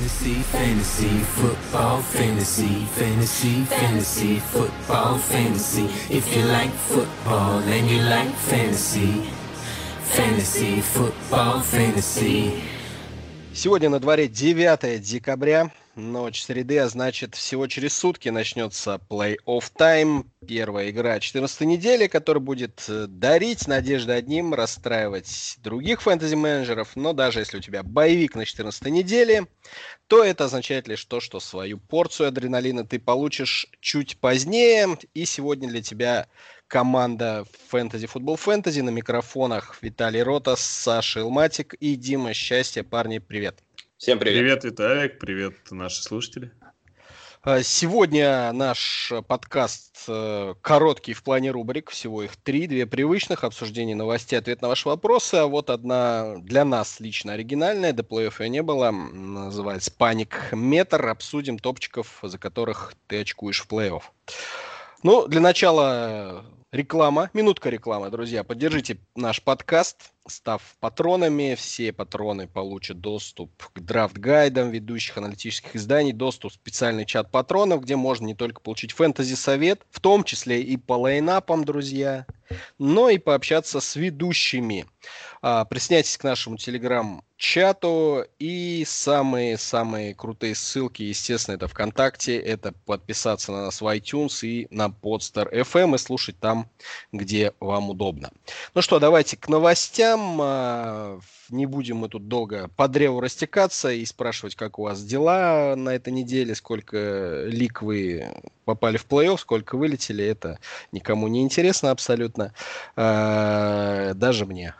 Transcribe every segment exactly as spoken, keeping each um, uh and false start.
Fantasy, fantasy, football, fantasy, fantasy, fantasy, football, fantasy. If you like football and you like fantasy, fantasy, football, fantasy. Сегодня на дворе девятое декабря, ночь среды, а значит всего через сутки начнется плей-офф тайм, первая игра четырнадцатой недели, которая будет дарить надежды одним, расстраивать других фэнтези-менеджеров, но даже если у тебя боевик на четырнадцатой неделе, то это означает лишь то, что свою порцию адреналина ты получишь чуть позднее, и сегодня для тебя команда Fantasy Football Fantasy на микрофонах Виталий Ротас, Саша Илматик и Дима Счастье. Парни, привет. Всем привет. Привет, Виталик, привет, наши слушатели. Сегодня наш подкаст короткий в плане рубрик, всего их три, две привычных, обсуждение новостей, ответ на ваши вопросы, а вот одна для нас лично оригинальная, до плей-оффа ее не было, называется «Паник-метр», обсудим топчиков, за которых ты очкуешь в плей-офф. Ну, для начала реклама, минутка рекламы, друзья. Поддержите наш подкаст, став патронами. Все патроны получат доступ к драфт-гайдам ведущих аналитических изданий, доступ в специальный чат патронов, где можно не только получить фэнтези-совет, в том числе и по лайнапам, друзья, но и пообщаться с ведущими. А, присоединяйтесь к нашему телеграм-чату, и самые-самые крутые ссылки, естественно, это ВКонтакте, это подписаться на нас в iTunes и на Podster эф эм и слушать там, где вам удобно. Ну что, давайте к новостям. Не будем мы тут долго по древу растекаться и спрашивать, как у вас дела на этой неделе, сколько лиг вы попали в плей-офф, сколько вылетели, это никому не интересно абсолютно. Даже мне.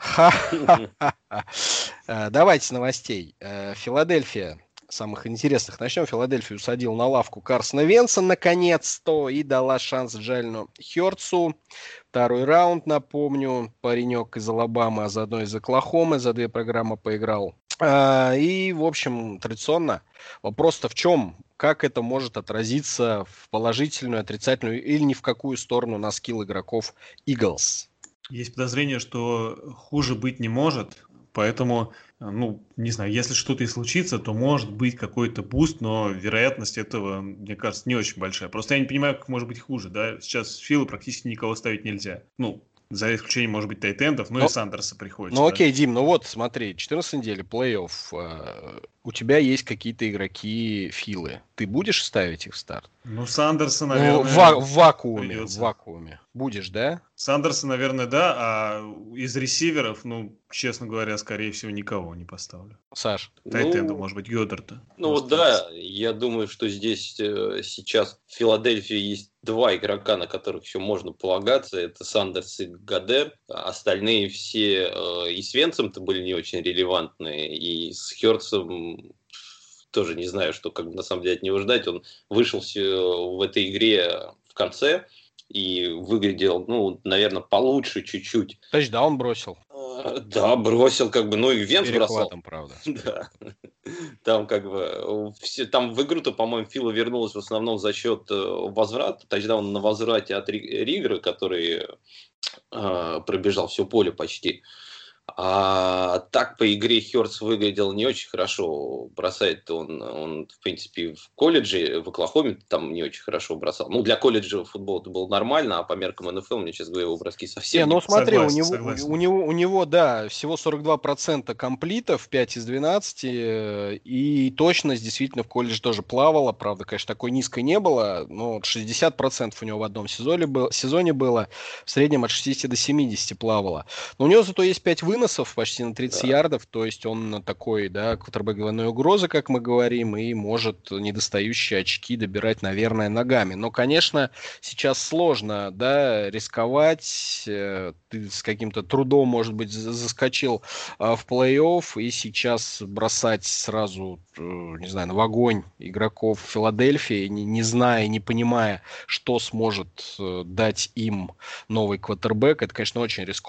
Давайте с новостей. Филадельфия. Самых интересных начнем. Филадельфию усадил на лавку Карсона Венца наконец-то и дала шанс Джалину Хёртсу. Второй раунд, напомню, паренек из Алабамы, а заодно из Оклахомы, за две программы поиграл. И, в общем, традиционно вопрос-то в чем? Как это может отразиться в положительную, отрицательную или ни в какую сторону на скилл игроков Eagles? Есть подозрение, что хуже быть не может, поэтому, ну, не знаю, если что-то и случится, то может быть какой-то буст, но вероятность этого, мне кажется, не очень большая. Просто я не понимаю, как может быть хуже, да? Сейчас в Филы практически никого ставить нельзя. Ну, за исключением, может быть, тайтендов, но, но и Сандерса приходится. Ну да? окей, Дим, ну вот смотри, четырнадцатая неделя, плей-офф, э, у тебя есть какие-то игроки Филы. Ты будешь ставить их в старт? Ну, Сандерса, наверное, ну, в, ва- в вакууме, придется. в вакууме. Будешь, да? Сандерса, наверное, да, а из ресиверов, ну, честно говоря, скорее всего, никого не поставлю. Саш? Тайтенда, Ну, может быть, Гёдерта. Ну вот да, я думаю, что здесь э, сейчас в Филадельфии есть два игрока, на которых еще можно полагаться. Это Сандерс и Гадер. Остальные все э, и с Венцем-то были не очень релевантные, и с Хёртсом тоже не знаю, что как бы на самом деле от него ждать. Он вышел в этой игре в конце и выглядел, ну, наверное, получше чуть-чуть. Тачдаун бросил. Да, бросил, как бы, ну и Венц бросал. Правда. Да. Там как бы все, там в игру-то, по-моему, Фила вернулась в основном за счет возврата, тачдаун на возврате от Ригра, который э, пробежал все поле почти. А так по игре Хёртс выглядел не очень хорошо. Бросает он, он, в принципе, в колледже, в Оклахоме там не очень хорошо бросал. Ну, для колледжа футбол это было нормально, а по меркам эн эф эл, мне, честно говоря, его броски совсем не... Ну, смотри, согласен, у, него, согласен. у, него, у него, да, всего сорок два процента комплитов, пять из двенадцати, и точность действительно в колледже тоже плавала. Правда, конечно, такой низкой не было, но шестьдесят процентов у него в одном сезоне, был, сезоне было, в среднем от шестидесяти до семидесяти плавало. Но у него зато есть пять выносов почти на тридцать да. ярдов, то есть он такой, да, квотербек двойной угрозы, как мы говорим, и может недостающие очки добирать, наверное, ногами. Но, конечно, сейчас сложно, да, рисковать. Ты с каким-то трудом, может быть, заскочил в плей-офф, и сейчас бросать сразу, не знаю, в огонь игроков Филадельфии, не, не зная, не понимая, что сможет дать им новый квотербек, это, конечно, очень рискованно.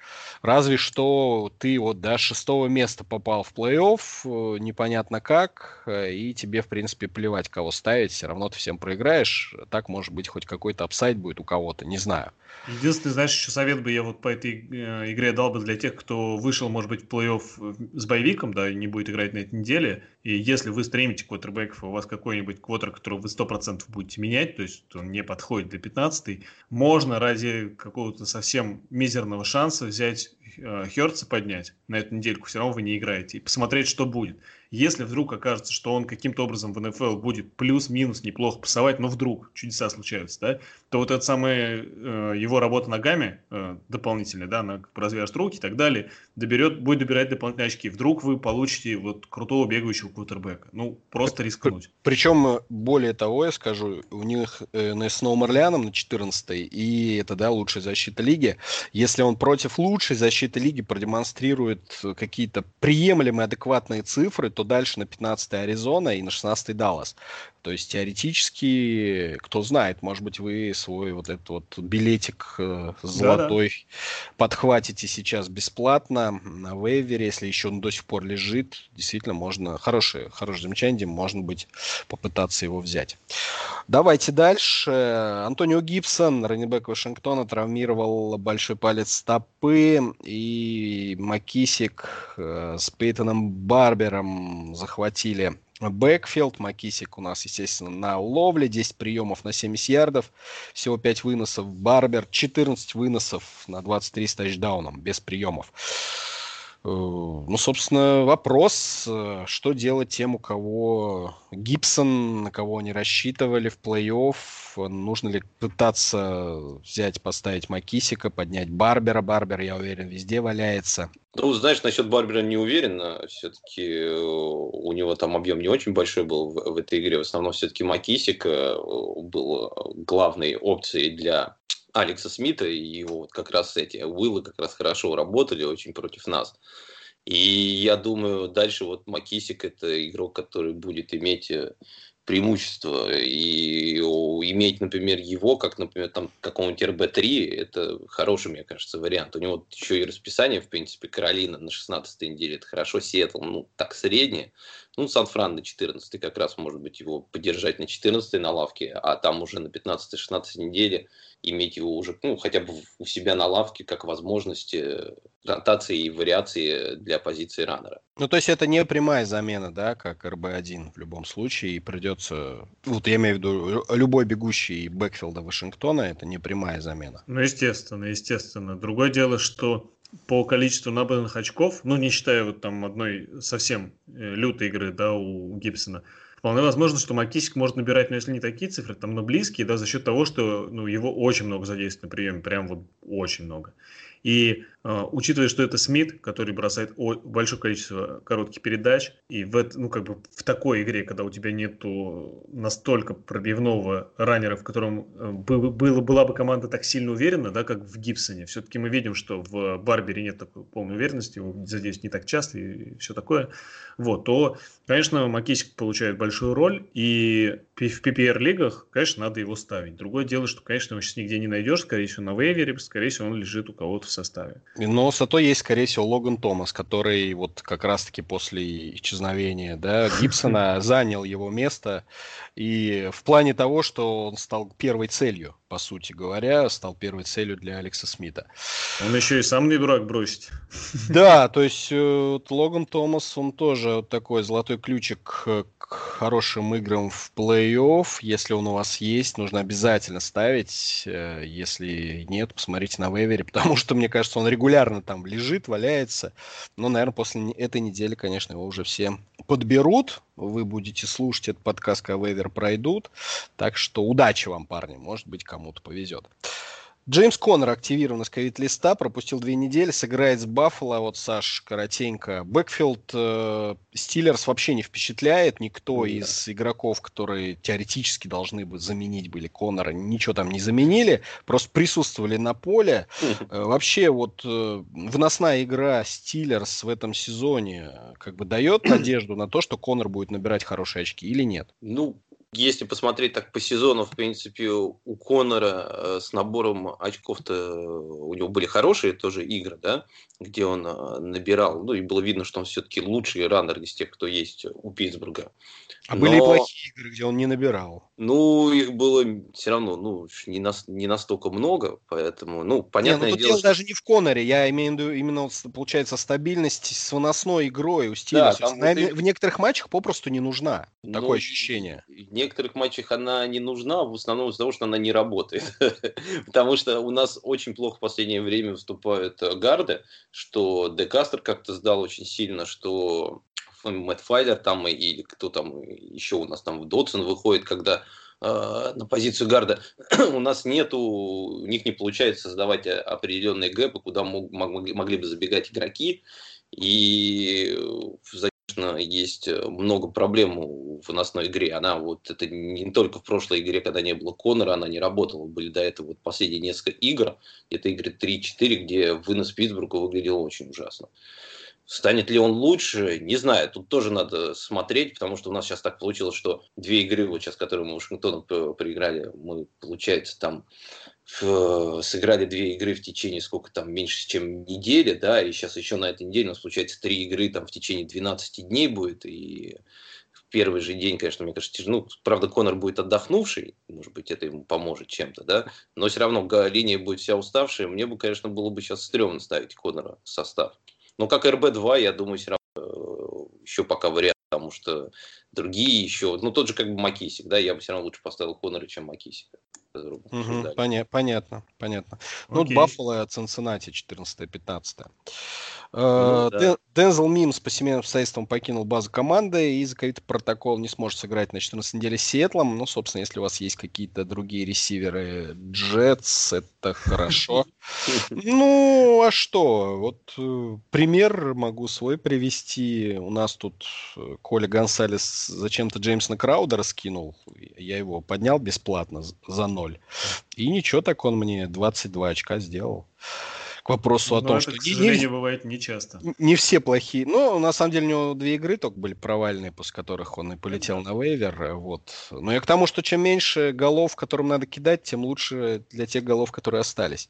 Разве что ты вот до шестого места попал в плей-офф, непонятно как, и тебе, в принципе, плевать, кого ставить, все равно ты всем проиграешь. Так, может быть, хоть какой-то апсайд будет у кого-то, не знаю. Единственный, знаешь, еще совет бы я вот по этой э, игре дал бы для тех, кто вышел, может быть, в плей-офф с боевиком, да, и не будет играть на этой неделе. И если вы стримите квотербеков, и у вас какой-нибудь квотер, которого вы сто процентов будете менять, то есть он не подходит для пятнадцатой, можно ради какого-то совсем мизерного шанса взять э, Хёртса поднять на эту недельку, все равно вы не играете, и посмотреть, что будет. Если вдруг окажется, что он каким-то образом в эн эф эл будет плюс-минус неплохо пасовать, но вдруг чудеса случаются, да, то вот эта самая э, его работа ногами э, дополнительная, да, она развяжет руки и так далее, доберет, будет добирать дополнительные очки. Вдруг вы получите вот крутого бегающего квотербека. Ну, просто рискнуть. Причем, более того, я скажу, у них э, с Новым Орлеаном на четырнадцатой, и это, да, лучшая защита лиги. Если он против лучшей защиты лиги продемонстрирует какие-то приемлемые, адекватные цифры, то дальше на пятнадцатой Аризона и на шестнадцатой Даллас. То есть теоретически, кто знает, может быть, вы свой вот этот вот билетик э, золотой Да-да. подхватите сейчас бесплатно на вейвере, если еще он до сих пор лежит. Действительно, можно, хорошее, хорошее замечание, можно быть, попытаться его взять. Давайте дальше. Антонио Гибсон, раннинбэк Вашингтона, травмировал большой палец стопы, и Макисик э, с Пейтоном Барбером захватили бэкфилд. Макисик у нас, естественно, на ловле. десять приемов на семьдесят ярдов. Всего пять выносов. Барбер четырнадцать выносов на двадцать три с тачдауном. Без приемов. Ну, собственно, вопрос, что делать тем, у кого Гибсон, на кого они рассчитывали в плей-офф. Нужно ли пытаться взять, поставить Макисика, поднять Барбера. Барбер, я уверен, везде валяется. Ну, знаешь, насчет Барбера не уверен. Все-таки у него там объем не очень большой был в, в этой игре. В основном все-таки Макисик был главной опцией для Алекса Смита, и его вот как раз эти Уиллы как раз хорошо работали очень против нас. И я думаю, дальше вот Макисик — это игрок, который будет иметь преимущество. И иметь, например, его, как, например, там какого-нибудь эр бэ три, это хороший, мне кажется, вариант. У него еще и расписание, в принципе, Каролина на шестнадцатой неделе, это хорошо, Сиэтл, ну, так, среднее. Ну, Сан-Фран на четырнадцатой как раз, может быть, его поддержать на четырнадцатой на лавке, а там уже на пятнадцатой-шестнадцатой неделе иметь его уже, ну, хотя бы у себя на лавке как возможность ротации и вариации для позиции раннера. Ну, то есть это не прямая замена, да, как эр бэ один в любом случае, и придется, вот я имею в виду, любой бегущий бэкфилда Вашингтона, это не прямая замена. Ну, естественно, естественно. Другое дело, что по количеству набранных очков, ну, не считая вот там одной совсем лютой игры, да, у Гибсона, вполне возможно, что Макисик может набирать, ну, если не такие цифры, там, но близкие, да, за счет того, что, ну, его очень много задействуют на приеме, прям вот очень много. И э, учитывая, что это Смит, который бросает о- большое количество коротких передач, и в, это, ну, как бы в такой игре, когда у тебя нету настолько пробивного раннера, в котором э, было, было, была бы команда так сильно уверена, да, как в Гибсоне, все-таки мы видим, что в Барбере нет такой полной уверенности, его задействуют не так часто и все такое, вот, то, конечно, Макисик получает большую роль, и в пи пи ар-лигах, конечно, надо его ставить. Другое дело, что, конечно, его сейчас нигде не найдешь, скорее всего, на вейвере, скорее всего, он лежит у кого-то в составе. Но зато есть, скорее всего, Логан Томас, который вот как раз-таки после исчезновения, да, Гибсона занял его место. И в плане того, что он стал первой целью, по сути говоря, стал первой целью для Алекса Смита. Он еще и сам не дурак бросить. Да, то есть вот Логан Томас, он тоже вот такой золотой ключик к хорошим играм в плей-офф. Если он у вас есть, нужно обязательно ставить. Если нет, посмотрите на вейвере, потому что, мне кажется, он регулярно там лежит, валяется. Но, наверное, после этой недели, конечно, его уже все подберут. Вы будете слушать этот подкаст, когда вейвер пройдут. Так что удачи вам, парни. Может быть, кому-то повезет. Джеймс Коннор активирован из ковид-листа, пропустил две недели, сыграет с Баффало. Вот, Саш, коротенько. Бэкфилд э, Стиллерс вообще не впечатляет. Никто yeah. из игроков, которые теоретически должны бы заменить были Коннора, ничего там не заменили. Просто присутствовали на поле. Э, вообще, вот э, выносная игра Стиллерс в этом сезоне как бы дает надежду на то, что Коннор будет набирать хорошие очки или нет? Ну, если посмотреть так по сезону, в принципе, у Конора э, с набором очков-то у него были хорошие тоже игры, да, где он э, набирал, ну и было видно, что он все-таки лучший раннер из тех, кто есть у Питтсбурга. А Но... были и плохие игры, где он не набирал. Ну, их было все равно, ну, не, на, не настолько много, поэтому, ну, понятное не, ну, тут дело, дело что... даже не в Коноре, я имею в виду именно, вот, получается, стабильность с выносной игрой у Да, Стиллерс. там Она вот и... в некоторых матчах попросту не нужна. Ну, Такое ощущение. В некоторых матчах она не нужна, в основном из-за того, что она не работает. Потому что у нас очень плохо в последнее время выступают гарды, что Де Кастер как-то сдал очень сильно, что Мэтт Файлер там и кто там еще у нас там Дотсон выходит, когда э, на позицию гарда у нас нету, у них не получается создавать определенные гэпы, куда мог, могли, могли бы забегать игроки, и конечно, есть много проблем в выносной игре. Она вот, это не только в прошлой игре, когда не было Конора, она не работала. Были до этого вот последние несколько игр, где-то игры три-четыре, где вынос Питтсбурга выглядел очень ужасно. Станет ли он лучше? Не знаю. Тут тоже надо смотреть, потому что у нас сейчас так получилось, что две игры, вот сейчас, которые мы Вашингтону проиграли, мы, получается, там сыграли две игры в течение сколько там, меньше, чем недели, да, и сейчас еще на этой неделе у нас, получается, три игры там в течение двенадцати дней будет, и в первый же день, конечно, мне кажется, ну, правда, Конор будет отдохнувший, может быть, это ему поможет чем-то, да, но все равно линия будет вся уставшая, мне бы, конечно, было бы сейчас стрёмно ставить Конора в состав. Но как эр бэ два, я думаю, все равно еще пока вариант, потому что другие еще, ну, тот же как бы Макисик, да, я бы все равно лучше поставил Конора, чем Макисика. Угу, поня- понятно, понятно. Ну, Окей. Баффало от Цинциннати четырнадцатое-пятнадцатое. Ну, да. Ден- Дензел Мимс по семейным обстоятельствам покинул базу команды и из-за каких-то протокол не сможет сыграть на четырнадцатой неделе с Сиэтлом. Ну, собственно, если у вас есть какие-то другие ресиверы Джетс, это хорошо. Ну, а что? Вот э, пример могу свой привести. У нас тут э, Коля Гонсалес зачем-то Джеймсона Краудера скинул. Я его поднял бесплатно з- за ноль. И ничего, так он мне двадцать два очка сделал. К вопросу о Но том, это, что к не, сожалению, не- бывает нечасто. не все плохие. Ну, на самом деле, у него две игры только были провальные, после которых он и полетел на вейвер. Вот. Но я к тому, что чем меньше голов, которым надо кидать, тем лучше для тех голов, которые остались.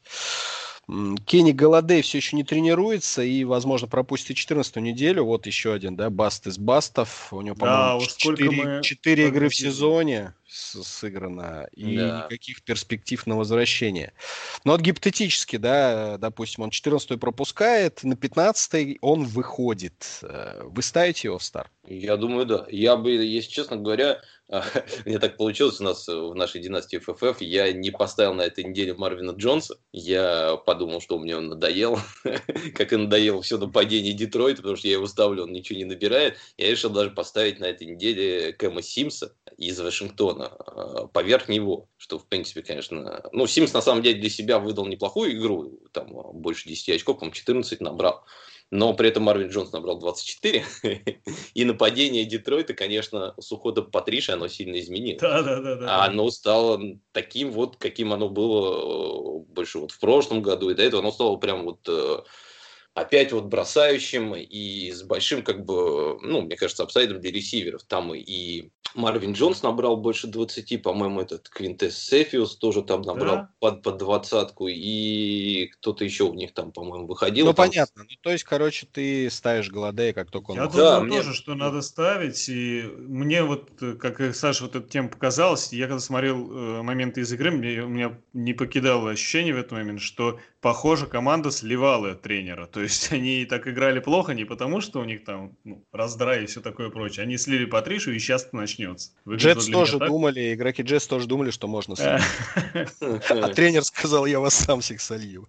М, Кенни Голладей все еще не тренируется и, возможно, пропустит четырнадцатую неделю. Вот еще один, да, баст из бастов. У него, Да, по-моему, уж сколько четыре, мы четыре игры в прогнозируем. сезоне с- сыграно и Да. никаких перспектив на возвращение. Но вот гипотетически, да, допустим, он четырнадцатую пропускает, на пятнадцатой он выходит. Э, Вы ставите его в старт? Я думаю, да. Я бы, если честно говоря, мне так получилось у нас в нашей династии эф эф эф, я не поставил на этой неделе Марвина Джонса. Я подумал, что мне он надоел, как и надоело все нападение Детройта, потому что я его ставлю, он ничего не набирает. Я решил даже поставить на этой неделе Кэма Симса из Вашингтона э, поверх него, что, в принципе, конечно... Ну, Симс, на самом деле, для себя выдал неплохую игру, там больше десяти очков, по-моему, четырнадцать набрал. Но при этом Марвин Джонс набрал двадцать четыре. И нападение Детройта, конечно, с уходом Патриши оно сильно изменилось. Да, да, да, да. А оно стало таким вот, каким оно было э, больше вот в прошлом году. И до этого оно стало прям вот э, опять вот бросающим и с большим, как бы, ну, мне кажется, апсайдом для ресиверов. Там и Марвин Джонс набрал больше двадцати, по-моему, этот Квинтес Сефиус тоже там набрал Да. под, под двадцатку, и кто-то еще у них там, по-моему, выходил. Ну, там... понятно. Ну, то есть, короче, ты ставишь Голладея, как только он Я выходит. Да, думаю мне- тоже, что надо ставить. И мне вот, э, как и Саша вот эта тема показалась, я когда смотрел э, моменты из игры, мне, у меня не покидало ощущение в этот момент, что, похоже, команда сливала тренера. То есть они так играли плохо не потому, что у них там ну, раздрай и все такое прочее. Они слили Патришу, и сейчас начнется. Выглядело Джетс для меня тоже так. думали, игроки Джетс тоже думали, что можно Э, слить. А тренер сказал, я вас сам всех солью.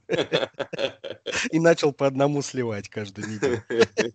И начал по одному сливать каждую неделю.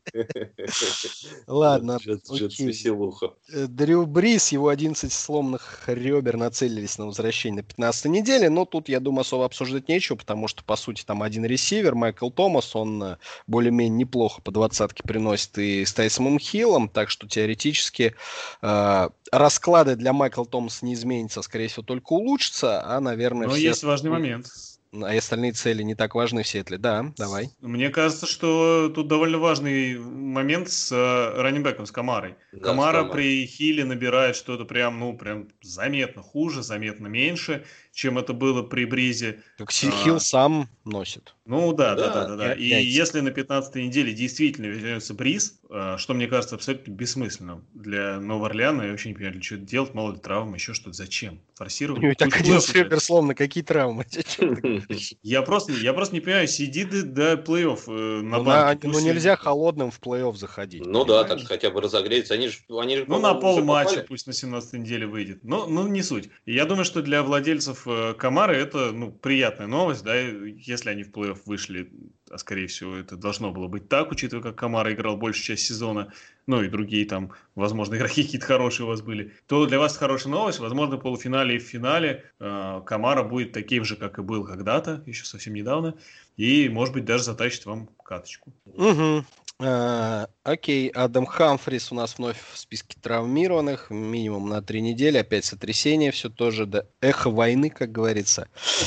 Ладно, Джетс, Джетс, окей. веселуха. Э, Дрю Брис, его одиннадцать сломанных ребер нацелились на возвращение на пятнадцатой неделе, но тут, я думаю, особо обсуждать нечего, потому что, по сути, там один ресивер, Майкл Томас, он э, более-менее неплохо по двадцатке приносит и с Тайсомом Хиллом, так что теоретически э, расклады для Майкла Томаса не изменятся, скорее всего, только улучшатся, а, наверное, Но все... есть важный остальные- момент. а остальные цели не так важны в Сиэтле. Да, давай. Мне кажется, что тут довольно важный момент с э, раннинбэком, с Камарой. Да, Камара с Камарой. при Хилле набирает что-то прям, ну, прям заметно хуже, заметно меньше, чем это было при Бризе. Так Хилл А, сам носит. Ну да, да, Да, да, да, да. я- И яйца. если на пятнадцатой неделе действительно вернется Бриз, э, что мне кажется абсолютно бессмысленным для Нового Орлеана, я вообще не понимаю, для чего это делать, мало ли травм, еще что-то, зачем? У Форсировать? него и так Пусть один плей-офф играет. супер слом, на какие травмы? О чём ты говоришь? Я просто, я просто не понимаю, сиди до, до плей-офф э, на Ну, банке. на- ну, пусть- нельзя холодным в плей-офф заходить. Ну да, понимаешь? так хотя бы разогреется. Они же, они же, Ну, на по-моему, уже полматча попали. пусть на семнадцатой неделе выйдет. Но, ну, не суть. И я думаю, что для владельцев э, Камары это, ну, приятная новость, да, и если они в плей-офф вышли, а скорее всего это должно было быть так, учитывая, как Камара играл большую часть сезона, ну и другие там, возможно, игроки какие-то хорошие у вас были, то для вас хорошая новость. Возможно, в полуфинале и в финале э, Камара будет таким же, как и был когда-то, еще совсем недавно, и, может быть, даже затащит вам каточку. Угу. А, окей, Адам Хамфрис у нас вновь в списке травмированных, минимум на три недели, опять сотрясение, все тоже, да, эхо войны, как говорится.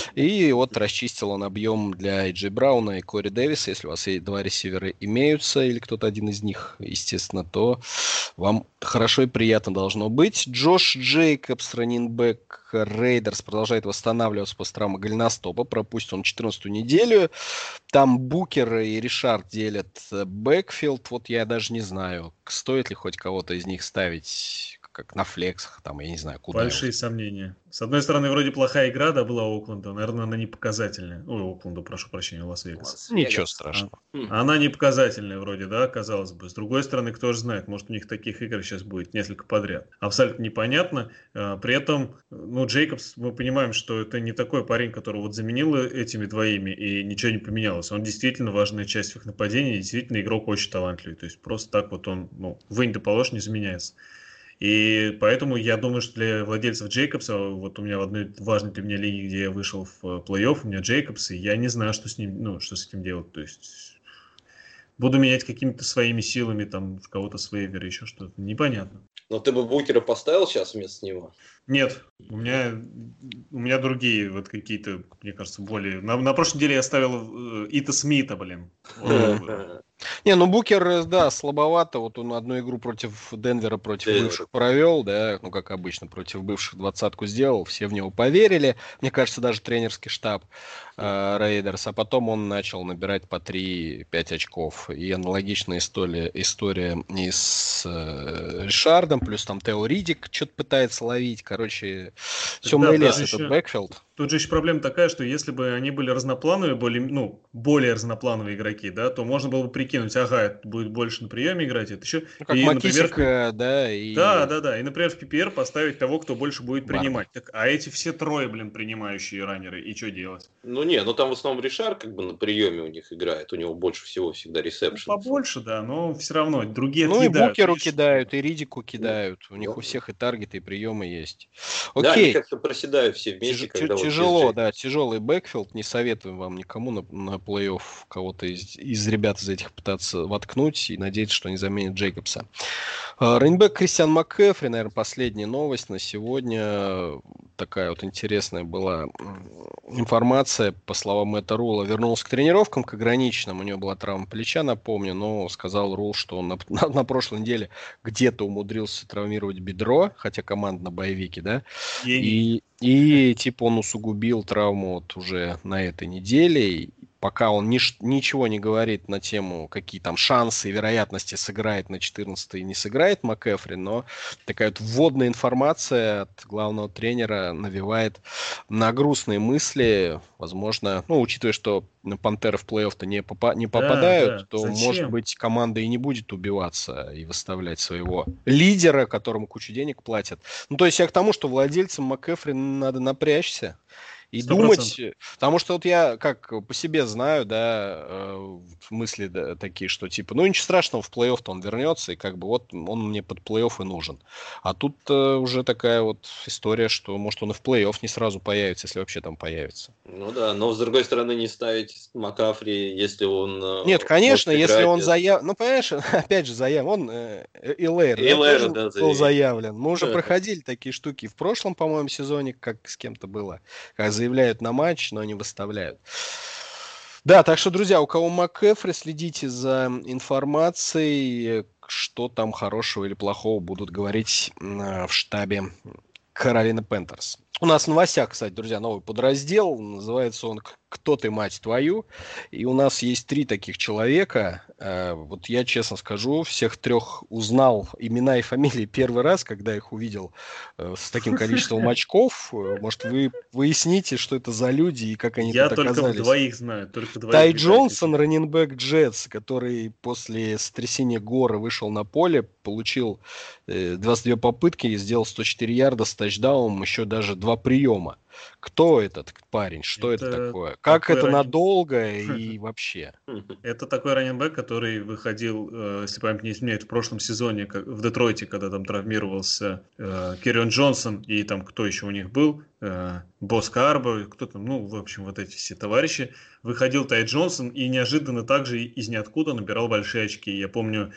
И вот расчистил он объем для Эй Джей Брауна и Кори Дэвиса. Если у вас и два ресивера имеются, или кто-то один из них, естественно, то вам хорошо и приятно должно быть. Джош Джейкобс, раннинбэк Рейдерс, продолжает восстанавливаться после травмы голеностопа, пропустит он четырнадцатую неделю. Там Букер и Ришард делят бэкфилд. Вот я даже не знаю, стоит ли хоть кого-то из них ставить как на флексах, там, я не знаю, куда. Большие его. сомнения. С одной стороны, вроде плохая игра, да, была у Окленда. Наверное, она не показательная. Ой, Окленду, прошу прощения, Лас-Вегас. Ничего Лас-Вегас. страшного. А, она не показательная вроде, да, казалось бы. С другой стороны, кто же знает, может, у них таких игр сейчас будет несколько подряд. Абсолютно непонятно. А, При этом, ну, Джейкобс, мы понимаем, что это не такой парень, который вот заменил этими двоими, и ничего не поменялось. Он действительно важная часть их нападения, действительно игрок очень талантливый. То есть просто так вот он, ну, вынь да положь, не заменяется. И поэтому я думаю, что для владельцев Джейкобса, вот у меня в одной важной для меня лиге, где я вышел в плей-офф, у меня Джейкобс, и я не знаю, что с ним, ну, что с этим делать. То есть буду менять какими-то своими силами, там, кого-то с вейвера, еще что-то. Непонятно. Но ты бы Букера поставил сейчас вместо него? Нет, у меня, у меня другие вот какие-то, мне кажется, более... На, на прошлой неделе я ставил э, Ита Смита, блин. Вот. Не, ну Букер, да, слабовато. Вот он одну игру против Денвера, против Денвер. бывших провел, да, ну, как обычно, против бывших двадцатку сделал, все в него поверили. Мне кажется, даже тренерский штаб э, Рейдерс. А потом он начал набирать по три-пять очков. И аналогичная история, история и с э, Ришардом, плюс там Тео Ридик что-то пытается ловить. Короче, темный Да, лес да, этот еще- бэкфилд. Тут же еще проблема такая, что если бы они были разноплановые, более, ну, более разноплановые игроки, да, то можно было бы прикинуть, ага, это будет больше на приеме играть, это еще... Ну, как и, например, Макисик, э, да, и... Да, да, да. И, например, в пи пи эр поставить того, кто больше будет Барба. принимать. Так, а эти все трое, блин, принимающие раннеры, и что делать? Ну не, ну там в основном Ришар как бы на приеме у них играет. У него больше всего всегда Ну, ресепшн. побольше, да, но все равно другие Ну и отъедают. Букеру видишь? кидают, и Ридику кидают. У них Ну. у всех и таргеты, и приемы есть. Да, они Окей. как-то проседают все вместе, Тяж- когда вот тяжело, без да, тяжелый бэкфилд. Не советуем вам никому на, на плей-офф кого-то из, из ребят из этих пытаться воткнуть и надеяться, что они заменят Джейкобса. А, Раннинбэк Кристиан МакКэфри, наверное, последняя новость на сегодня. Такая вот интересная была м, информация, по словам Мэтта Рула. Вернулся к тренировкам, к ограниченным. У него была травма плеча, напомню, но сказал Рул, что он на, на, на прошлой неделе где-то умудрился травмировать бедро, хотя команда на боевике, да, Гений. и, и типа он усугубил травму вот уже на этой неделе. И пока он нич- ничего не говорит на тему, какие там шансы и вероятности сыграет на четырнадцатой и не сыграет МакКэфри, но такая вот вводная информация от главного тренера навевает на грустные мысли. Возможно, ну, учитывая, что Пантеры в плей-офф-то не, попа- не Да, попадают, да. то, Зачем? может быть, команда и не будет убиваться и выставлять своего лидера, которому кучу денег платят. Ну, то есть я к тому, что владельцам МакКэфри надо напрячься и Сто думать, процентов. потому что вот я как по себе знаю, да, э, мысли да, такие, что типа, ну ничего страшного, в плей-офф-то он вернется, и как бы вот он мне под плей-офф и нужен. А тут э, уже такая вот история, что может он и в плей-офф не сразу появится, если вообще там появится. Ну да, но с другой стороны не ставить Маккафри, если он... э, Нет, конечно, может если играть, он это- заявлен, ну понимаешь, опять же заявлен, он э, Элэйр, да, Элэйр, тоже да, был заявил. заявлен. Мы уже Да. проходили такие штуки в прошлом, по-моему, сезоне, как с кем-то было, когда заявляют на матч, но не выставляют. Да, так что, друзья, у кого МакКэфри, следите за информацией, что там хорошего или плохого будут говорить в штабе Каролина Пантерс. У нас в новостях, кстати, друзья, новый подраздел. Называется он «Кто ты, мать твою?». И у нас есть три таких человека. Вот я, честно скажу, всех трех узнал имена и фамилии первый раз, когда их увидел с таким количеством очков. Может, вы выясните, что это за люди и как они я тут оказались. Я только двоих знаю. Только двоих Тай Джонсон, раннинбэк Джетс, который после сотрясения Гора вышел на поле, получил двадцать две попытки и сделал сто четыре ярда с тачдауном, еще даже два приема. Кто этот парень? Что это, это такое? Как это ранен... надолго и вообще? Это такой раннинбэк, который выходил, если память не изменяет, в прошлом сезоне в Детройте, когда там травмировался Керрион Джонсон и там кто еще у них был, Босс Карбо, кто там, ну, в общем, вот эти все товарищи. Выходил Тай Джонсон и неожиданно также из ниоткуда набирал большие очки. Я помню,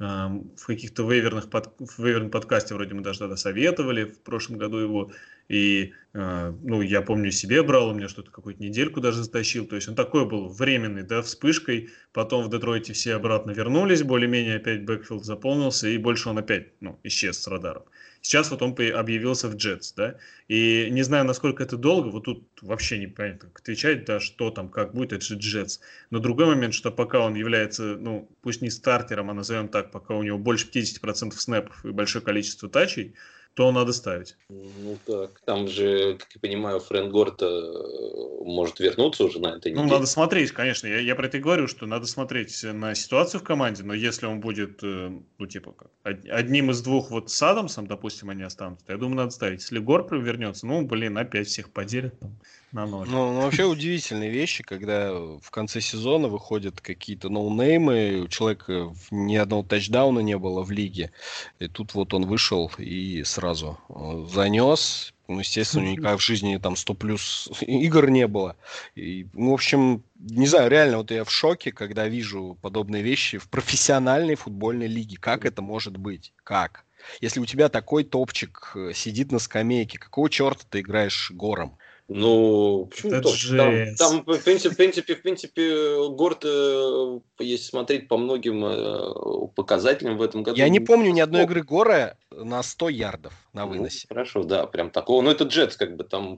в каких-то вейверных под... в вейверном подкасте вроде мы даже тогда советовали в прошлом году его. И, ну, я помню, себе брал, у меня что-то какую-то недельку даже затащил. То есть он такой был временный, да, вспышкой. Потом в Детройте все обратно вернулись, более-менее опять бэкфилд заполнился, и больше он опять, ну, исчез с радаров. Сейчас вот он объявился в Джетс, да, и не знаю, насколько это долго, вот тут вообще непонятно, как отвечать, да, что там, как будет, это же Джетс. Но другой момент, что пока он является, ну, пусть не стартером, а назовем так, пока у него больше пятьдесят процентов снэпов и большое количество тачей, то надо ставить. Ну так, там же, как я понимаю, Фрэнк Горта может вернуться уже на этой неделе. Ну, надо смотреть, конечно. Я, я про это и говорю, что надо смотреть на ситуацию в команде, но если он будет, ну, типа, как, одним из двух вот с Адамсом, допустим, они останутся, то я думаю, надо ставить. Если Гор вернется, ну, блин, опять всех поделят там на ноль. Ну, ну, вообще удивительные вещи, когда в конце сезона выходят какие-то ноунеймы, у человека ни одного тачдауна не было в лиге, и тут вот он вышел и сразу занес. Ну, естественно, никак в жизни там сто плюс игр не было. И, ну, в общем, не знаю, реально, вот я в шоке, когда вижу подобные вещи в профессиональной футбольной лиге. Как это может быть? Как? Если у тебя такой топчик сидит на скамейке, какого черта ты играешь Гором? Ну, почему то? Там, там, в принципе, в принципе, в принципе, Горд, если смотреть по многим показателям в этом году... Я не помню ни одной игры Гора на сто ярдов на выносе. Ну, хорошо, да, прям такого. Ну, это Джетс, как бы там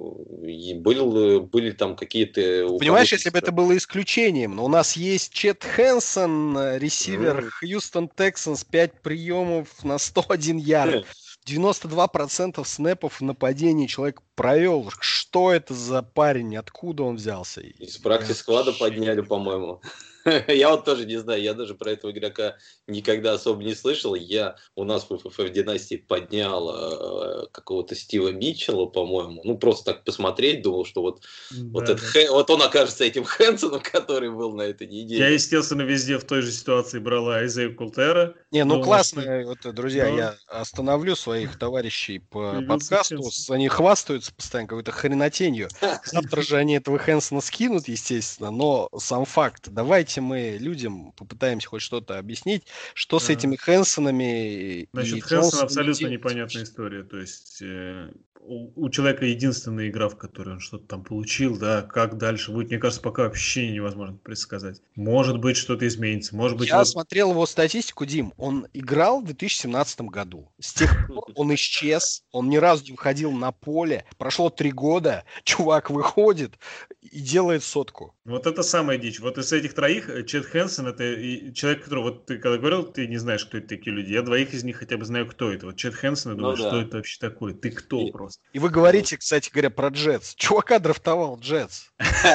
и был, были там какие-то... Понимаешь, если бы это было исключением, но у нас есть Чет Хэнсон, ресивер Хьюстон Тексанс, пять приемов на сто один ярд. девяносто два процента снэпов в нападении человек провел. Что это за парень? Откуда он взялся? Из практис-склада подняли, по-моему. Я вот тоже не знаю, я даже про этого игрока никогда особо не слышал. Я у нас в эф эф династии поднял э, какого-то Стива Митчелла, по-моему. Ну, просто так посмотреть, думал, что вот, да, вот, да. Это, вот он окажется этим Хэнсоном, который был на этой неделе. Я, естественно, везде в той же ситуации брала Айзея Култера. Не, ну думал, классно, что... вот, друзья, но... я остановлю своих товарищей по подкасту. Хэнсон. Они хвастаются постоянно какой-то хренотенью. Завтра же они этого Хэнсона скинут, естественно, но сам факт. Давайте мы людям попытаемся хоть что-то объяснить, что да. с этими Хэнсонами. Значит, Хэнсон абсолютно непонятная история. То есть э, у, у человека единственная игра, в которой он что-то там получил, да, как дальше будет, мне кажется, пока вообще невозможно предсказать. Может быть, что-то изменится. Может быть, Я вот... смотрел его статистику, Дим. Он играл в две тысячи семнадцатом году. С тех пор он исчез. Он ни разу не выходил на поле. Прошло три года. Чувак выходит и делает сотку. Вот это самая дичь. Вот из этих троих Чет Хэнсон — это человек, который, вот ты когда говорил, ты не знаешь, кто это такие люди. Я двоих из них хотя бы знаю, кто это. Вот Чет Хэнсон, я думаю, ну, да. что это вообще такое? Ты кто и, просто? И вы говорите, кстати говоря, про Джетс. Чувака драфтовал Джетс.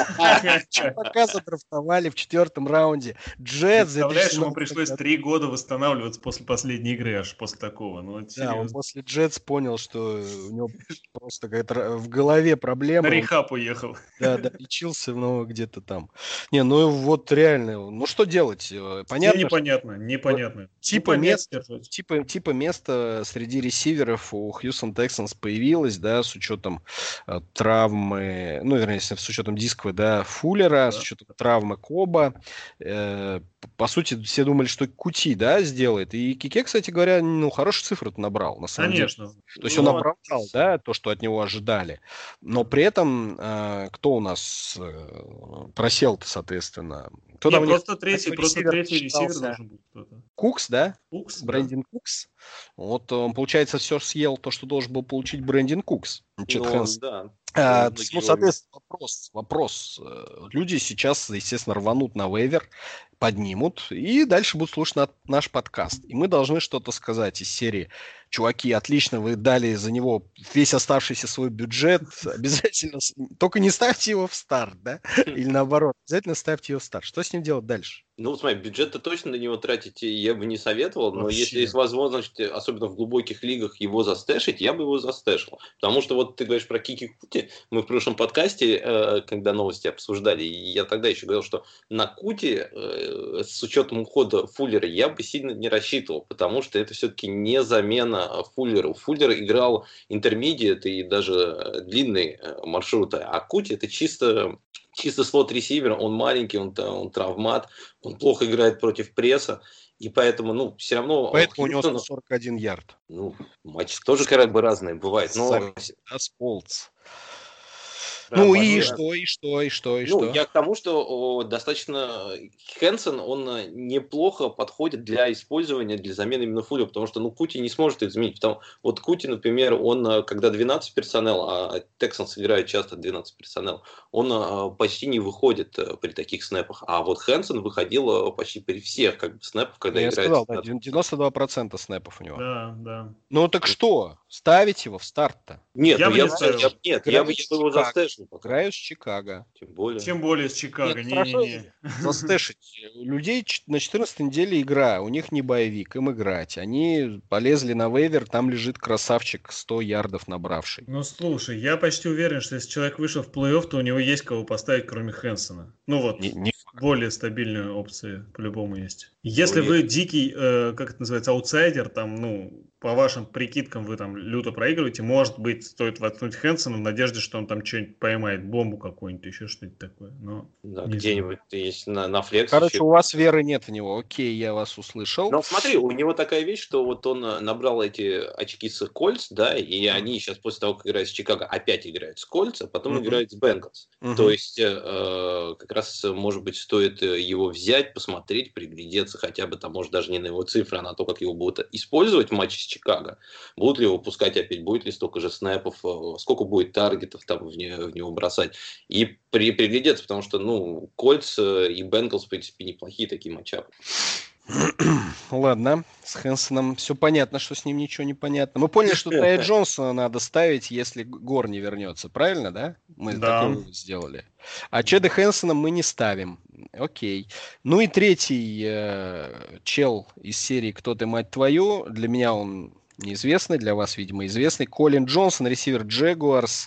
Чувака задрафтовали в четвертом раунде. Джетс. Представляешь, ему пришлось три года восстанавливаться после последней игры, аж после такого. Ну, да, он после Джетс понял, что у него просто какая-то в голове проблема. На рехаб уехал. Да, да, лечился, но где-то там. Не, ну вот реально, ну что делать? Понятно? Все непонятно, что... непонятно. Типа, ну, мест, типа, типа места среди ресиверов у Хьюстон Тексанс появилось, да, с учетом э, травмы, ну, вернее, с учетом дисковой, да, Фуллера, да. С учетом травмы Коба. Э, по сути, все думали, что Кути, да, сделает. И Кике, кстати говоря, ну, хорошие цифры набрал, на самом Конечно. деле. То есть он оправдал, да, то, что от него ожидали. Но при этом, э, кто у нас э, просел-то, соответственно? Кто Не, там у них? просто третий, Какой просто ресивер третий ресивер считался? должен быть кто-то. Кукс, да? Кукс, да. Брэндин Кукс. Вот он, получается, все съел то, что должен был получить Брэндин Кукс. Чет Ну, Хэнс. да. А, Многие ну, его- соответственно, вопрос, вопрос. Э, Люди сейчас, естественно, рванут на вейвер, поднимут и дальше будут слушать на- наш подкаст. И мы должны что-то сказать из серии: чуваки, отлично, вы дали за него весь оставшийся свой бюджет, обязательно, с- только не ставьте его в старт, да? Или наоборот, обязательно ставьте его в старт. Что с ним делать дальше? Ну, смотри, бюджет-то точно на него тратить я бы не советовал, но Вообще. если есть возможность, особенно в глубоких лигах, его застэшить, я бы его застэшил. Потому что вот ты говоришь про Кики Кути, мы в прошлом подкасте, э, когда новости обсуждали, и я тогда еще говорил, что на Кути, э, с учетом ухода Фуллера, я бы сильно не рассчитывал, потому что это все-таки не замена Фуллеру. Фуллер играл интермедиат и даже длинные э, маршруты, а Кути это чисто... Чисто слот-ресивер, он маленький, он, он травмат, он плохо играет против пресса, и поэтому, ну, все равно... Поэтому у него Хьюстону- сто сорок один ярд. Ну, матчи тоже как бы разные бывают, но... Сами, да, с Колтс. Да, Ну матчи и разные. что, и что, и что, и Ну, что? я к тому, что о, достаточно Хэнсон, он э, неплохо подходит для использования, для замены именно Фуллера, потому что, ну, Кути не сможет это изменить. Потому, вот Кути, например, он, э, когда двенадцать персонал, а Тексанс играет часто двенадцать персонал, он э, почти не выходит э, при таких снэпах. А вот Хэнсон выходил э, почти при всех как бы, снэпах, когда Я играет... сказал, да, девяносто два процента снэпов у него. Да, да. Ну так что, ставить его в старт-то? Нет, Я ну бы я, не бы- ставил. я- нет, я Играю бы с я бы его Чикаго. застэшил пока. Играю с Чикаго. Тем более. Тем более с Чикаго. Нет, хорошо, Не-не-не. застэшить. У людей ч- на четырнадцатой неделе игра, у них не боевик, им играть. Они полезли на вейвер, там лежит красавчик, сто ярдов набравший. Ну слушай, я почти уверен, что если человек вышел в плей-офф, то у него есть кого поставить, кроме Хэнсона. Ну вот, Не- не более стабильные опции по-любому есть. Если Ну, вы дикий, э, как это называется, аутсайдер, там, ну, по вашим прикидкам вы там люто проигрываете, может быть, стоит воткнуть Хэнсона в надежде, что он там что-нибудь поймает, бомбу какую-нибудь, еще что-нибудь такое. Но Да, не где-нибудь есть на, на флексе. Короче, еще. у вас веры нет в него. Окей, я вас услышал. Но смотри, у него такая вещь, что вот он э, набрал эти очки с Кольц, да, и они сейчас после того, как играют с Чикаго, опять играют с Кольц, а потом Мгм. играют с Бенгалс. Мгм. То есть, э, э, как раз, может быть, стоит э, его взять, посмотреть, приглядеться хотя бы, там, может, даже не на его цифры, а на то, как его будут использовать в матче с Чикаго. Будут ли его пускать опять, будет ли столько же снэпов, э, сколько будет таргетов там в, не- в него бросать. И при, приглядеться, потому что, ну, Кольц э, и Бенгалс, в принципе, неплохие такие матчапы. Ладно, с Хэнсоном все понятно, что с ним ничего не понятно. Мы поняли, что Тая Джонсона надо ставить, если Гор не вернется. Правильно, да? Мы Да. такой вывод сделали. А Чеда Хэнсона мы не ставим. Окей. Ну и третий э, чел из серии «Кто ты, мать твою?» Для меня он неизвестный, для вас, видимо, известный. Колин Джонсон, ресивер Джегуарс.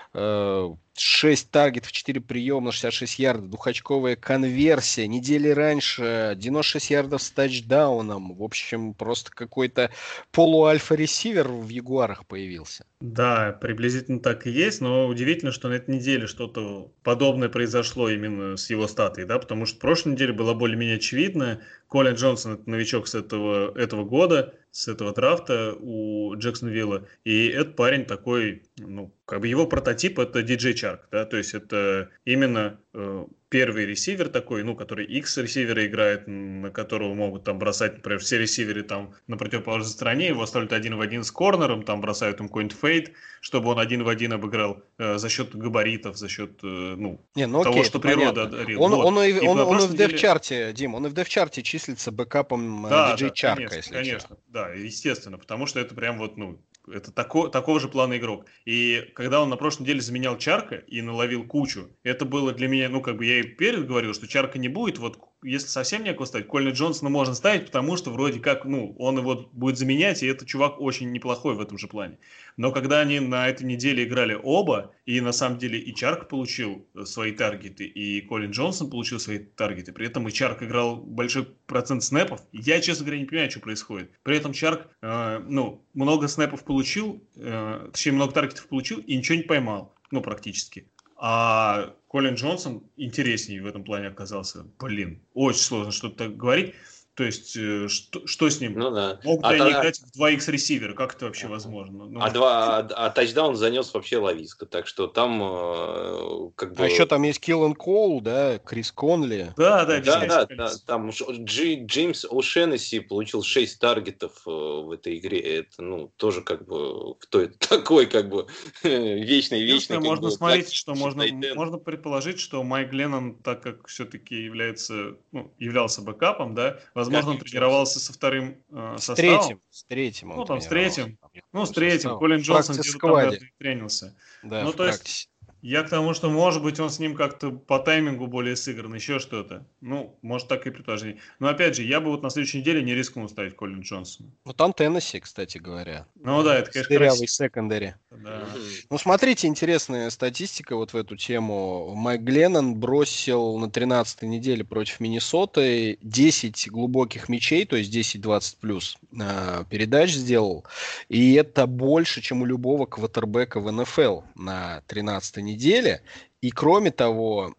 шесть таргетов, четыре приема, шестьдесят шесть ярдов, двухочковая конверсия. Недели раньше девяносто шесть ярдов с тачдауном. В общем, просто какой-то полуальфа-ресивер в Ягуарах появился. Да, приблизительно так и есть, но удивительно, что на этой неделе что-то подобное произошло именно с его статой, да, потому что в прошлой неделе было более-менее очевидно. Колин Джонсон – это новичок с этого, этого года, с этого драфта у Джексонвилла, и этот парень такой, ну, как бы его прототип – это Ди-Джей Чарк, да, то есть это именно э, первый ресивер такой, ну, который X-ресивера играет, на которого могут там бросать, например, все ресиверы там на противоположной стороне, его ставят один в один с корнером, там бросают им какой-нибудь фейд, чтобы он один в один обыграл э, за счет габаритов, за счет, э, ну, Не, ну того, окей, что это природа понятно. одарила. Он, Вот. он, и- И он- на он и прошлой в неделе- дев-чарте, Дим, он и в дев-чарте числится бэкапом э, Да, Диджей да, Чарка, конечно, если конечно, честно. да, естественно, потому что это прям вот, ну, это тако, такого же плана игрок. И когда он на прошлой неделе заменял Чарка и наловил кучу, это было для меня, ну, как бы я и перед говорил, что Чарка не будет, вот если совсем некого ставить, Колина Джонсона можно ставить, потому что вроде как, ну, он его будет заменять, и этот чувак очень неплохой в этом же плане. Но когда они на этой неделе играли оба, и на самом деле и Чарк получил свои таргеты, и Колин Джонсон получил свои таргеты, при этом и Чарк играл большой процент снэпов, я, честно говоря, не понимаю, что происходит. При этом Чарк, э, ну, много снэпов получил, э, точнее, много таргетов получил и ничего не поймал, ну, практически. А Колин Джонсон интереснее в этом плане оказался. Блин, очень сложно что-то говорить. То есть, э, что, что с ним? Ну да. Могут А, ли они та- играть в два икс ресивера? Как это вообще возможно? Ну, а, два, а, а тачдаун занес вообще Лависка, так что там э, как бы... А еще там есть Киллен Коул, да, Крис Конли. да, да, Да, бесконечное да, да, количество. там Ш- Джи- Джеймс О'Шеннесси получил шесть таргетов э, в этой игре. Это, ну, тоже как бы кто это такой, как бы вечный, вечный, Единственное, как можно бы смотреть, что классический можно, тайтенд. можно предположить, что Майк Леннон, так как все-таки является, ну, являлся бэкапом, да, возможно, он Как и тренировался со вторым э, С составом. третьим, с третьим он Ну, там с тренировался. третьим. Там, Ну, с в третьим. составе. Колин В Джонсон где-то там практис-скваде. рядом и тренился. Да, Ну, в то есть, практисе. я к тому, что, может быть, он с ним как-то по таймингу более сыгран, еще что-то. Ну, может, так и предположение. Но, опять же, я бы вот на следующей неделе не рискнул ставить Колин Джонсона. Ну, там Теннесси, кстати говоря. Ну, да, это, конечно, Дырявый красиво. секондари. Да. Мгм. Ну, смотрите, интересная статистика вот в эту тему. Майк Гленнон бросил на тринадцатой неделе против Миннесоты десять глубоких мячей, то есть десять-двадцать плюс э, передач сделал. И это больше, чем у любого квотербека в эн эф эл на тринадцатой неделе. И кроме того,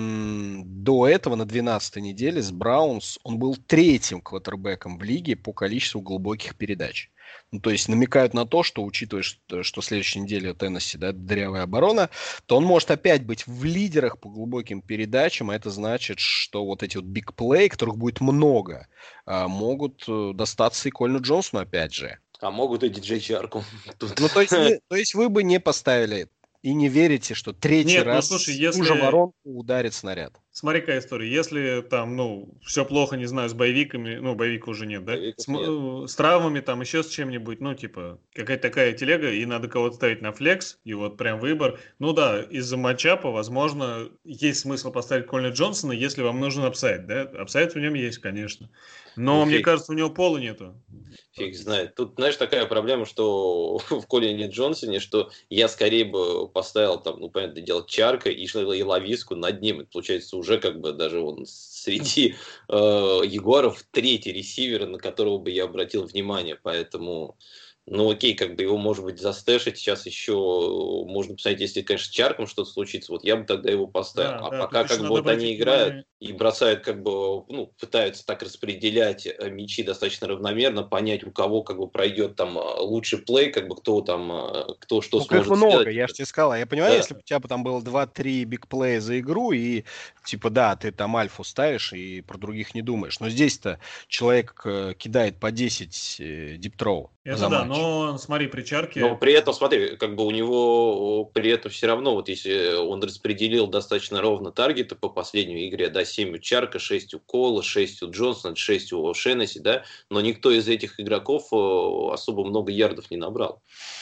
м, до этого на двенадцатой неделе с Браунс он был третьим квотербеком в лиге по количеству глубоких передач. Ну, то есть намекают на то, что, учитывая, что, что следующей неделе у Теннесси, да, дырявая оборона, то он может опять быть в лидерах по глубоким передачам, а это значит, что вот эти вот биг-плей, которых будет много, а, могут э, достаться и Колину Джонсону опять же. А могут и диджей Чарку. Тут. Ну, то есть, вы, то есть вы бы не поставили и не верите, что третий Нет, ну, раз слушай, в ту же если- воронку ударит снаряд. Смотри, какая история. Если там, ну, все плохо, не знаю, с боевиками, ну, боевика уже нет, да? Боевиков С, м- э, с травмами, там, еще с чем-нибудь, ну, типа, какая-то такая телега, и надо кого-то ставить на флекс, и вот прям выбор. Ну да, из-за матчапа, возможно, есть смысл поставить Колина Джонсона, если вам нужен апсайд, да? Апсайд в нем есть, конечно. Но, Ну, мне фиг. кажется, у него пола нету. Фиг знает. Тут, знаешь, такая проблема, что в Колине Джонсоне, что я скорее бы поставил там, ну, понятное дело, Чарка и, и Лависку над ним. Это получается уже как бы даже он среди э, Ягуаров третий ресивер, на которого бы я обратил внимание. Поэтому, ну окей, как бы его, может быть, застэшить. Сейчас еще можно посмотреть, если, конечно, с Чарком что-то случится, вот я бы тогда его поставил. Да, а да, пока тут еще как бы надо вот обратить они играют внимание. и бросают, как бы, ну, пытаются так распределять э, мячи достаточно равномерно, понять, у кого как бы пройдет там э, лучший плей, как бы кто там, э, кто что Ну, как сможет много, сделать. я же тебе сказал. Я понимаю, Да. если бы у тебя бы там было два-три бигплея за игру, и типа, да, ты там альфу ставишь и про других не думаешь. Но здесь-то человек э, кидает по десять э, диптроу Это за да, матч. но смотри, при Чарке... Но при этом, смотри, как бы у него при этом все равно, вот если он распределил достаточно ровно таргеты по последней игре, да, семь у Чарка, шесть у Кола, шесть у Джонсона, шесть у Шеннесси, да, но никто из этих игроков э, особо много ярдов не набрал.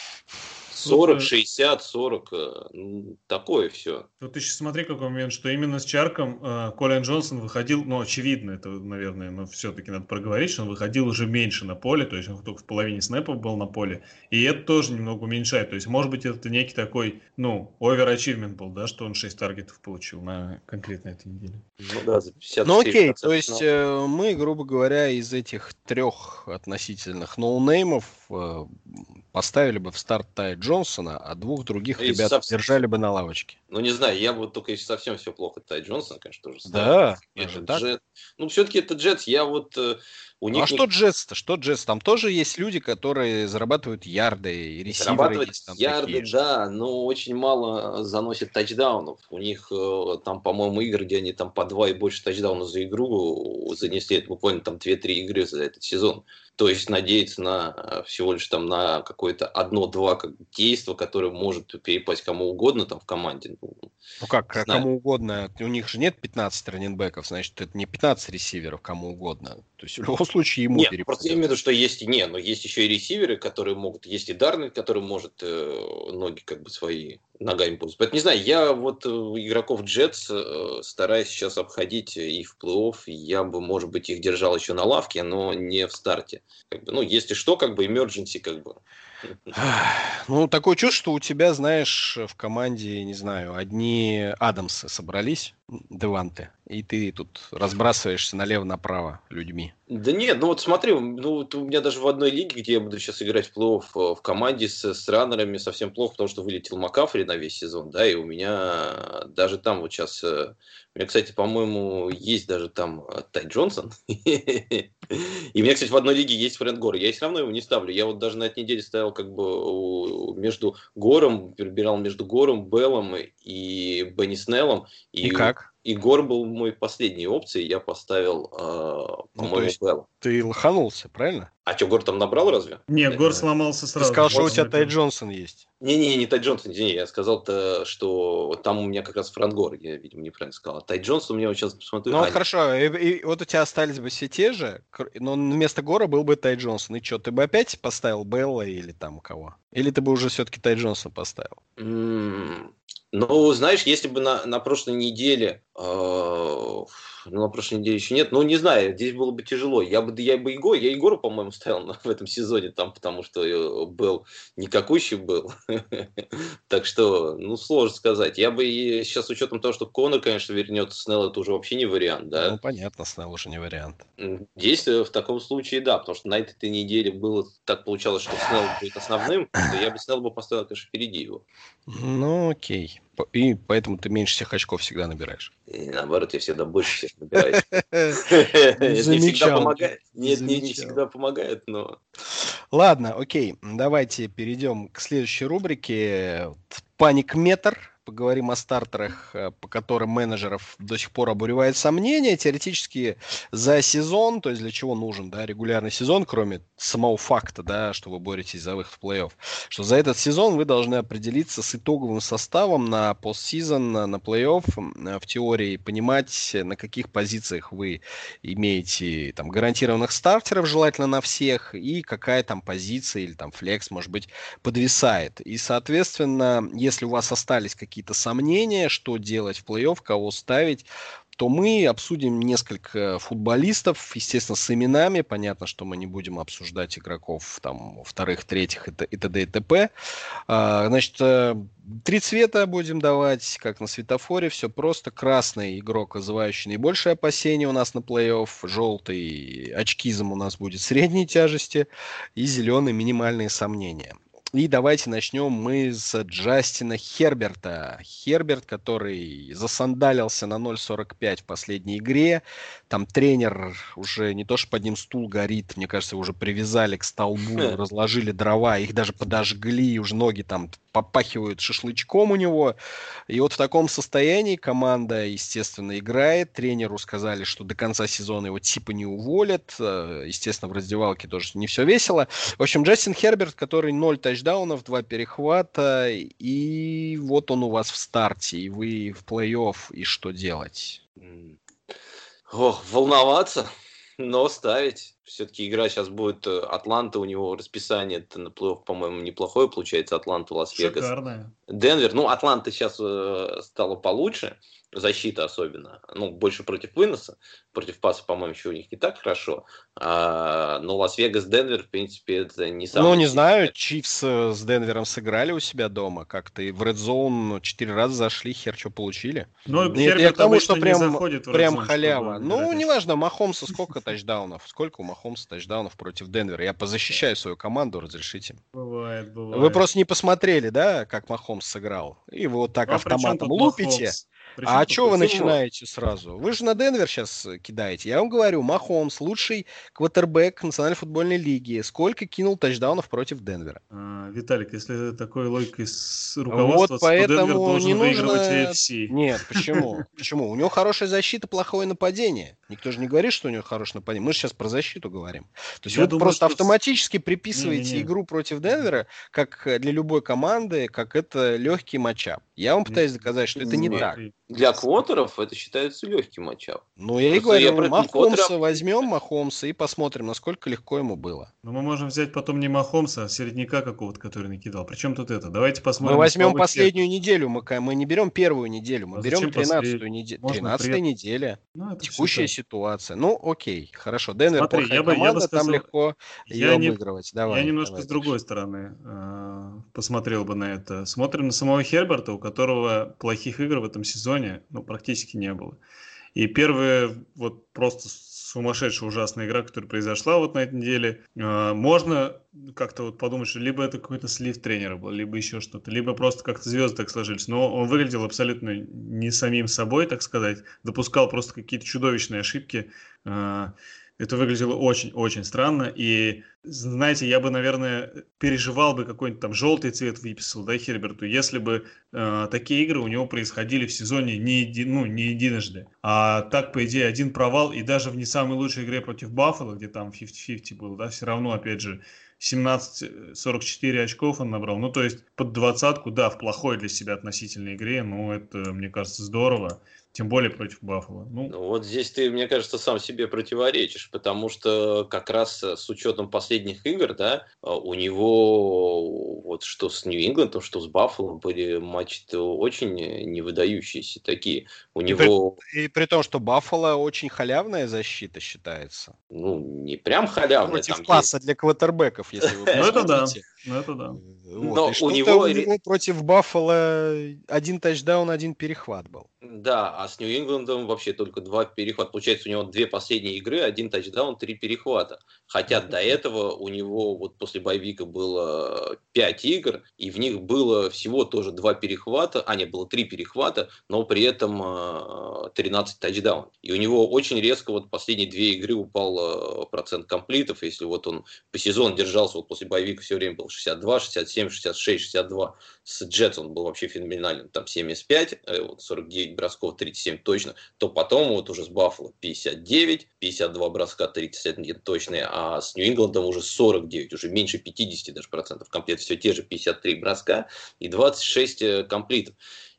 сорок, шестьдесят, сорок, ну, такое все. Тут еще смотри, какой момент, что именно с Чарком э, Колин Джонсон выходил, ну, очевидно, это, наверное, но все-таки надо проговорить, что он выходил уже меньше на поле, то есть он только в половине снэпов был на поле, и это тоже немного уменьшает, то есть, может быть, это некий такой, ну, оверачивмент был, да, что он шесть таргетов получил на конкретно этой неделе. Ну да, за пятьдесят четыре процента. Ну окей, то есть э, мы, грубо говоря, из этих трех относительных ноунеймов э, поставили бы в старт Тая Джонсона, а двух других И ребят совсем- держали бы на лавочке. Ну, не знаю, я вот только если совсем все плохо, Тай Джонсон, конечно, тоже Да, ставил. даже Это так? Джет. Ну, все-таки это Джетс, я вот э, у Ну, них... а что Джетс-то? Что Джетс? Там тоже есть люди, которые зарабатывают ярды, и ресиверы Зарабатывать есть там ярды, такие же. да, но очень мало заносит тачдаунов. У них э, там, по-моему, игры, где они там по два и больше тачдаунов за игру занесли, это буквально там две-три игры за этот сезон. То есть надеяться на э, всего лишь там на какое-то одно-два как бы действие, которое может перепасть кому угодно там в команде. Ну, Ну как, не а знаю. кому угодно. У них же нет пятнадцати раннинбеков, значит, это не пятнадцать ресиверов, кому угодно. То есть в любом случае ему Нет, перепадет. просто я имею в виду, что есть и не, но есть еще и ресиверы, которые могут, есть и Дарнольд, который может э, ноги как бы свои ногами пользоваться. Поэтому не знаю, я вот э, игроков Джетс э, стараюсь сейчас обходить и в плей-офф, я бы, может быть, их держал еще на лавке, но не в старте. Как бы, ну, если что, как бы emergency, как бы. Ну, такое чувство, что у тебя, знаешь, в команде, не знаю, одни Адамсы собрались. Деванте. И ты тут разбрасываешься налево-направо людьми. Да нет, ну вот смотри, ну вот у меня даже в одной лиге, где я буду сейчас играть в плей-офф в команде с, с раннерами совсем плохо, потому что вылетел Маккафри на весь сезон, да, и у меня даже там вот сейчас, у меня, кстати, по-моему, есть даже там Тай Джонсон, и у меня, кстати, в одной лиге есть Фрэнк Гор, я все равно его не ставлю, я вот даже на этой неделе ставил как бы между Гором, перебирал между Гором, Беллом и Бенни Снеллом. И, и как? И Гор был мой последней опцией, я поставил, э, по-моему, ну, Белла. Ты лоханулся, правильно? А что, Гор там набрал разве? Нет, Гор сломался сразу. Ты сказал, что у тебя Тай Джонсон есть. Не-не, не Тай Джонсон, извини, я сказал, что там у меня как раз Фрэнк Гор, я, видимо, неправильно сказал. А Тай Джонсон у меня вот сейчас посмотрю. Ну, а, вот хорошо, и, и вот у тебя остались бы все те же, но вместо Гора был бы Тай Джонсон. И что, ты бы опять поставил Белла или там кого? Или ты бы уже все-таки Тай Джонсон поставил? Mm. Ну, знаешь, если бы на, на прошлой неделе, э, ну, на прошлой неделе еще нет, ну, не знаю, здесь было бы тяжело. Я бы, я бы Егор, я Егору, по-моему, ставил в этом сезоне, там, потому что был никакущий был. Так что, ну, сложно сказать. Я бы сейчас, с учетом того, что Конор, конечно, вернется, Снелл, это уже вообще не вариант, да? Ну, понятно, Снелл уже не вариант. Здесь в таком случае, да, потому что на этой неделе было так получалось, что Снелл будет основным, то я бы Снелл бы поставил, конечно, впереди его. Ну, окей. И поэтому ты меньше всех очков всегда набираешь. И наоборот, я всегда больше всех набираю. Это не всегда помогает. Нет, не всегда помогает, но... Ладно, окей. Давайте перейдем к следующей рубрике. Паник-метр. Поговорим о стартерах, по которым менеджеров до сих пор обуревает сомнения. Теоретически за сезон, то есть для чего нужен, да, регулярный сезон, кроме самого факта, да, что вы боретесь за выход в плей-офф, что за этот сезон вы должны определиться с итоговым составом на постсезон, на, на плей-офф, в теории понимать, на каких позициях вы имеете там гарантированных стартеров, желательно на всех, и какая там позиция или там флекс, может быть, подвисает. И, соответственно, если у вас остались какие какие-то сомнения, что делать в плей-офф, кого ставить, то мы обсудим несколько футболистов, естественно, с именами. Понятно, что мы не будем обсуждать игроков там вторых, третьих и т.д. и т.п. Значит, три цвета будем давать, как на светофоре. Все просто. Красный игрок, вызывающий наибольшие опасения у нас на плей-офф. Желтый очкизм у нас будет средней тяжести. И зеленый минимальные сомнения. И давайте начнем мы с Джастина Херберта. Херберт, который засандалился на ноль сорок пять в последней игре. Там тренер уже не то что под ним стул горит, мне кажется, уже привязали к столбу, разложили дрова, их даже подожгли, уже ноги там попахивают шашлычком у него. И вот в таком состоянии команда, естественно, играет. Тренеру сказали, что до конца сезона его типа не уволят. Естественно, в раздевалке тоже не все весело. В общем, Джастин Херберт, который ноль тачдаунов, два перехвата, и вот он у вас в старте, и вы в плей-офф, и что делать? Ох, волноваться, но ставить. Все-таки игра сейчас будет Атланта, у него расписание на плей-офф, по-моему, неплохое получается. Атланта, Лас-Вегас. Шикарное. Денвер. Ну, Атланта сейчас э, стала получше. Защита особенно. Ну, больше против выноса. Против паса, по-моему, еще у них не так хорошо. А, но Лас-Вегас, Денвер, в принципе, это не самое... Ну, не знаю, Чифс с Денвером сыграли у себя дома как-то. И в Red Zone четыре раза зашли, хер что получили. Ну, Нет, я к тому, что прям, прям zone, халява. Ну, неважно, Махомса сколько тачдаунов? Сколько у Махомса тачдаунов против Денвера? Я позащищаю свою команду, разрешите. Бывает, бывает. Вы просто не посмотрели, да, как Махомс сыграл? И вы вот так а автоматом лупите. А что вы начинаете сразу? Вы же на Денвер сейчас кидаете. Я вам говорю, Махомс лучший квотербэк Национальной футбольной лиги. Сколько кинул тачдаунов против Денвера? А, Виталик, если такой логикой с руководством, вот поэтому то Денвер должен не выигрывать нужно... эй эф си. Нет, почему? Почему? У него хорошая защита, плохое нападение. Никто же не говорит, что у него хорошее нападение. Мы же сейчас про защиту говорим. То есть Я вы думаю, просто что... автоматически приписываете Не-не-не. игру против Денвера, как для любой команды, как это легкий матчап. Я вам пытаюсь доказать, что это не Нет. так. Для квотеров это считается легким матчап. Ну, я и Просто я говорю, про Махомса квотера- возьмем, Махомса, и посмотрим, насколько легко ему было. Но мы можем взять потом не Махомса, а середняка какого-то, который накидал. Причем тут это? Давайте посмотрим. Мы возьмем слабых последнюю неделю, мы, ка- мы не берем первую неделю, мы А берем зачем тринадцатую послед- неделю. Можно тринадцатая при- неделя. Ну, это Текущая всё ситуация. Ну, окей, хорошо. Денвер Смотри, плохая я бы- я бы команда, сказал, там легко я ее не- обыгрывать. так. Давай, Я немножко давай с другой стороны. А, посмотрел бы на это. Смотрим на самого Херберта, у которого плохих игр в этом сезоне ну, практически не было. И первая вот просто сумасшедшая ужасная игра, которая произошла вот на этой неделе, э, можно как-то вот подумать, что либо это какой-то слив тренера был, либо еще что-то, либо просто как-то звезды так сложились. Но он выглядел абсолютно не самим собой, так сказать, допускал просто какие-то чудовищные ошибки. Э, Это выглядело очень-очень странно, и, знаете, я бы, наверное, переживал бы какой-нибудь там желтый цвет выписал, да, Херберту, если бы э, такие игры у него происходили в сезоне не, еди, ну, не единожды. А так, по идее, один провал, и даже в не самой лучшей игре против Баффало, где там пятьдесят на пятьдесят был, да, все равно, опять же, семнадцать сорок четыре очков он набрал. Ну, то есть под двадцатку, да, в плохой для себя относительной игре, ну, это, мне кажется, здорово. Тем более против Баффало. Ну, Ну, вот здесь ты, мне кажется, сам себе противоречишь, потому что как раз с учетом последних игр, да, у него вот что с Нью-Ингландом, что с Баффало были матчи-то очень невыдающиеся такие. У И него... при, и при том, что Баффало очень халявная защита считается. Ну, не прям халявная. Против там паса есть... для квотербеков, если вы ну это да, посмотрите. ну это да. Вот. Но И что-то у него... у него против Баффало один тачдаун, один перехват был. Да, а с Нью-Ингландом вообще только два перехвата. Получается, у него две последние игры, один тачдаун, три перехвата. Хотя до этого у него вот после боевика было пять игр, и в них было всего тоже два перехвата, а нет, было три перехвата, но при этом тринадцать тачдаунов. И у него очень резко вот последние две игры упал процент комплитов. Если вот он по сезону держался, вот после боевика все время был шестьдесят два, шестьдесят семь, шестьдесят шесть, шестьдесят два. С Джетс он был вообще феноменальным, там семьдесят пять, вот сорок девять бросков, тридцать семь точно, то потом вот уже с Баффало пятьдесят девять, пятьдесят два броска, тридцать один точные, а с Нью-Ингландом уже сорок девять, уже меньше пятьдесят даже процентов комплект, все те же пятьдесят три броска и двадцать шесть комплитов.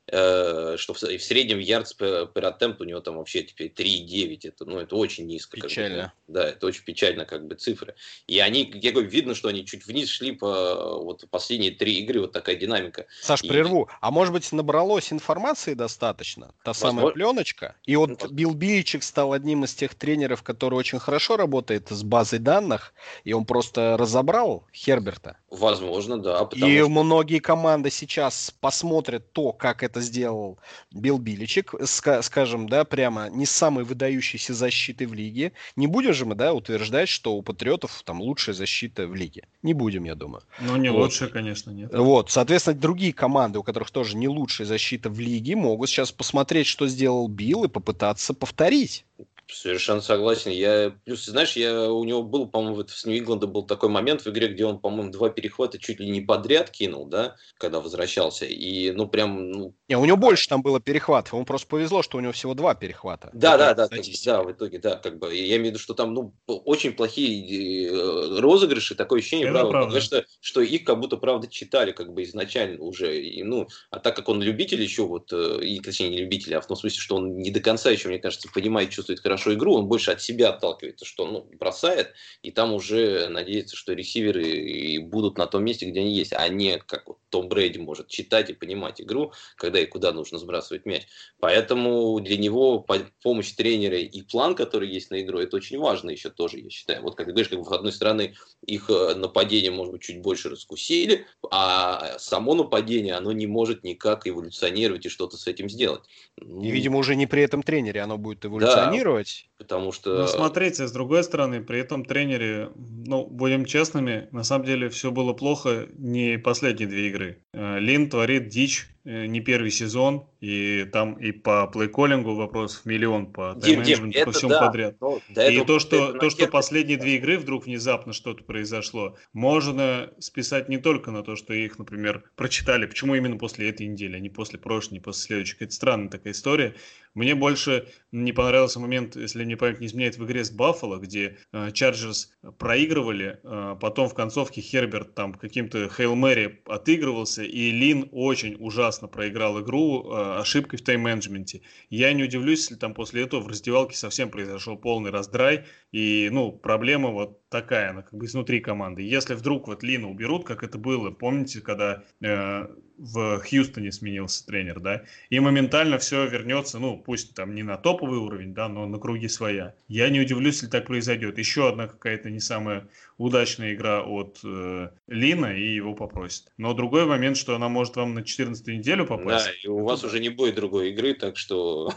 Что в среднем ярдс per attempt у него там вообще теперь три девять, это, ну, это очень низко. Печально. Как бы, да, это очень печально как бы цифры. И они, я говорю, видно, что они чуть вниз шли по вот последние три игры, вот такая динамика. Саш, и... прерву. А может быть, набралось информации достаточно? Та Возможно... самая пленочка? И вот Возможно. Билл Биличек стал одним из тех тренеров, который очень хорошо работает с базой данных, и он просто разобрал Херберта. Возможно, да. И что... многие команды сейчас посмотрят то, как это сделал Билл Биличек, скажем, да, прямо не самой выдающейся защиты в лиге. Не будем же мы, да, утверждать, что у Патриотов там лучшая защита в лиге. Не будем, я думаю. Ну, не вот. лучшая, конечно, нет. Вот, соответственно, другие команды, у которых тоже не лучшая защита в лиге, могут сейчас посмотреть, что сделал Билл, и попытаться повторить. Совершенно согласен. Я, плюс, знаешь, я, у него был, по-моему, вот с Нью-Ингландом был такой момент в игре, где он, по-моему, два перехвата чуть ли не подряд кинул, да, когда возвращался. И, ну, прям, ну... Не, у него больше там было перехватов. Ему просто повезло, что у него всего два перехвата. Да, да, да, как, да, в итоге, да, как бы. Я имею в виду, что там, ну, очень плохие розыгрыши, такое ощущение, правда, правда. Что, что их как будто, правда, читали, как бы, изначально уже. И, ну, а так как он любитель еще, вот, и, точнее, не любитель, а в том смысле, что он не до конца еще, мне кажется, понимает, чувствует хорошо игру, он больше от себя отталкивается, что он, ну, бросает, и там уже надеется, что ресиверы и будут на том месте, где они есть, а не как вот Том Брэди может читать и понимать игру, когда и куда нужно сбрасывать мяч. Поэтому для него помощь тренера и план, который есть на игру, это очень важно еще тоже, я считаю. Вот как ты говоришь, как бы, с одной стороны, их нападение, может быть, чуть больше раскусили, а само нападение, оно не может никак эволюционировать и что-то с этим сделать. И, видимо, уже не при этом тренере оно будет эволюционировать. Да, потому что... Ну, смотрите, с другой стороны, при этом тренере, ну, будем честными, на самом деле все было плохо не последние две игры. Лин творит дичь не первый сезон, и там и по плей-коллингу вопросов миллион, по тайм-менеджменту, по всему да. подряд. Ну, и то, что, то, что последние две игры вдруг внезапно что-то произошло, можно списать не только на то, что их, например, прочитали, почему именно после этой недели, а не после прошлой, не после следующей. Это странная такая история. Мне больше не понравился момент, если мне память не изменяет, в игре с Баффало, где Чарджерс э, проигрывали, э, потом в концовке Херберт там каким-то Хейл Мэри отыгрывался, и Лин очень ужасно проиграл игру э, ошибкой в тайм-менеджменте. Я не удивлюсь, если там после этого в раздевалке совсем произошел полный раздрай, и, ну, проблема вот такая, она как бы изнутри команды. Если вдруг вот Лина уберут, как это было, помните, когда э, в Хьюстоне сменился тренер, да, и моментально все вернется, ну, пусть там не на топовый уровень, да, но на круги своя. Я не удивлюсь, если так произойдет. Еще одна какая-то не самая удачная игра от э, Лина, и его попросят. Но другой момент, что она может вам на четырнадцатую неделю попасть. Да, и у вас да. уже не будет другой игры, так что...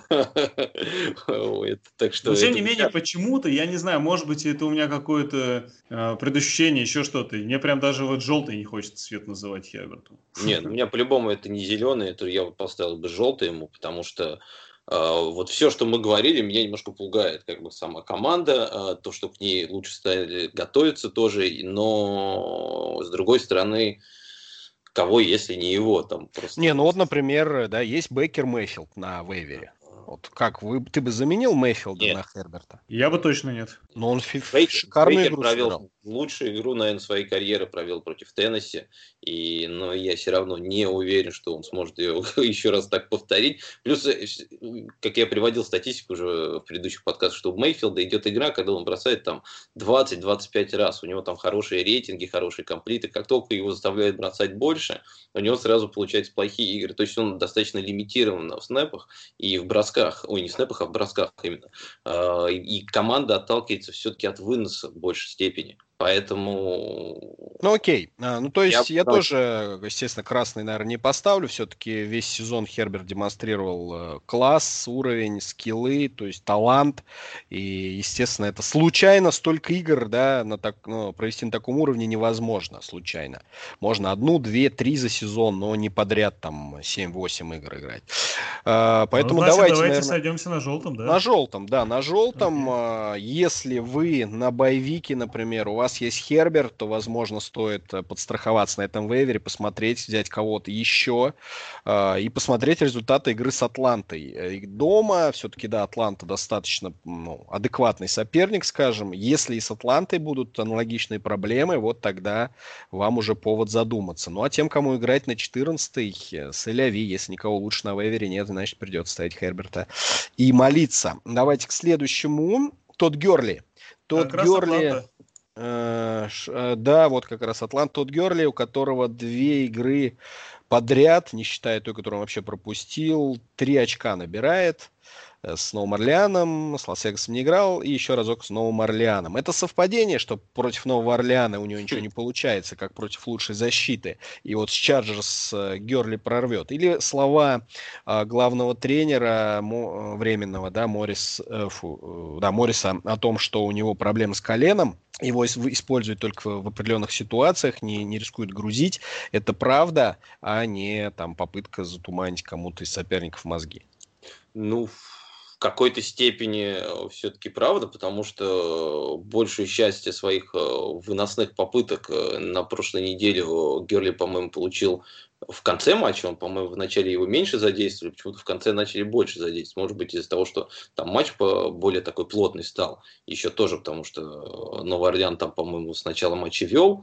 так что Но тем не менее, почему-то, я не знаю, может быть, это у меня какое-то э, предощущение, еще что-то. Мне прям даже вот желтый не хочется цвет называть Херберту. Нет, у меня по-любому это не зеленый, это я поставил бы желтый ему, потому что вот все, что мы говорили, меня немножко пугает, как бы сама команда, то, что к ней лучше стали готовиться тоже, но с другой стороны, кого, если не его, там просто... Не, ну вот, например, да, есть Бейкер Мэйфилд на вейвере. Вот как, вы, ты бы заменил Мэйфилда Нет. на Херберта? Я бы точно нет. Но он фи- Бейкер, шикарную Бейкер игру провел сыграл. лучшую игру, наверное, своей карьеры провел против Теннесси, и, но я все равно не уверен, что он сможет ее еще раз так повторить. Плюс, как я приводил статистику уже в предыдущих подкастах, что у Мэйфилда идет игра, когда он бросает там двадцать-двадцать пять раз, у него там хорошие рейтинги, хорошие комплиты, как только его заставляют бросать больше, у него сразу получаются плохие игры, то есть он достаточно лимитирован в снэпах и в бросках, ой, не в снэпах, а в бросках именно, и команда отталкивается все-таки от выноса в большей степени. Поэтому... Ну, окей. А, ну, то есть я, я Я- тоже, естественно, красный, наверное, не поставлю. Все-таки весь сезон Херберт демонстрировал э, класс, уровень, скиллы, то есть талант. И, естественно, это случайно столько игр, да, на так, ну, провести на таком уровне невозможно случайно. Можно одну, две, три за сезон, но не подряд там семь-восемь игр играть. А, поэтому Ну, значит, давайте, давайте наверное... сойдемся на желтом, да? На желтом, да, на желтом. Окей. а, Если вы на боевике, например, у вас есть Херберт, то, возможно, стоит э, подстраховаться на этом вейвере, посмотреть, взять кого-то еще а, и посмотреть результаты игры с Атлантой. И дома все-таки, да, Атланта достаточно, ну, адекватный соперник, скажем. Если и с Атлантой будут аналогичные проблемы, вот тогда вам уже повод задуматься. Ну, а тем, кому играть на четырнадцатой, с Эль-Ави, если никого лучше на вейвере нет, значит, придется ставить Херберта и молиться. Давайте к следующему. Тодд Герли. Тодд Как раз Герли, Атланта. э, ш- э, да, вот как раз Атлант. Тодд Герли, у которого две игры подряд, не считая той, которую он вообще пропустил, три очка набирает. э, С Новым Орлеаном, с Лас-Вегасом не играл, и еще разок с Новым Орлеаном. Это совпадение, что против Нового Орлеана у него ничего не получается, как против лучшей защиты. И вот с Чарджерс э, Герли прорвет. Или слова э, главного тренера мо- э, временного, да, Моррис, э, фу, э, да, Морриса о том, что у него проблемы с коленом. Его ис- используют только в определенных ситуациях, не, не рискуют грузить. Это правда, а не там попытка затуманить кому-то из соперников мозги. Ну, в какой-то степени все-таки правда, потому что большую часть своих э, выносных попыток э, на прошлой неделе э, Герли, по-моему, получил в конце матча. Он, по-моему, в начале его меньше задействовали, почему-то в конце начали больше задействовать. Может быть, из-за того, что там матч по- более такой плотный стал. Еще тоже, потому что Новый Орлеан там, по-моему, с начала матча вел.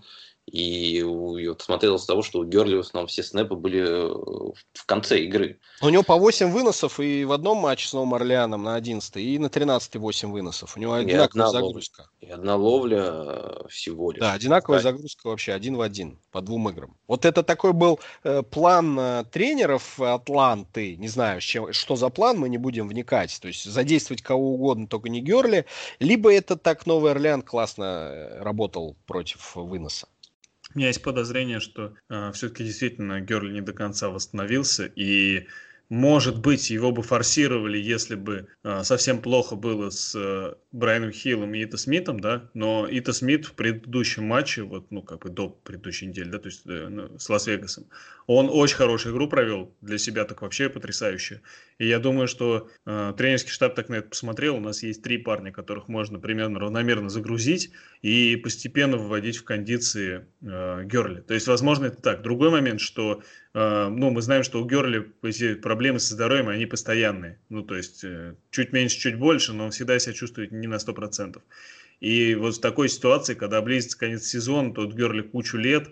И, у- и вот смотрелось с того, что у Герли в основном все снэпы были э, в в конце игры. У него по восемь выносов и в одном матче с Новым Орлеаном на одиннадцатой, и на тринадцатой восемь выносов. У него И одинаковая одна ловля. загрузка. И одна ловля э, всего лишь. Да, одинаковая Да. загрузка вообще один в один по двум играм. Вот это такой был э, план э, тренеров Атланты. Не знаю, с чем, что за план, мы не будем вникать. То есть задействовать кого угодно, только не Герли. Либо это так Новый Орлеан классно э, работал против выноса. У меня есть подозрение, что э, все-таки действительно Герли не до конца восстановился, и, может быть, его бы форсировали, если бы э, совсем плохо было с э, Брайаном Хиллом и Ито Смитом, да, но Ито Смит в предыдущем матче, вот, ну, как бы до предыдущей недели, да, то есть э, ну, с Лас-Вегасом, он очень хорошую игру провел, для себя так вообще потрясающе. И я думаю, что э, тренерский штаб так на это посмотрел. У нас есть три парня, которых можно примерно равномерно загрузить и постепенно выводить в кондиции э, Герли. То есть, возможно, это так. Другой момент, что э, ну, мы знаем, что у Герли эти проблемы со здоровьем, они постоянные. Ну, то есть, э, чуть меньше, чуть больше, но он всегда себя чувствует не на сто процентов. И вот в такой ситуации, когда близится конец сезона, тот Герли кучу лет,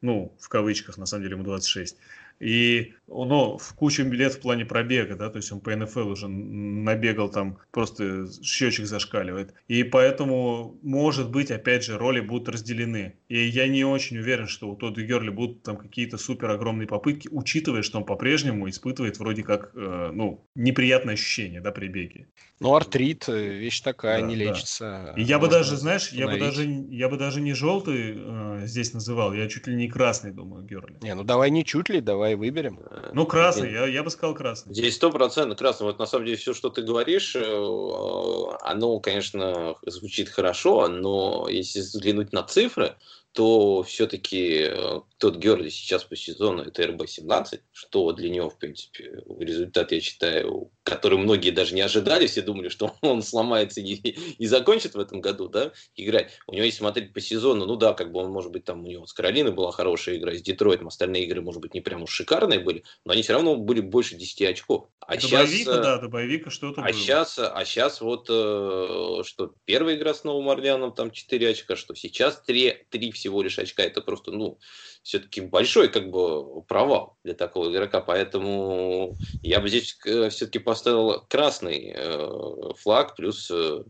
ну, в кавычках, на самом деле ему двадцать шесть. И, ну, в кучу лет в плане пробега, да, то есть он по эн эф эл уже набегал там, просто счетчик зашкаливает. И поэтому, может быть, опять же, роли будут разделены. И я не очень уверен, что у Тодда Герли будут там какие-то супер огромные попытки, учитывая, что он по-прежнему испытывает вроде как, э, ну, неприятное ощущение, да, при беге. Ну, артрит, вещь такая, Да, не да. лечится. И я бы Можно даже, знаешь, я бы установить. даже, я бы даже не желтый э, здесь называл, я чуть ли не красный, думаю, Герли. Не, ну давай не чуть ли, давай выберем. Ну, красный, я, я бы сказал красный. Здесь сто процентов красный. Вот на самом деле все, что ты говоришь, э, оно, конечно, звучит хорошо, но если взглянуть на цифры, то все-таки тот Герли сейчас по сезону это эр бэ семнадцать, что для него, в принципе, результат, я считаю, который многие даже не ожидали, все думали, что он сломается и, и закончит в этом году, да, играть. У него, если смотреть по сезону, ну да, как бы он, может быть, там у него с Каролиной была хорошая игра, с Детройтом, остальные игры, может быть, не прям уж шикарные были, но они все равно были больше десяти очков. А до сейчас, боевика, да, до боевика что-то а было. Сейчас, а сейчас вот, э, что первая игра с Новым Орлеаном, там четыре очка, что сейчас три, три всего лишь очка, это просто, ну, все-таки большой, как бы, провал для такого игрока, поэтому я бы здесь э, все-таки поставил красный э, флаг, плюс э,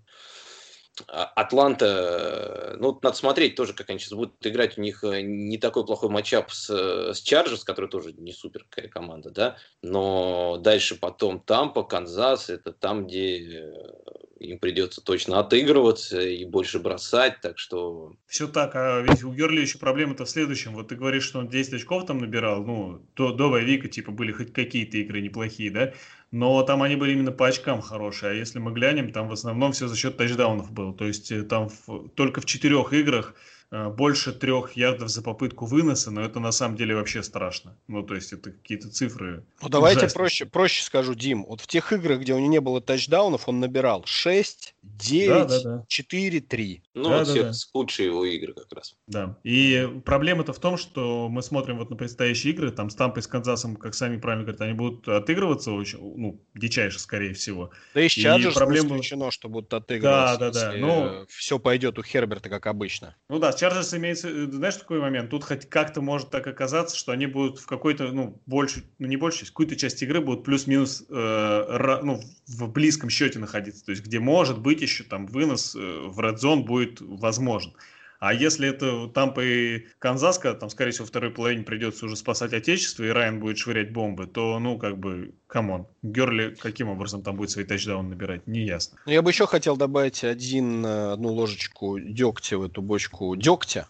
Атланта, ну, надо смотреть тоже, как они сейчас будут играть. У них не такой плохой матчап с, с Чарджерс, который тоже не супер команда, да, но дальше потом Тампа, Канзас, это там, где им придется точно отыгрываться и больше бросать, так что... Все так, а ведь у Герли еще проблема-то в следующем. Вот ты говоришь, что он десять очков там набирал, ну, до, до боевика, типа, были хоть какие-то игры неплохие, да, но там они были именно по очкам хорошие, а если мы глянем, там в основном все за счет тачдаунов было, то есть там в, только в четырех играх э, больше трех ярдов за попытку выноса, но это на самом деле вообще страшно, ну, то есть это какие-то цифры. Ну, давайте ужаснейшие. проще, проще скажу, Дим. Вот в тех играх, где у него не было тачдаунов, он набирал шесть, Да, девять, да, да. четыре, три. Ну, Да, вот да, всех да. худшие его игры как раз. Да. И проблема-то в том, что мы смотрим вот на предстоящие игры, там с Тампой, с Канзасом, как сами правильно говорят, они будут отыгрываться очень, ну, дичайше, скорее всего. Да и с И Чарджерс не проблема... исключено, что будут отыгрываться, Да, да, да. если Ну, все пойдет у Херберта, как обычно. ну да, с Чарджерс имеется, знаешь, такой момент, тут хоть как-то может так оказаться, что они будут в какой-то, ну, больше, ну, не больше, в какой-то части игры будут плюс-минус, э, ра, ну, в близком счете находиться, то есть где может быть еще там вынос э, в Red Zone будет возможен. А если это Тампа и Канзас, когда там, скорее всего, во второй половине придется уже спасать отечество, и Райан будет швырять бомбы, то, ну, как бы, камон. Герли каким образом там будет свои тачдауны набирать, не ясно. Ну, я бы еще хотел добавить один, одну ложечку дегтя в эту бочку дегтя.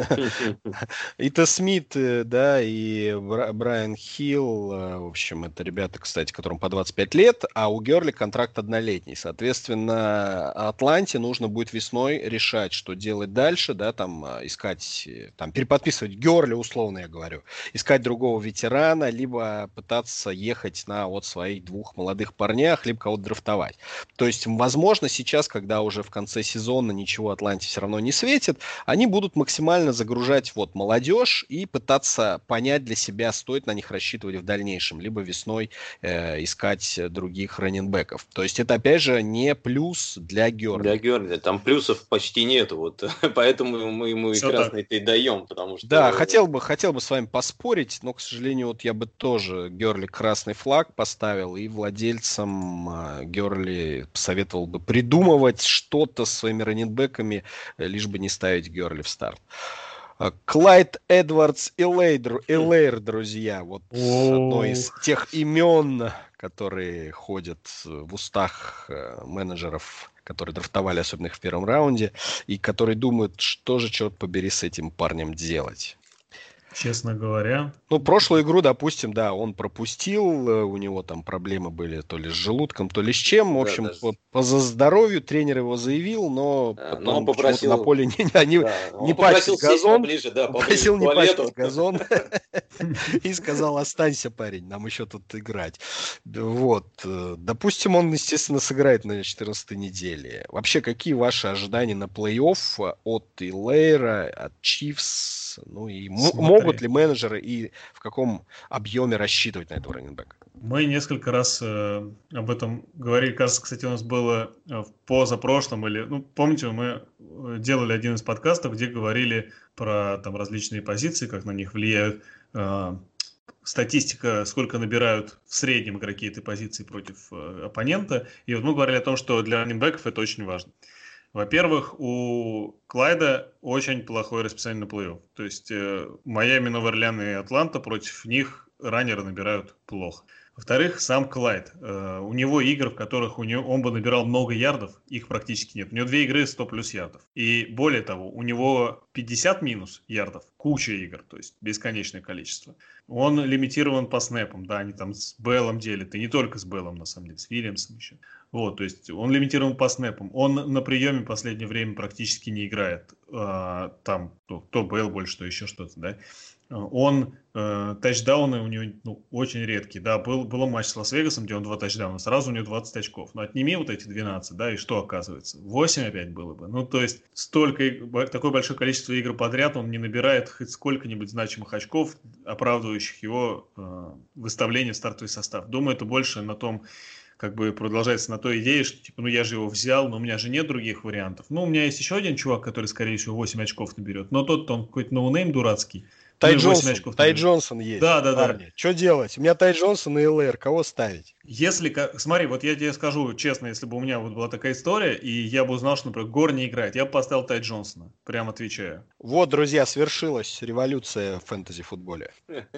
И Т. Смит, да, и Брайан Хилл, в общем, это ребята, кстати, которым по двадцать пять лет, а у Герли контракт однолетний. Соответственно, Атланте нужно будет весной решать, что делать дальше, да, там искать, там переподписывать Герли, условно я говорю, искать другого ветерана, либо пытаться ехать на вот своих двух молодых парнях, либо кого-то драфтовать. То есть, возможно, сейчас, когда уже в конце сезона ничего Атланте все равно не светит, они будут максимально загружать вот молодежь и пытаться понять для себя, стоит на них рассчитывать в дальнейшем, либо весной э, искать других раннинбеков. То есть, это, опять же, не плюс для Герли. Для Герли. Там плюсов почти нету, вот. Поэтому мы ему и красный-то и даем, потому что... Да, хотел бы, хотел бы с вами поспорить, но, к сожалению, вот я бы тоже Герли красный флаг поставил, и владельцам э, Герли посоветовал бы придумывать что-то с своими раннинбеками, э, лишь бы не ставить Герли в старт. Клайд Эдвардс Элейр, Элейр, друзья, вот одно из тех имен, которые ходят в устах менеджеров, которые драфтовали, особенно их в первом раунде, и которые думают, что же, черт побери, с этим парнем делать. Честно говоря. Ну, прошлую игру, допустим, да, он пропустил, у него там проблемы были то ли с желудком, то ли с чем. В общем, да, даже... по, по здоровью тренер его заявил, но а, потом но он попросил... на поле не, не, да, не пачкать газон. Поближе, да, попросил не пачкать газон и сказал, останься, парень, нам еще тут играть. Вот. Допустим, он, естественно, сыграет на четырнадцатой неделе. Вообще, какие ваши ожидания на плей-офф от Элейра, от Чифс? появится. Ну и м- могут ли менеджеры и в каком объеме рассчитывать на этого раннинбека? Мы несколько раз э, об этом говорили. Кажется, кстати, у нас было э, в позапрошлом или, ну, помните, мы делали один из подкастов, где говорили про там различные позиции, как на них влияют э, статистика, сколько набирают в среднем игроки этой позиции против э, оппонента. И вот мы говорили о том, что для раннинбеков это очень важно. Во-первых, у Клайда очень плохое расписание на плей-офф. То есть э, Майами, Новый Орлеан и Атланта, против них раннеры набирают плохо. Во-вторых, сам Клайд. Э, у него игр, в которых у него, он бы набирал много ярдов, их практически нет. У него две игры сто плюс ярдов. И более того, у него пятьдесят минус ярдов, куча игр, то есть бесконечное количество. Он лимитирован по снэпам, да, они там с Беллом делят, и не только с Беллом, на самом деле, с Вильямсом еще. Вот, то есть он лимитирован по снэпам. Он на приеме в последнее время практически не играет. А, там, то, то Белл больше, то еще что-то, да. Он, э, тачдауны у него ну, очень редкие. Да, был, был матч с Лас-Вегасом, где он два тачдауна, сразу у него двадцать очков. Но отними вот эти двенадцать, да, и что оказывается? восемь опять было бы. Ну, то есть столько, такое большое количество игр подряд он не набирает хоть сколько-нибудь значимых очков, оправдывающих его э, выставление в стартовый состав. Думаю, это больше на том, как бы продолжается на той идее, что, типа, ну, я же его взял, но у меня же нет других вариантов. Ну, у меня есть еще один чувак, который, скорее всего, восемь очков наберет, но тот-то он какой-то ноунейм дурацкий. Тай ну, Джонсон, Тай Джонсон есть. Да, да, парни. да. Что делать? У меня Тай Джонсон и эл эр. Кого ставить? Если, смотри, вот я тебе скажу честно, если бы у меня вот была такая история, и я бы узнал, что, например, Гор не играет, я бы поставил Тай Джонсона. Прям отвечаю. Вот, друзья, свершилась революция в фэнтези-футболе.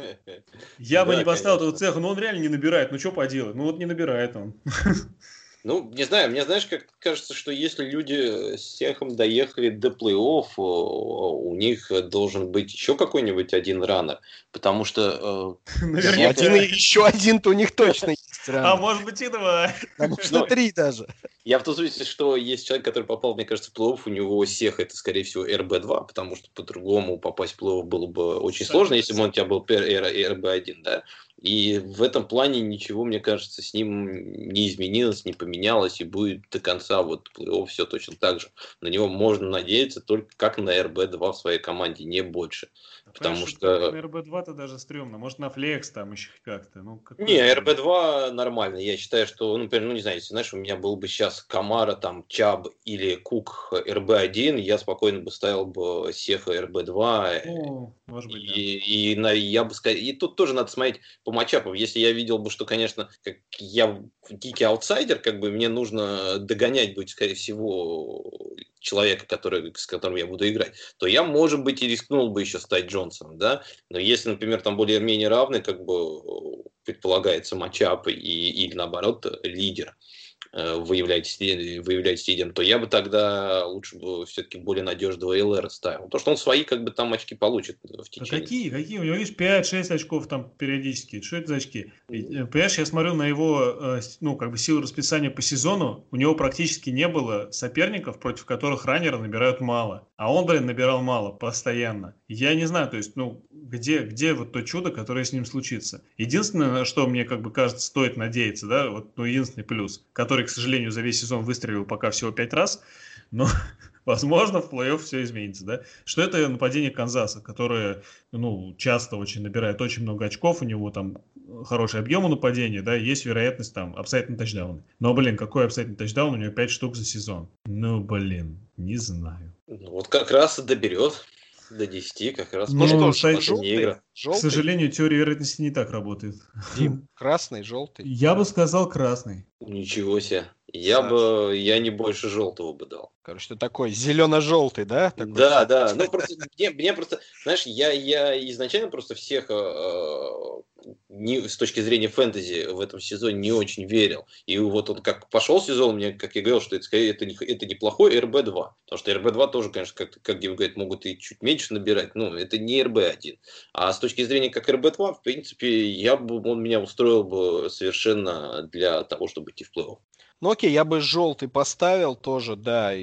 Я бы не поставил этого цеха, но он реально не набирает. Ну, что поделать? Ну, вот не набирает он. Ну, не знаю, мне, знаешь, как кажется, что если люди с Техом доехали до плей-офф, у них должен быть еще какой-нибудь один раннер, потому что... Наверняка. Один, еще один-то у них точно есть раннер. А может быть и два. А может и три даже. Я в том смысле, что есть человек, который попал, мне кажется, в плей-офф, у него Сех это, скорее всего, эр би два, потому что по-другому попасть в плей-офф было бы очень сложно, если бы он у тебя был эр би один, да. И в этом плане ничего, мне кажется, с ним не изменилось, не поменялось, и будет до конца вот плей-офф все точно так же. На него можно надеяться только как на эр би два в своей команде, не больше. А потому что... На эр би два-то даже стрёмно. Может, на флекс там еще как-то. Ну, не, эр би два нормально. Я считаю, что, ну, например, ну, не знаю, если, знаешь, у меня был бы сейчас Камара, там, Чаб или Кук эр би один, я спокойно бы ставил бы Сеха эр би два. О, может быть, и, да. и, и, я бы сказал, и тут тоже надо смотреть по матчапам. Если я видел бы, что, конечно, как я дикий аутсайдер, как бы мне нужно догонять будет, скорее всего, человека, который, с которым я буду играть, то я, может быть, и рискнул бы еще стать Джонсоном, да. Но если, например, там более-менее равный, как бы предполагается матчап и, или наоборот лидер, вы являетесь, вы являетесь лидером, то я бы тогда лучше бы все-таки более надежного эл эр ставил. Потому что он свои как бы там очки получит в течение. А какие? Какие? У него есть пять-шесть очков там периодически. Что это за очки? Понимаешь, я смотрю на его, ну, как бы силу расписания по сезону. У него практически не было соперников, против которых раннеры набирают мало. А он, блин, набирал мало постоянно. Я не знаю, то есть, ну, где, где вот то чудо, которое с ним случится. Единственное, на что мне, как бы, кажется, стоит надеяться, да, вот, ну, единственный плюс, который, к сожалению, за весь сезон выстрелил пока всего пять раз, но, возможно, в плей-офф все изменится, да, что это нападение Канзаса, которое, ну, часто очень набирает очень много очков, у него там хороший объем нападения, да, есть вероятность там обстоятельный тачдаун. Но, блин, какой обстоятельный тачдаун? У него пять штук за сезон. Ну, блин, не знаю. Ну, вот как раз и доберет. До десяти как раз. Ну что, кстати, желтый, к сожалению, теория вероятности не так работает. Дим, красный, желтый? Я бы сказал красный. Ничего себе. Я Саша. бы, я не больше желтого бы дал. Короче, ты такой зелено-желтый, да? Такой? Да, да. Ну, просто, мне, мне просто, знаешь, я, я изначально просто всех э, не, с точки зрения фэнтези в этом сезоне не очень верил. И вот он как пошел сезон, мне, как я говорил, что это, скорее, это, не, это неплохой эр би два. Потому что эр би два тоже, конечно, как, как Дим говорит, могут и чуть меньше набирать. Ну, это не эр би один. А с точки зрения как эр би два, в принципе, я бы, он меня устроил бы совершенно для того, чтобы идти в плей-офф. Ну окей, я бы желтый поставил тоже, да.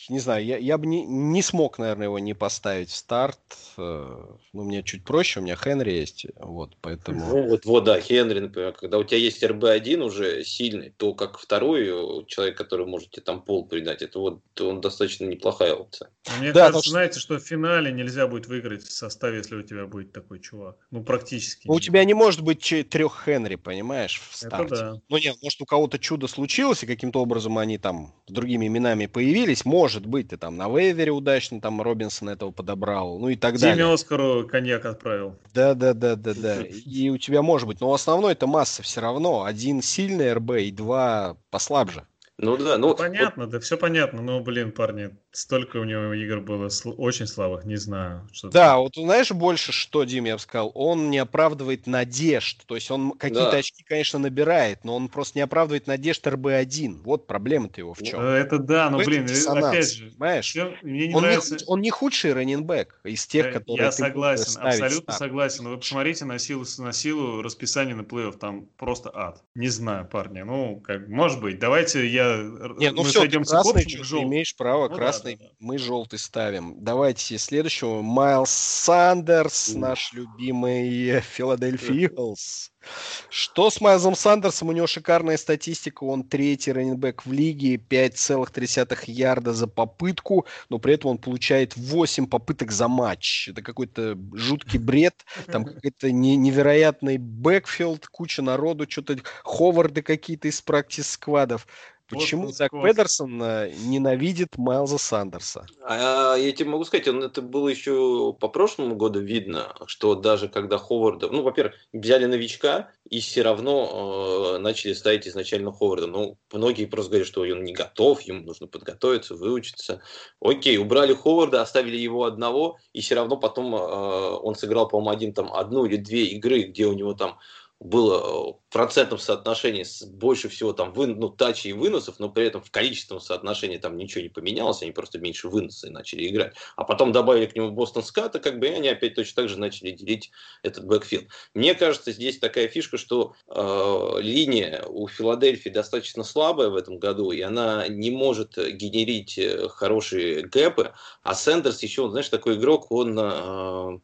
не знаю, я, я бы не, не смог, наверное, его не поставить в старт. Ну, мне чуть проще, у меня Хенри есть, вот, поэтому... Ну, вот, вот, да, Хенри, например, когда у тебя есть эр бэ один уже сильный, то как второй человек, который может тебе там пол придать, это вот он достаточно неплохая опция. Мне да, кажется, что... знаете, что в финале нельзя будет выиграть в составе, если у тебя будет такой чувак. Ну, практически. У тебя не может быть трех Хенри, понимаешь, в старте. Это да. Ну нет, может у кого-то чудо случилось, и каким-то образом они там с другими именами появились. Может быть, ты там на вейвере удачно там Робинсона этого подобрал, ну и так Диме далее. Оскару коньяк отправил. Да, да, да, да, да. И у тебя может быть, но основной это масса все равно. Один сильный эр бэ и два послабже. Ну да, ну ну, понятно, вот... да, все понятно, но, блин, парни, столько у него игр было сл- очень слабых, не знаю. Что да, такое. вот знаешь больше, что, Дим, я бы сказал, он не оправдывает надежд, то есть он какие-то да. очки, конечно, набирает, но он просто не оправдывает надежд эр бэ один, вот проблема-то его в чем. Это да, но, в блин, опять же, понимаешь? Все, мне не он, нравится... не, он не худший раннинбэк из тех, я, которые я ты согласен, абсолютно старт. согласен, но вы посмотрите на силу, на силу расписания на плей-офф, там просто ад. Не знаю, парни, ну, как, может быть, давайте я... Не, ну мы все, сойдемся красный, к общему, что ты имеешь право, ну, красный, да, да, да. мы желтый ставим. Давайте следующего. Майлз Сандерс, наш любимый Филадельфия Иглс. Что с Майлзом Сандерсом? У него шикарная статистика, он третий раннинбэк в лиге, пять целых три десятых ярда за попытку, но при этом он получает восемь попыток за матч. Это какой-то жуткий бред, там какой-то невероятный бэкфилд, куча народу, что-то Ховарды какие-то из практис-сквадов. Почему Зак Педерсон ненавидит Майлза Сандерса? А я тебе могу сказать, он, это было еще по прошлому году видно, что даже когда Ховарда, ну, во-первых, взяли новичка и все равно э, начали ставить изначально Ховарда. Ну, многие просто говорят, что он не готов, ему нужно подготовиться, выучиться. Окей, убрали Ховарда, оставили его одного, и все равно потом э, он сыграл, по-моему, один, там, одну или две игры, где у него там было в процентном соотношении с больше всего там вы, ну, тачей и выносов, но при этом в количественном соотношении там ничего не поменялось, они просто меньше выносы начали играть. А потом добавили к нему Бостон Скатта, как бы, и они опять точно так же начали делить этот бэкфилд. Мне кажется, здесь такая фишка, что э, линия у Филадельфии достаточно слабая в этом году, и она не может генерить хорошие гэпы, а Сэндерс еще, он, знаешь, такой игрок, он... Э,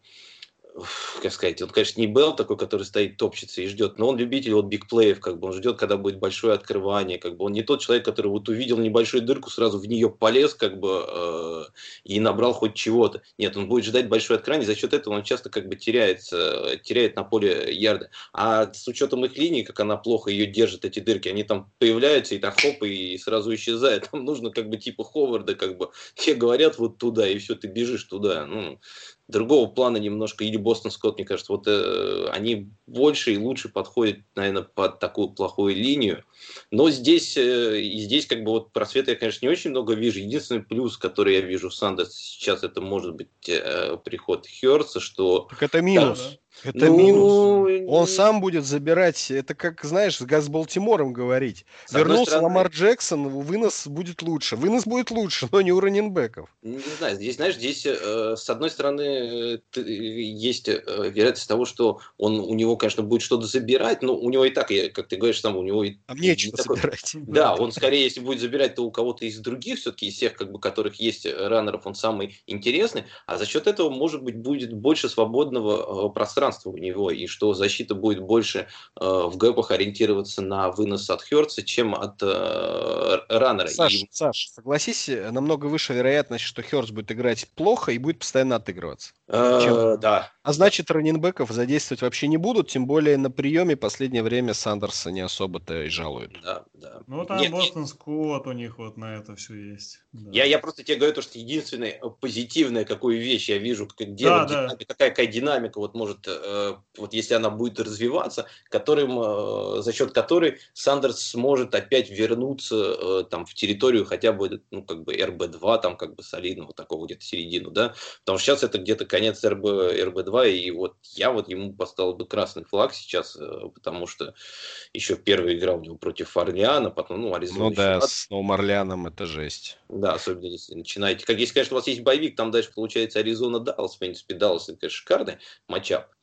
как сказать, он, конечно, не Белл такой, который стоит, топчется и ждет, но он любитель вот бигплеев, как бы он ждет, когда будет большое открывание, как бы он не тот человек, который вот увидел небольшую дырку, сразу в нее полез, как бы, э, и набрал хоть чего-то. Нет, он будет ждать большое открывание, за счет этого он часто как бы теряется, теряет на поле ярды. А с учетом их линии, как она плохо ее держит, эти дырки, они там появляются и так хоп, и сразу исчезают. Там нужно как бы типа Ховарда, как бы, тебе говорят вот туда, и все, ты бежишь туда. Ну, другого плана немножко, или Бостон Скотт, мне кажется, вот э, они больше и лучше подходят, наверное, под такую плохую линию. Но здесь, э, и здесь как бы вот просвета я, конечно, не очень много вижу. Единственный плюс, который я вижу в Сандерсе сейчас, это может быть э, приход Хёртса, что... Так это минус. Да, да. Это ну, минус. Он сам будет забирать. Это как, знаешь, с Газ Балтимором говорить. Вернулся стороны... Ламар Джексон, вынос будет лучше. Вынос будет лучше, но не у раннинбеков. Не знаю, здесь, знаешь, здесь э, с одной стороны ты, есть э, вероятность того, что он, у него, конечно, будет что-то забирать, но у него и так, как ты говоришь, там у него и... Там нечего такой... забирать. Да, он скорее, если будет забирать, то у кого-то из других, все-таки из тех, как бы, которых есть раннеров, он самый интересный, а за счет этого, может быть, будет больше свободного э, пространства у него, и что защита будет больше э, в гэпах ориентироваться на вынос от Хёртса, чем от э, раннера. Саш, и... Саш, согласись, намного выше вероятность, что Хёртс будет играть плохо и будет постоянно отыгрываться. Э, чем... Да. А значит, раннинбеков задействовать вообще не будут, тем более на приеме последнее время Сандерса не особо-то и жалуют. Да, да. Ну, там Нет, Бостон Скотт у них вот на это все есть. Да. Я, я просто тебе говорю, то, что единственная позитивная какую вещь я вижу, где да, вот да. динамика, какая, какая динамика вот может, э, вот если она будет развиваться, которым, э, за счет которой Сандерс сможет опять вернуться э, там, в территорию хотя бы, ну, как бы эр бэ два, там, как бы солидного такого где-то середину, да, потому что сейчас это где-то конец эр бэ, эр бэ два, и вот я вот ему поставил бы красный флаг сейчас, э, потому что еще первая игра у него против Орлеана, потом, ну, Аризона. Ну да, с Новым Орлеаном это жесть. Да, особенно если начинаете. Как если, конечно, у вас есть боевик, там дальше получается Аризона Даллас. В принципе, Даллас это, конечно, шикарный матчап.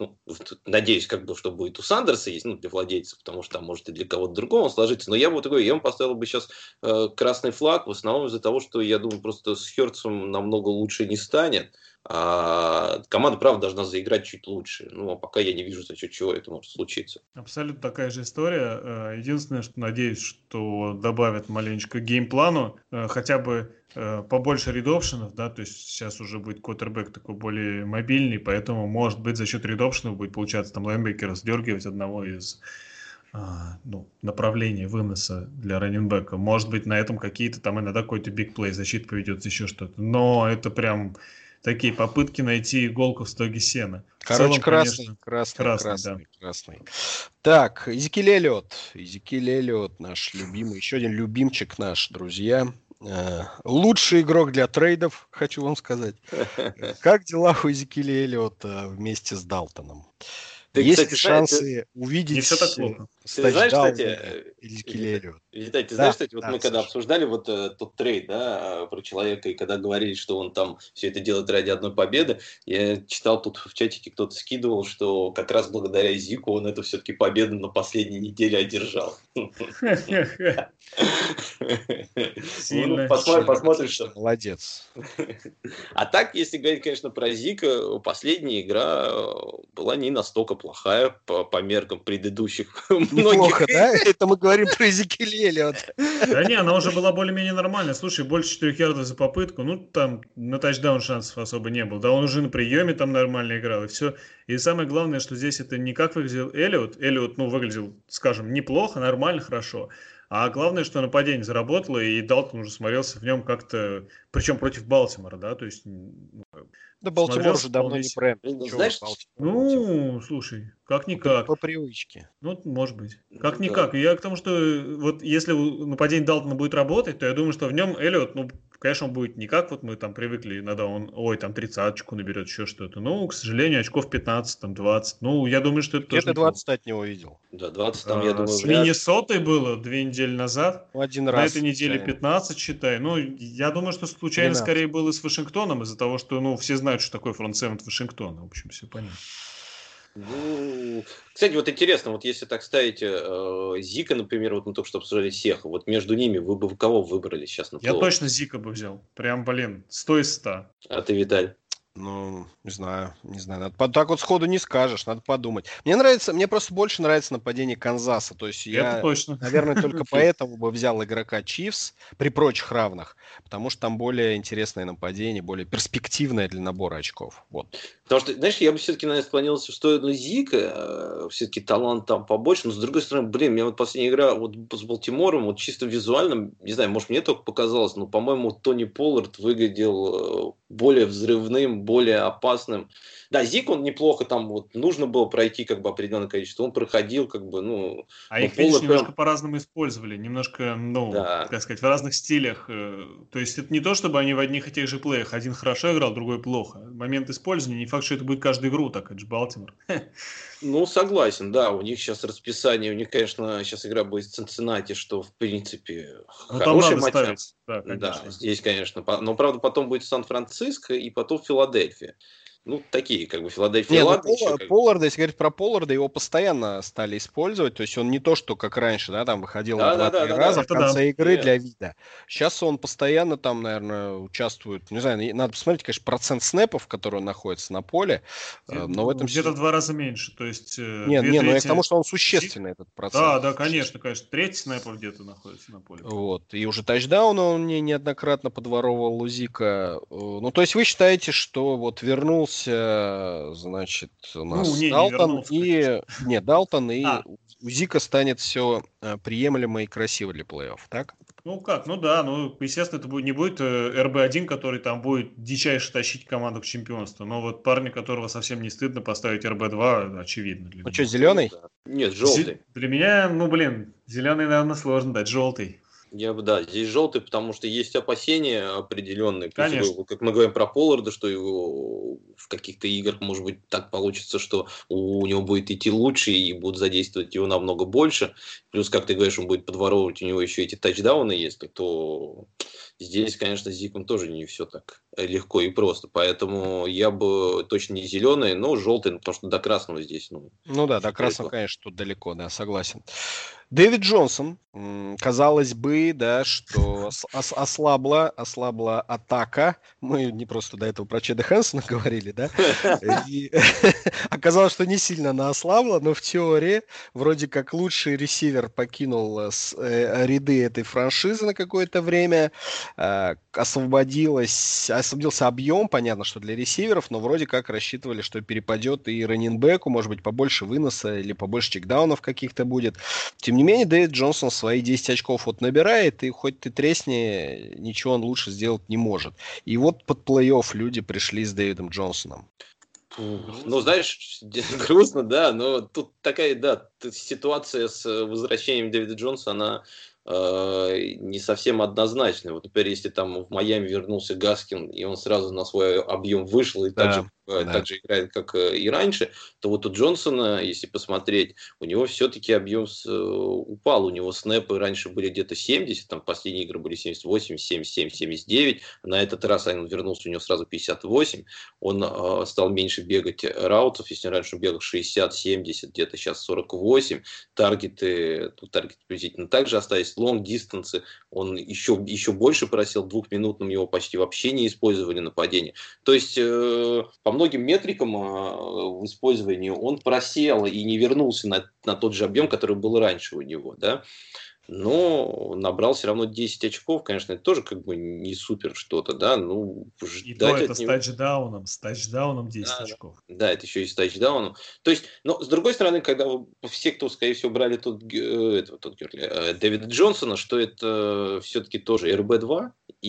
ну, надеюсь, как бы, что будет у Сандерса есть, ну, для владельцев, потому что там может и для кого-то другого сложиться. Но я бы такой, я бы поставил бы сейчас э, красный флаг, в основном из-за того, что я думаю, просто с Хёртсом намного лучше не станет. А команда, правда, должна заиграть чуть лучше. Ну, а пока я не вижу, за счет чего это может случиться. Абсолютно такая же история. Единственное, что надеюсь, что добавят маленечко к геймплану, хотя бы побольше редопшенов, да, то есть сейчас уже будет квотербэк такой более мобильный, поэтому, может быть, за счет редопшенов будет получаться там лайнбекера сдергивать одного из ну, направлений выноса для раннинбека. Может быть, на этом какие-то там иногда какой-то бигплей, защита поведется, еще что-то. Но это прям такие попытки найти иголку в стоге сена. Короче, целом, красный, конечно, красный, красный, красный, да. красный. Так, Эзекиэль Эллиott. Эзекиэль Эллиott, наш любимый, еще один любимчик наш, друзья. Лучший игрок для трейдов, хочу вам сказать. Как дела у Эзекиэля Эллиотта вместе с Далтоном? Ты, Есть кстати, ли шансы знаешь, увидеть не все так плохо. Ты знаешь, кстати, Виталий, Виталий, ты да, знаешь, кстати, вот да, мы Саша. когда обсуждали вот э, тот трейд, да, про человека, и когда говорили, что он там все это делает ради одной победы, я читал тут в чатике, кто-то скидывал, что как раз благодаря Зику он эту все-таки победу на последней неделе одержал. Посмотрим, что. Молодец. А так, если говорить, конечно, про Зика, последняя игра была не настолько плохая по, по меркам предыдущих многих. Неплохо, да? Это мы говорим про Эзекиэля Эллиотта. Да не, она уже была более-менее нормальная. Слушай, больше четырех ярдов за попытку, ну там на тачдаун шансов особо не было. Да он уже на приеме там нормально играл, и все. И самое главное, что здесь это не как выглядел Эллиотт. Эллиотт, ну, выглядел, скажем, неплохо, нормально, хорошо. А главное, что нападение заработало, и Далтон уже смотрелся в нем как-то, причем против Балтимора, да, то есть... Да Балтимор уже давно не бренд. Знаешь, ну, слушай, как-никак. По, по привычке. Ну, может быть. Как-никак. Я к тому, что вот если нападение Далтона будет работать, то я думаю, что в нем Эллиотт, ну, конечно, он будет не как вот мы там привыкли, иногда он, ой, там тридцаточку наберет, еще что-то. Ну, к сожалению, очков пятнадцать, там двадцать. Ну, я думаю, что это тоже... Где-то двадцать от него видел. Да, двадцать там, я думаю, С Миннесотой было две недели назад. Ну, один На раз. этой неделе пятнадцать, считай. Ну, я думаю, что случайно тринадцать скорее было с Вашингтоном, из-за того, что, ну, все знают, что такое фронт-севен Вашингтона. В общем, все понятно. Ну, кстати, вот интересно, вот если так ставить э, Зика, например, вот мы только что обсуждали Сеха, вот между ними вы бы кого выбрали сейчас на плей-офф? Я точно Зика бы взял. Прям, блин, сто из ста. А ты, Виталь? Ну, не знаю, не знаю. Надо, так вот сходу не скажешь, надо подумать. Мне нравится, мне просто больше нравится нападение Канзаса. То есть я, это точно. наверное, только поэтому бы взял игрока Чифс при прочих равных, потому что там более интересное нападение, более перспективное для набора очков. Вот. Потому что, знаешь, я бы все-таки, наверное, склонился, что ну, Зика, э, все-таки талант там побольше, но с другой стороны, блин, мне вот последняя игра вот с Балтимором, вот чисто визуально, не знаю, может, мне только показалось, но, по-моему, Тони Поллард выглядел э, более взрывным, более опасным. Да, Зик, он неплохо там, вот, нужно было пройти, как бы, определенное количество, он проходил, как бы, ну... А их, видишь, прям... немножко по-разному использовали, немножко, ну, да. так сказать, в разных стилях. То есть это не то, чтобы они в одних и тех же плеях, один хорошо играл, другой плохо. Момент использования, не факт, что это будет каждую игру, так, это же Балтимор. Ну, согласен, да, у них сейчас расписание, у них, конечно, сейчас игра будет в Цинциннати, что, в принципе, ну, хороший матч. Да, да, здесь, конечно, но, правда, потом будет Сан-Франциско и потом Филадельфия. Ну, такие, как бы, Филадельфия. Нет, ладно, ну, еще, как... Полларда, если говорить про Полларда, его постоянно стали использовать. То есть он не то, что как раньше, да, там выходил да, на два-три да, да, раза да, в конце да. игры yeah. для вида. Сейчас он постоянно там, наверное, участвует. Не знаю, надо посмотреть, конечно, процент снэпов, который он находится на поле. Где-то, но в этом где-то в два раза меньше. То есть, нет, нет, трети... но я к тому, что он существенный, этот процент. Да, да, конечно, конечно. Треть снэпов где-то находится на поле. Вот. И уже тачдаун он мне неоднократно подворовывал у Зика. Ну, то есть вы считаете, что вот вернулся значит, у нас ну, не, Далтон не и... Нет, Далтон и а. у Зика станет все приемлемо и красиво для плей-офф, так? Ну как, ну да, ну естественно это будет, не будет эр би один, который там будет дичайше тащить команду к чемпионству, но вот парня, которого совсем не стыдно поставить эр би два, очевидно. Для ну меня. Что, зеленый? Нет, желтый. Зе... Для меня, ну блин, зеленый, наверное, сложно дать, желтый. Я бы, да, здесь желтый, потому что есть опасения определенные. Конечно. Как мы говорим про Полларда, что его в каких-то играх, может быть, так получится, что у него будет идти лучше и будут задействовать его намного больше. Плюс, как ты говоришь, он будет подворовывать, у него еще эти тачдауны есть, то здесь, конечно, с Зиком тоже не все так легко и просто. Поэтому я бы точно не зеленый, но желтый, потому что до красного здесь. Ну, ну да, до красного, далеко. конечно, тут далеко, да, согласен. Дэвид Джонсон, казалось бы, да, что ос- ослабла, ослабла атака. Мы не просто до этого про Чеда Хэнсона говорили, да? И оказалось, что не сильно она ослабла, но в теории вроде как лучший ресивер покинул с, э, ряды этой франшизы на какое-то время. Э, освободилось, освободился объем, понятно, что для ресиверов, но вроде как рассчитывали, что перепадет и раннинбеку, может быть, побольше выноса или побольше чекдаунов каких-то будет. Тем не менее, Дэвид Джонсон свои десять очков вот набирает, и хоть ты тресни, ничего он лучше сделать не может. И вот под плей-офф люди пришли с Дэвидом Джонсоном. Ну, знаешь, грустно, да, но тут такая, да, ситуация с возвращением Дэвида Джонсона, она э, не совсем однозначная. Вот, например, если там в Майами вернулся Гаскин, и он сразу на свой объем вышел, и Да, так же, да. так же играет, как и раньше, то вот у Джонсона, если посмотреть, у него все-таки объем с, упал. У него снэпы раньше были где-то семьдесят, там последние игры были семьдесят восемь, семьдесят семь, семьдесят девять. На этот раз он вернулся, у него сразу пятьдесят восемь. Он э, стал меньше бегать раутов. Если раньше он бегал шестьдесят семьдесят, где-то сейчас сорок восемь. Таргеты, тут таргеты приблизительно также остались. Лонг-дистансы он еще, еще больше просел. Двухминутным его почти вообще не использовали нападение. То есть э, по многим метрикам э, в использовании он просел и не вернулся на, на тот же объем, который был раньше у него, да. Но набрал все равно десять очков, конечно, это тоже как бы не супер что-то, да, ну, и то это с него... тачдауном, с тачдауном десять да, очков. Да, это еще и с тачдауном. То есть, но с другой стороны, когда все, кто, скорее всего, брали тот, этого, тот Герли, Дэвида Джонсона, что это все-таки тоже эр би два, и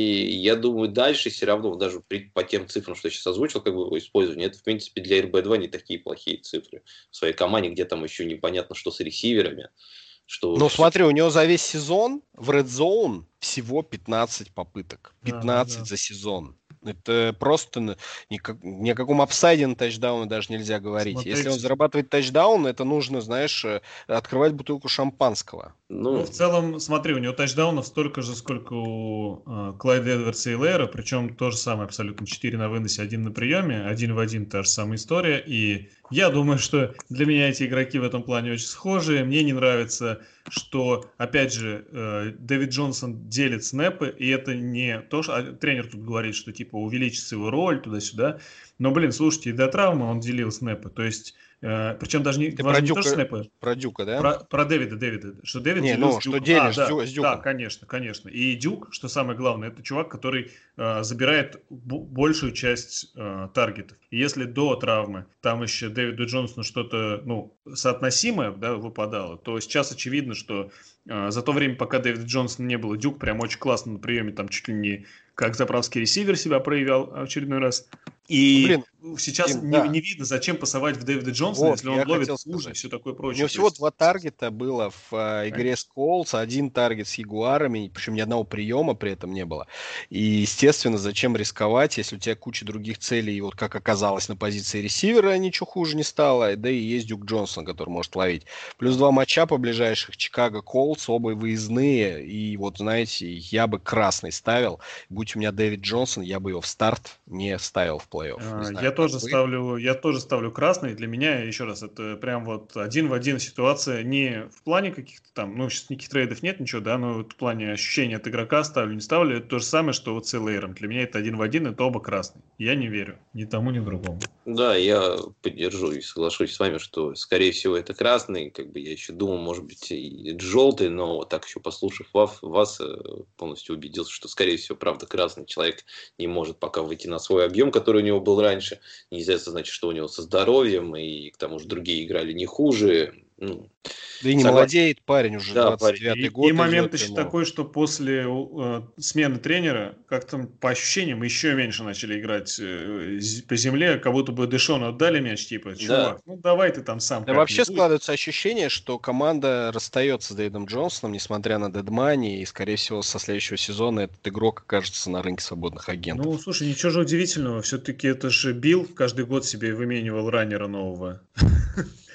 я думаю, дальше все равно, даже при, по тем цифрам, что я сейчас озвучил, как бы его использование, это, в принципе, для эр би два не такие плохие цифры в своей команде, где там еще непонятно, что с ресиверами. Что ну, все... смотри, у него за весь сезон в Red Zone всего пятнадцать попыток. пятнадцать да, да, да. за сезон. Это просто никак, ни о каком апсайде на тачдауны даже нельзя говорить. Смотрите. Если он зарабатывает тачдаун, это нужно, знаешь, открывать бутылку шампанского. Ну, ну в целом, смотри, у него тачдаунов столько же, сколько у э, Клайда Эдвардса и Лейера, причем то же самое абсолютно. четыре на выносе, один на приеме, один в один та же самая история. И я думаю, что для меня эти игроки в этом плане очень схожие. Мне не нравится, что, опять же, э, Дэвид Джонсон делит снэпы, и это не то, что... А тренер тут говорит, что типа увеличится его роль туда-сюда. Но, блин, слушайте, и до травмы он делил снэпы. То есть, э, причем даже не, Ты важно про не Дюка, то, что снэпы. Про Дюка, да? Про, про Дэвида, Дэвида. Что Дэвид не, делил ну, с Дюком. что делишь а, с, да, Дю, с Дюком. Да, конечно, конечно. И Дюк, что самое главное, это чувак, который э, забирает б- большую часть э, таргетов. И если до травмы там еще Дэвиду Джонсону что-то, ну, соотносимое, да, выпадало, то сейчас очевидно, что э, за то время, пока Дэвида Джонсона не было, Дюк прям очень классно на приеме, там чуть ли не как заправский ресивер себя проявлял в очередной раз. И Блин, сейчас Дим, не, да. не видно, зачем пасовать в Дэвида Джонсона, вот, если он ловит хуже и все такое прочее. У него всего есть... два таргета было в э, игре с Колтс, один таргет с Ягуарами, причем ни одного приема при этом не было. И, естественно, зачем рисковать, если у тебя куча других целей, и вот как оказалось на позиции ресивера ничего хуже не стало, да и есть Дюк Джонсон, который может ловить. Плюс два матчапа ближайших, Чикаго Колтс, оба выездные, и вот, знаете, я бы красный ставил. Будь у меня Дэвид Джонсон, я бы его в старт не ставил в плей-офф. А, знаю, я тоже ставлю, я тоже ставлю красный. Для меня, еще раз, это прям вот один в один ситуация. Не в плане каких-то там, ну, сейчас никаких трейдов нет, ничего, да, но вот в плане ощущения от игрока ставлю, не ставлю. Это то же самое, что вот с Лейером. Для меня это один в один, это оба красные. Я не верю ни тому, ни другому. Да, я поддержу и соглашусь с вами, что, скорее всего, это красный. Как бы я еще думал, может быть, и желтый, но вот так еще послушав вас, вас, полностью убедился, что, скорее всего, правда, красный человек не может пока выйти на свой объем, который у него был раньше. Неизвестно, значит, что у него со здоровьем, и к тому же другие играли не хуже. Ну, да и не согласен. Молодеет парень уже, да, двадцать девятый год. И момент еще такой, что после э, смены тренера, как-то по ощущениям еще меньше начали играть э, по земле, как будто бы Дэшону отдали мяч, типа, чувак, да. ну давай ты там сам. Да вообще складывается ощущение, что команда расстается с Дэвидом Джонсоном, несмотря на дедмани, и, скорее всего, со следующего сезона этот игрок окажется на рынке свободных агентов. Ну, слушай, ничего же удивительного, все-таки это же Билл каждый год себе выменивал раннера нового.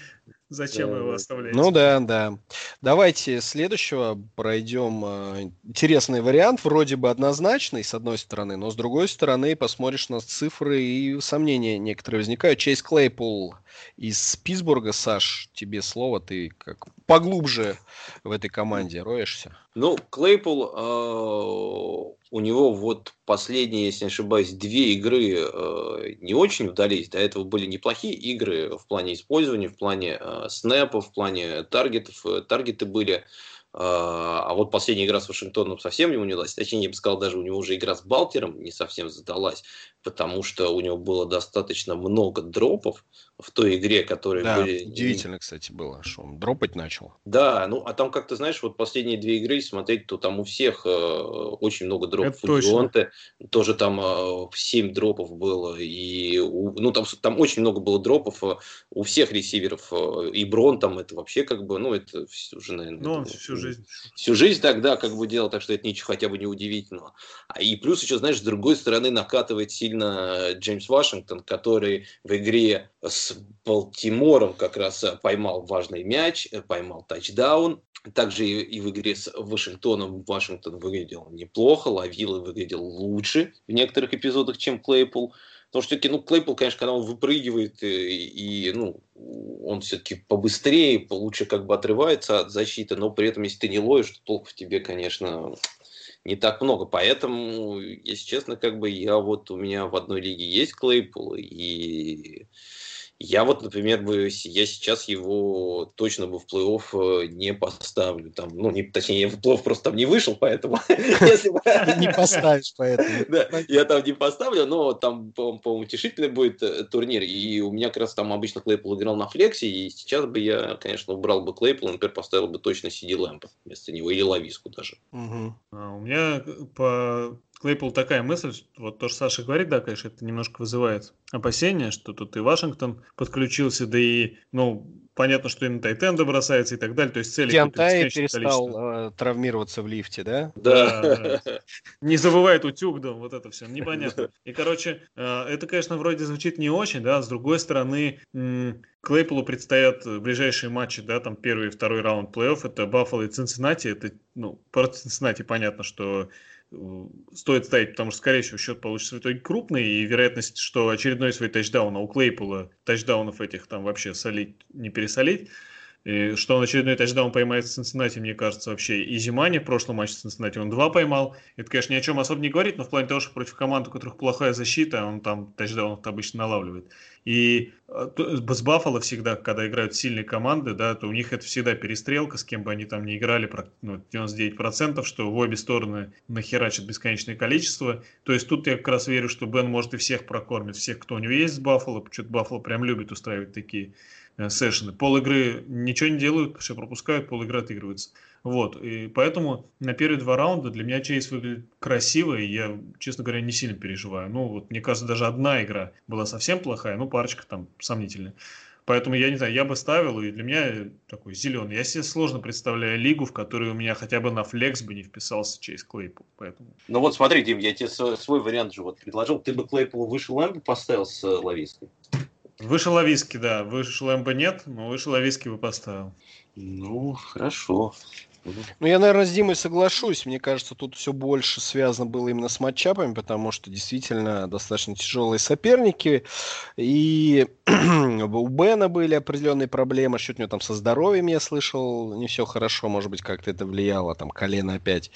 Зачем Да, его да. оставлять? Ну да, да. Давайте следующего пройдем. э, Интересный вариант, вроде бы однозначный, с одной стороны, но с другой стороны посмотришь на цифры и сомнения некоторые возникают. Чейз Клейпул из Питтсбурга, Саш, тебе слово, ты как поглубже в этой команде роешься. Ну, Клейпул, э, у него вот последние, если не ошибаюсь, две игры э, не очень вдались. До этого были неплохие игры в плане использования, в плане э, снэпов, в плане таргетов. Э, Таргеты были. Э, а вот последняя игра с Вашингтоном совсем ему не удалась. Точнее, я бы сказал, даже у него уже игра с Балтером не совсем задалась, потому что у него было достаточно много дропов в той игре, которые Да, были... удивительно, кстати, было, что он дропать начал. Да, ну а там как-то, знаешь, вот последние две игры смотреть, то там у всех э, очень много дропов. Это У точно. Дионте тоже там э, семь дропов было. И у- ну там, там очень много было дропов э, у всех ресиверов. э, И Брон там это вообще как бы, ну это всю- уже, наверное, Ну, он это, всю жизнь. всю жизнь тогда как бы делал, так что это ничего хотя бы не удивительного. А и плюс еще, знаешь, с другой стороны накатывает сильно Джеймс Вашингтон, который в игре с Балтимором как раз э, поймал важный мяч, э, поймал тачдаун. Также и, и в игре с Вашингтоном Вашингтон выглядел неплохо, ловил и выглядел лучше в некоторых эпизодах, чем Клейпул. Потому что все-таки, ну, Клейпул, конечно, когда он выпрыгивает, и, и ну, он все-таки побыстрее, лучше как бы отрывается от защиты, но при этом, если ты не ловишь, то толку в тебе, конечно, не так много. Поэтому, если честно, как бы я вот, у меня в одной лиге есть Клейпул, и я вот, например, бы, с- я сейчас его точно бы в плей-офф э, не поставлю. Там, ну, не, точнее, я в плей-офф просто там не вышел, поэтому если бы... Не поставишь поэтому. Да, я там не поставлю, но там, по- по-моему, утешительный будет э, турнир. И у меня как раз там обычно Клейпул играл на флексе, и сейчас бы я, конечно, убрал бы Клейпул, например, поставил бы точно Сиди Лэмпа вместо него, или Лависку даже. Мгм. А, У меня по Клейпул такая мысль, что вот то, что Саша говорит, да, конечно, это немножко вызывает опасения, что тут и Вашингтон подключился, да и, ну, понятно, что и на тайтенда бросается и так далее, то есть целей какое-то Диантай бесконечное количество. перестал э, травмироваться в лифте, да? Да, Да. да. Не забывает утюг, да, вот это все, непонятно. И, короче, э, это, конечно, вроде звучит не очень, да, с другой стороны, м, Клейполу предстоят э, ближайшие матчи, да, там первый и второй раунд плей-офф, это Баффало и Цинциннати, это, ну, про Цинциннати понятно, что э, стоит ставить, потому что, скорее всего, счет получится в итоге крупный, и вероятность, что очередной свой тачдаун, а у Клейпола тачдаунов этих там вообще солить, не пересолить, и что он очередной тачдаун поймает в Цинциннати, мне кажется, вообще и Зимани в прошлом матче в Цинциннати он два поймал. Это, конечно, ни о чем особо не говорит, но в плане того, что против команд, у которых плохая защита, он там тачдаунов обычно налавливает. И э, то- с Баффало всегда, когда играют сильные команды, да, то у них это всегда перестрелка, с кем бы они там ни играли, прак- ну, девяносто девять процентов, что в обе стороны нахерачат бесконечное количество. То есть тут я как раз верю, что Бен может и всех прокормит, всех, кто у него есть с Баффало. Что-то Баффало прям любит устраивать такие э, сессионы. Пол игры ничего не делают, все пропускают, пол игры отыгрывается. Вот, и поэтому на первые два раунда для меня Чейз выглядит красиво, и я, честно говоря, не сильно переживаю. Ну, вот, мне кажется, даже одна игра была совсем плохая, ну, парочка там сомнительная. Поэтому, я не знаю, я бы ставил, и для меня такой зеленый. Я себе сложно представляю лигу, в которой у меня хотя бы на флекс бы не вписался Чейз Клейпул. Поэтому... Ну вот смотри, Дим, я тебе свой, свой вариант же вот предложил. Ты бы Клейпул выше Лэмбу поставил с э, Лавиской? Выше Лависки, да. Выше Лэмбо нет, но выше Лависки бы поставил. Ну, хорошо. Ну, я, наверное, с Димой соглашусь. Мне кажется, тут все больше связано было именно с матчапами, потому что действительно достаточно тяжелые соперники. И у Бена были определенные проблемы. Что-то у него там со здоровьем, я слышал, не все хорошо. Может быть, как-то это влияло, там, колено опять.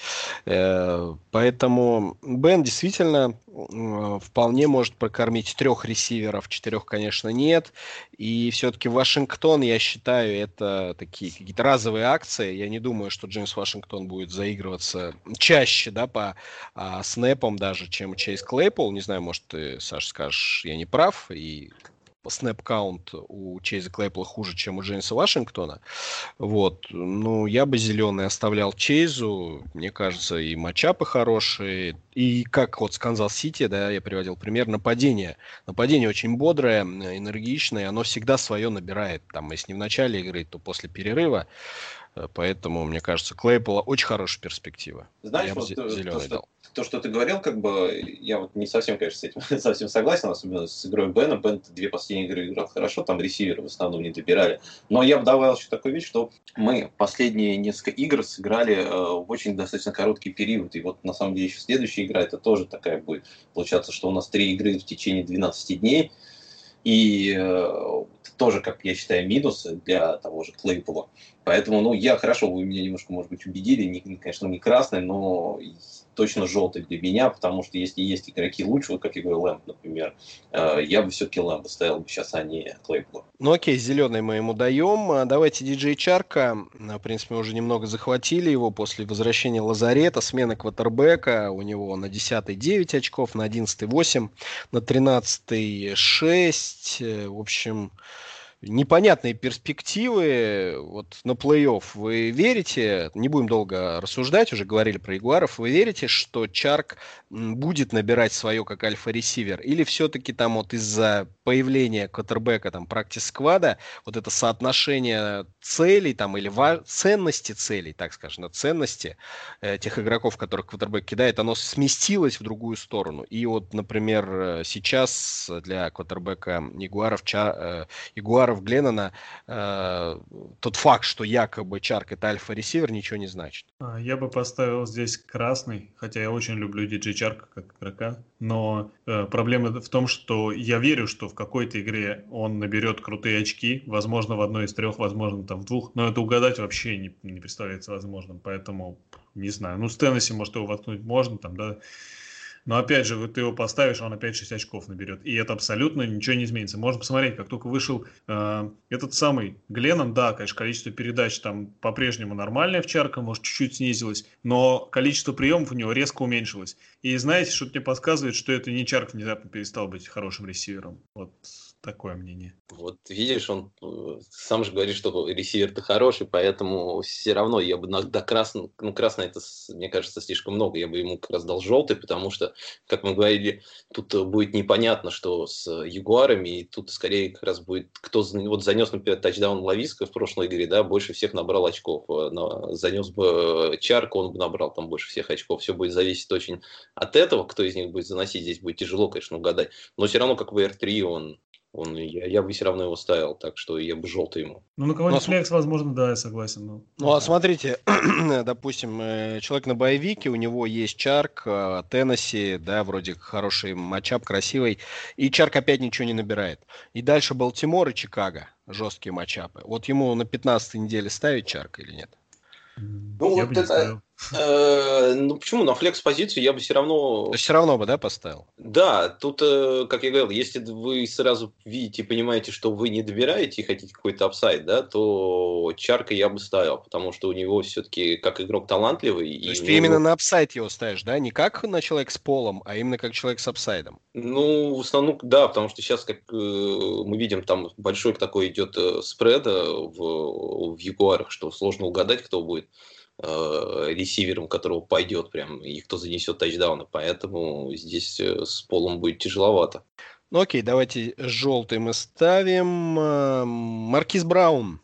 Э, Поэтому Бен действительно э, вполне может прокормить трех ресиверов, четырех, конечно, нет. И все-таки Вашингтон, я считаю, это такие какие-то разовые акции. Я не думаю, что Джеймс Вашингтон будет заигрываться чаще, да, по а, снэпам даже, чем Чейз Клейпол. Не знаю, может, ты, Саш, скажешь, я не прав, и снэп-каунт у Чейза Клейпола хуже, чем у Джеймса Вашингтона. Вот. Ну, я бы зеленый оставлял Чейзу. Мне кажется, и матчапы хорошие. И как вот с Канзас-Сити, да, я приводил пример, нападение. Нападение очень бодрое, энергичное, оно всегда свое набирает. Там, если не в начале игры, то после перерыва. Поэтому, мне кажется, Клейпола очень хорошая перспектива. Знаешь, я бы вот зеленый то, что, дал. то, что ты говорил, как бы я вот не совсем, конечно, с этим совсем согласен, особенно с игрой Бена. Бен две последние игры играл хорошо, там ресиверы в основном не добирали. Но я бы добавил еще такую вещь, что мы последние несколько игр сыграли э, в очень достаточно короткий период. И вот на самом деле еще следующая игра, это тоже такая будет. Получаться, что у нас три игры в течение двенадцати дней. И э, тоже, как я считаю, минусы для того же Клейпола. Поэтому, ну, я хорошо, вы меня немножко, может быть, убедили, не, конечно, не красный, но точно желтый для меня, потому что если есть игроки лучше, вот как я говорю, Лэмп, например, э, я бы все-таки Лэмпа ставил бы сейчас, а не Клейпола. Ну окей, зеленый мы ему даем. Давайте диджей Чарка. В принципе, мы уже немного захватили его после возвращения Лазарета, смены квотербека. У него на десятый девять очков, на одиннадцатый восемь, на тринадцатый шесть. В общем, непонятные перспективы вот на плей-офф. Вы верите, не будем долго рассуждать, уже говорили про Ягуаров, вы верите, что Чарк будет набирать свое как альфа-ресивер? Или все-таки там вот из-за появления квотербека, там, практис-сквада, вот это соотношение целей там или ва- ценности целей, так скажем, ценности э, тех игроков, которых квотербек кидает, оно сместилось в другую сторону. И вот, например, сейчас для квотербека Ягуаров, Ча, э, Ягуаров Гленнона э, тот факт, что якобы Чарк это альфа-ресивер, ничего не значит. Я бы поставил здесь красный, хотя я очень люблю диджей Чарка как игрока, но э, проблема в том, что я верю, что в какой-то игре он наберет крутые очки, возможно, в одной из трех, возможно, там в двух, но это угадать вообще не, не представляется возможным, поэтому не знаю. Ну, с Теннесси, может, его воткнуть можно, там, да. Но опять же, вот ты его поставишь, он опять шесть очков наберет. И это абсолютно ничего не изменится. Можно посмотреть, как только вышел э, этот самый Гленнон, да, конечно, количество передач там по-прежнему нормальное в Чарка, может, чуть-чуть снизилось, но количество приемов у него резко уменьшилось. И знаете, что мне подсказывает, что это не Чарк внезапно перестал быть хорошим ресивером. Вот такое мнение. Вот видишь, он э, сам же говорит, что ресивер-то хороший, поэтому все равно я бы на, до красный, ну красный это, мне кажется, слишком много, я бы ему как раз дал желтый, потому что, как мы говорили, тут будет непонятно, что с Ягуарами, и тут скорее как раз будет, кто вот занес, например, тачдаун Лависка в прошлой игре, да, больше всех набрал очков, но занес бы Чарка, он бы набрал там больше всех очков, все будет зависеть очень от этого, кто из них будет заносить, здесь будет тяжело, конечно, угадать, но все равно как в эр три он Он, я, я бы все равно его ставил, так что я бы желтый ему. Ну, на кого-нибудь флекс, возможно, да, я согласен. Но... Ну, а смотрите, допустим, человек на боевике, у него есть Чарк, Теннесси, да, вроде хороший матчап, красивый, и Чарк опять ничего не набирает. И дальше Балтимор и Чикаго, жесткие матчапы. Вот ему на пятнадцатой неделе ставить Чарк или нет? Ну, я вот это... Э, ну, почему? На флекс-позицию я бы все равно... То все равно бы, да, поставил? Да, тут, э, как я говорил, если вы сразу видите, понимаете, что вы не добираете и хотите какой-то апсайд, да, то Чарка я бы ставил, потому что у него все-таки как игрок талантливый. То и есть ты него... именно на апсайд его ставишь, да? Не как на человек с полом, а именно как человек с апсайдом? Ну, в основном, да, потому что сейчас, как э, мы видим, там большой такой идет э, спред э, в, в Ягуарах, что сложно угадать, кто будет ресивером, которого пойдет прям, и кто занесет тачдауны. Поэтому здесь с полом будет тяжеловато. Ну окей, давайте желтый мы ставим. Маркиз Браун,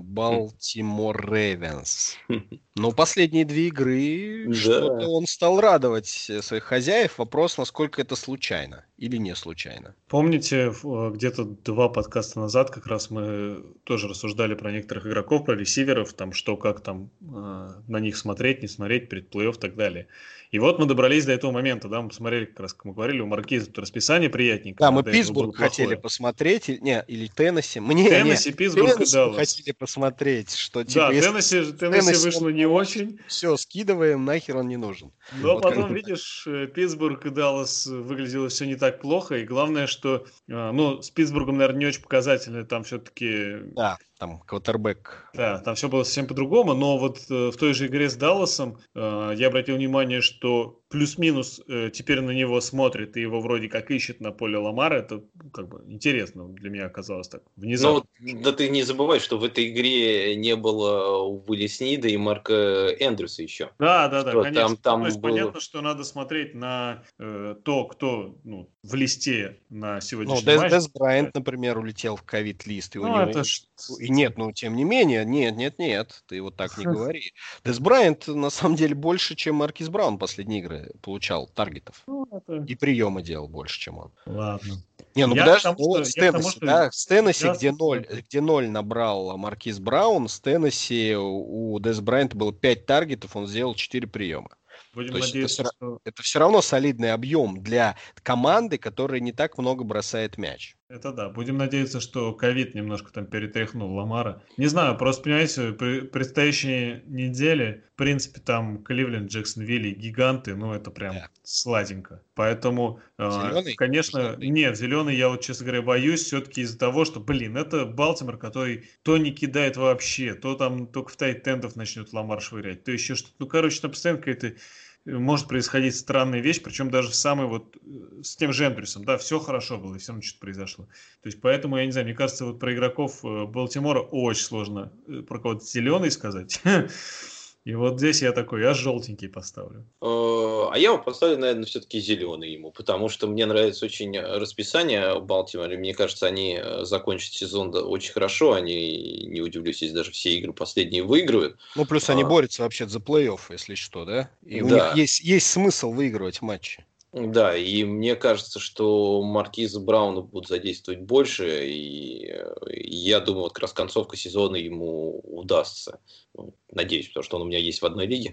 Балтимор Рейвенс. Но последние две игры да. что-то он стал радовать своих хозяев. Вопрос, насколько это случайно или не случайно. Помните, где-то два подкаста назад как раз мы тоже рассуждали про некоторых игроков, про ресиверов, там что, как там э, на них смотреть, не смотреть, перед плей-офф и так далее. И вот мы добрались до этого момента, да, мы посмотрели, как раз, как мы говорили, у Маркиза тут расписание приятненькое. Да, мы Питтсбург хотели посмотреть, не, или Теннесси. Мне, Теннесси, Питтсбург и Даллас. Хотели посмотреть, что типа... Да, если Теннесси, Теннесси вышло не очень. Все, скидываем, нахер он не нужен. Но вот потом, видишь, Питтсбург и Даллас выглядело все не так плохо, и главное, что, ну, с Питтсбургом, наверное, не очень показательно, там все-таки... Да, там квотербек. Да, там все было совсем по-другому, но вот в той же игре с Далласом я обратил внимание, что плюс-минус теперь на него смотрит и его вроде как ищет на поле Ламара. Это как бы интересно для меня оказалось так внезапно. Ну, да ты не забывай, что в этой игре не было Уилли Снида и Марка Эндрюса еще. Да, да, да, что конечно. Там, там то есть было... понятно, что надо смотреть на э, то, кто ну, в листе на Ну, сегодняшний Дес, матч. Дес Брайант, например, улетел в ковид-лист. И у Ну, него... это ж... И нет, ну, тем не менее, нет, нет, нет, ты вот так не говори. Дес Брайант, на самом деле, больше, чем Маркис Браун последние игры получал таргетов. Ну, это... И приемы делал больше, чем он. Ладно. Не, ну Я подожди, к тому, ну, вот что- с я к тому, Теннесси, что да, с Теннесси, я где с- ноль, где ноль набрал Маркис Браун, с Теннесси у у Дес Брайанта было пять таргетов, он сделал четыре приема. Будем То есть это надеяться, всё что... Это все равно солидный объем для команды, которая не так много бросает мяч. Это да. Будем надеяться, что ковид немножко там перетряхнул Ламара. Не знаю, просто, понимаете, при предстоящие недели, в принципе, там Кливленд, Джексонвилл и гиганты, ну, это прям Да. сладенько. Поэтому, э, Зелёный? конечно, Желтый? нет, зеленый я вот, честно говоря, боюсь все-таки из-за того, что, блин, это Балтимор, который то не кидает вообще, то там только в тайтендов начнет Ламар швырять, то еще что-то. Ну, короче, там постоянно какая-то может происходить странная вещь, причем даже в самый вот э, с тем же Эндрюсом, да, все хорошо было, и все равно что-то произошло. То есть поэтому, я не знаю, мне кажется, вот про игроков э, Балтимора очень сложно э, про кого-то зеленый сказать. И вот здесь я такой, я желтенький поставлю. Э, А я его поставлю, наверное, все-таки зеленый ему, потому что мне нравится очень расписание Балтимора. Мне кажется, они э, закончат сезон да, очень хорошо. Они, не удивлюсь, если даже все игры последние выигрывают. Ну, плюс они А. борются вообще за плей-офф, если что, да? И у Да. них есть, есть смысл выигрывать матчи. Да, и мне кажется, что Маркиза Брауна будут задействовать больше, и э, я думаю, вот как раз концовка сезона ему удастся. Ну, надеюсь, потому что он у меня есть в одной лиге.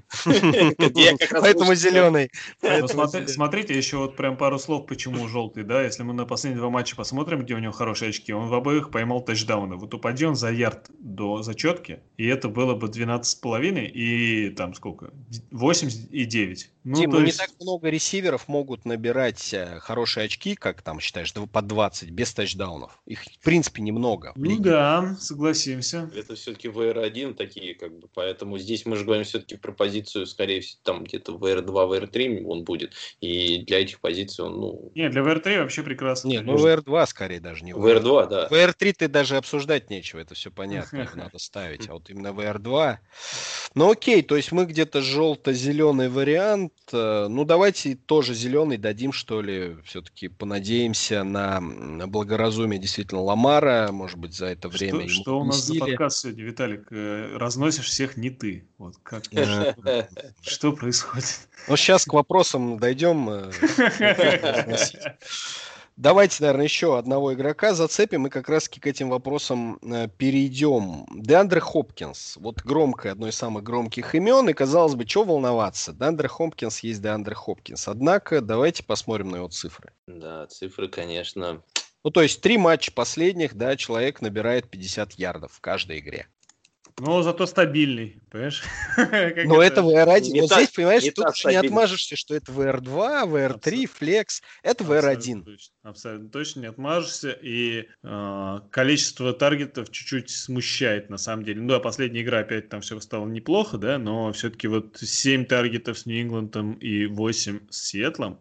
где я как раз Поэтому лучше- зеленый. Ну, Поэтому смотри- зелёный. смотрите, еще вот прям пару слов, почему желтый, да, если мы на последние два матча посмотрим, где у него хорошие очки, он в обоих поймал тачдауны. Вот упади он за ярд до зачетки, и это было бы двенадцать с половиной и там сколько? восемь и девять. Ну, Дим, то ну не есть... так много ресиверов могут набирать э, хорошие очки, как там считаешь, дв- по двадцать, без тачдаунов. Их, в принципе, немного в Ну лиге. да, согласимся. Это все-таки вэ эр один такие, как бы, поэтому здесь мы же говорим все-таки про позицию, скорее всего, там где-то вэ эр два, вэ эр три он будет, и для этих позиций он, ну, Нет, для вэ эр три вообще прекрасно. Не, ну конечно. вэ эр два скорее даже не вэ эр два, да. вэ эр три ты даже обсуждать нечего, это все понятно, его надо ставить. А вот именно вэ эр два... Ну окей, то есть мы где-то желто-зеленый вариант. э, Ну давайте тоже зеленый дадим, что ли. Все-таки понадеемся на м, благоразумие действительно Ламара. Может быть, за это время Что, ему что у нас за объяснили. подкаст сегодня, Виталик? Э, Разносишь всех не ты. Вот как Э, что происходит? Ну сейчас к вопросам дойдем. э, разносить. Давайте, наверное, еще одного игрока зацепим и как раз-таки к этим вопросам э, перейдем. Деандре Хопкинс. Вот громкое, одно из самых громких имен. И, казалось бы, чего волноваться? Деандре Хопкинс есть Деандре Хопкинс. Однако, давайте посмотрим на его цифры. Да, цифры, конечно. Ну, то есть, три матча последних, да, человек набирает пятьдесят ярдов в каждой игре. Но зато стабильный, понимаешь? Как Но это вэ эр один. Не Вот та- здесь, понимаешь, не тут та уж не стабильность. отмажешься, что это вэ эр два, вэ эр три, флекс. Это вэ эр один. Абсолютно точно, абсолютно точно не отмажешься, и э, количество таргетов чуть-чуть смущает на самом деле. Ну да, последняя игра опять там все стало неплохо, да, но все-таки вот семь таргетов с Нью-Ингландом и восемь с Сиэтлом.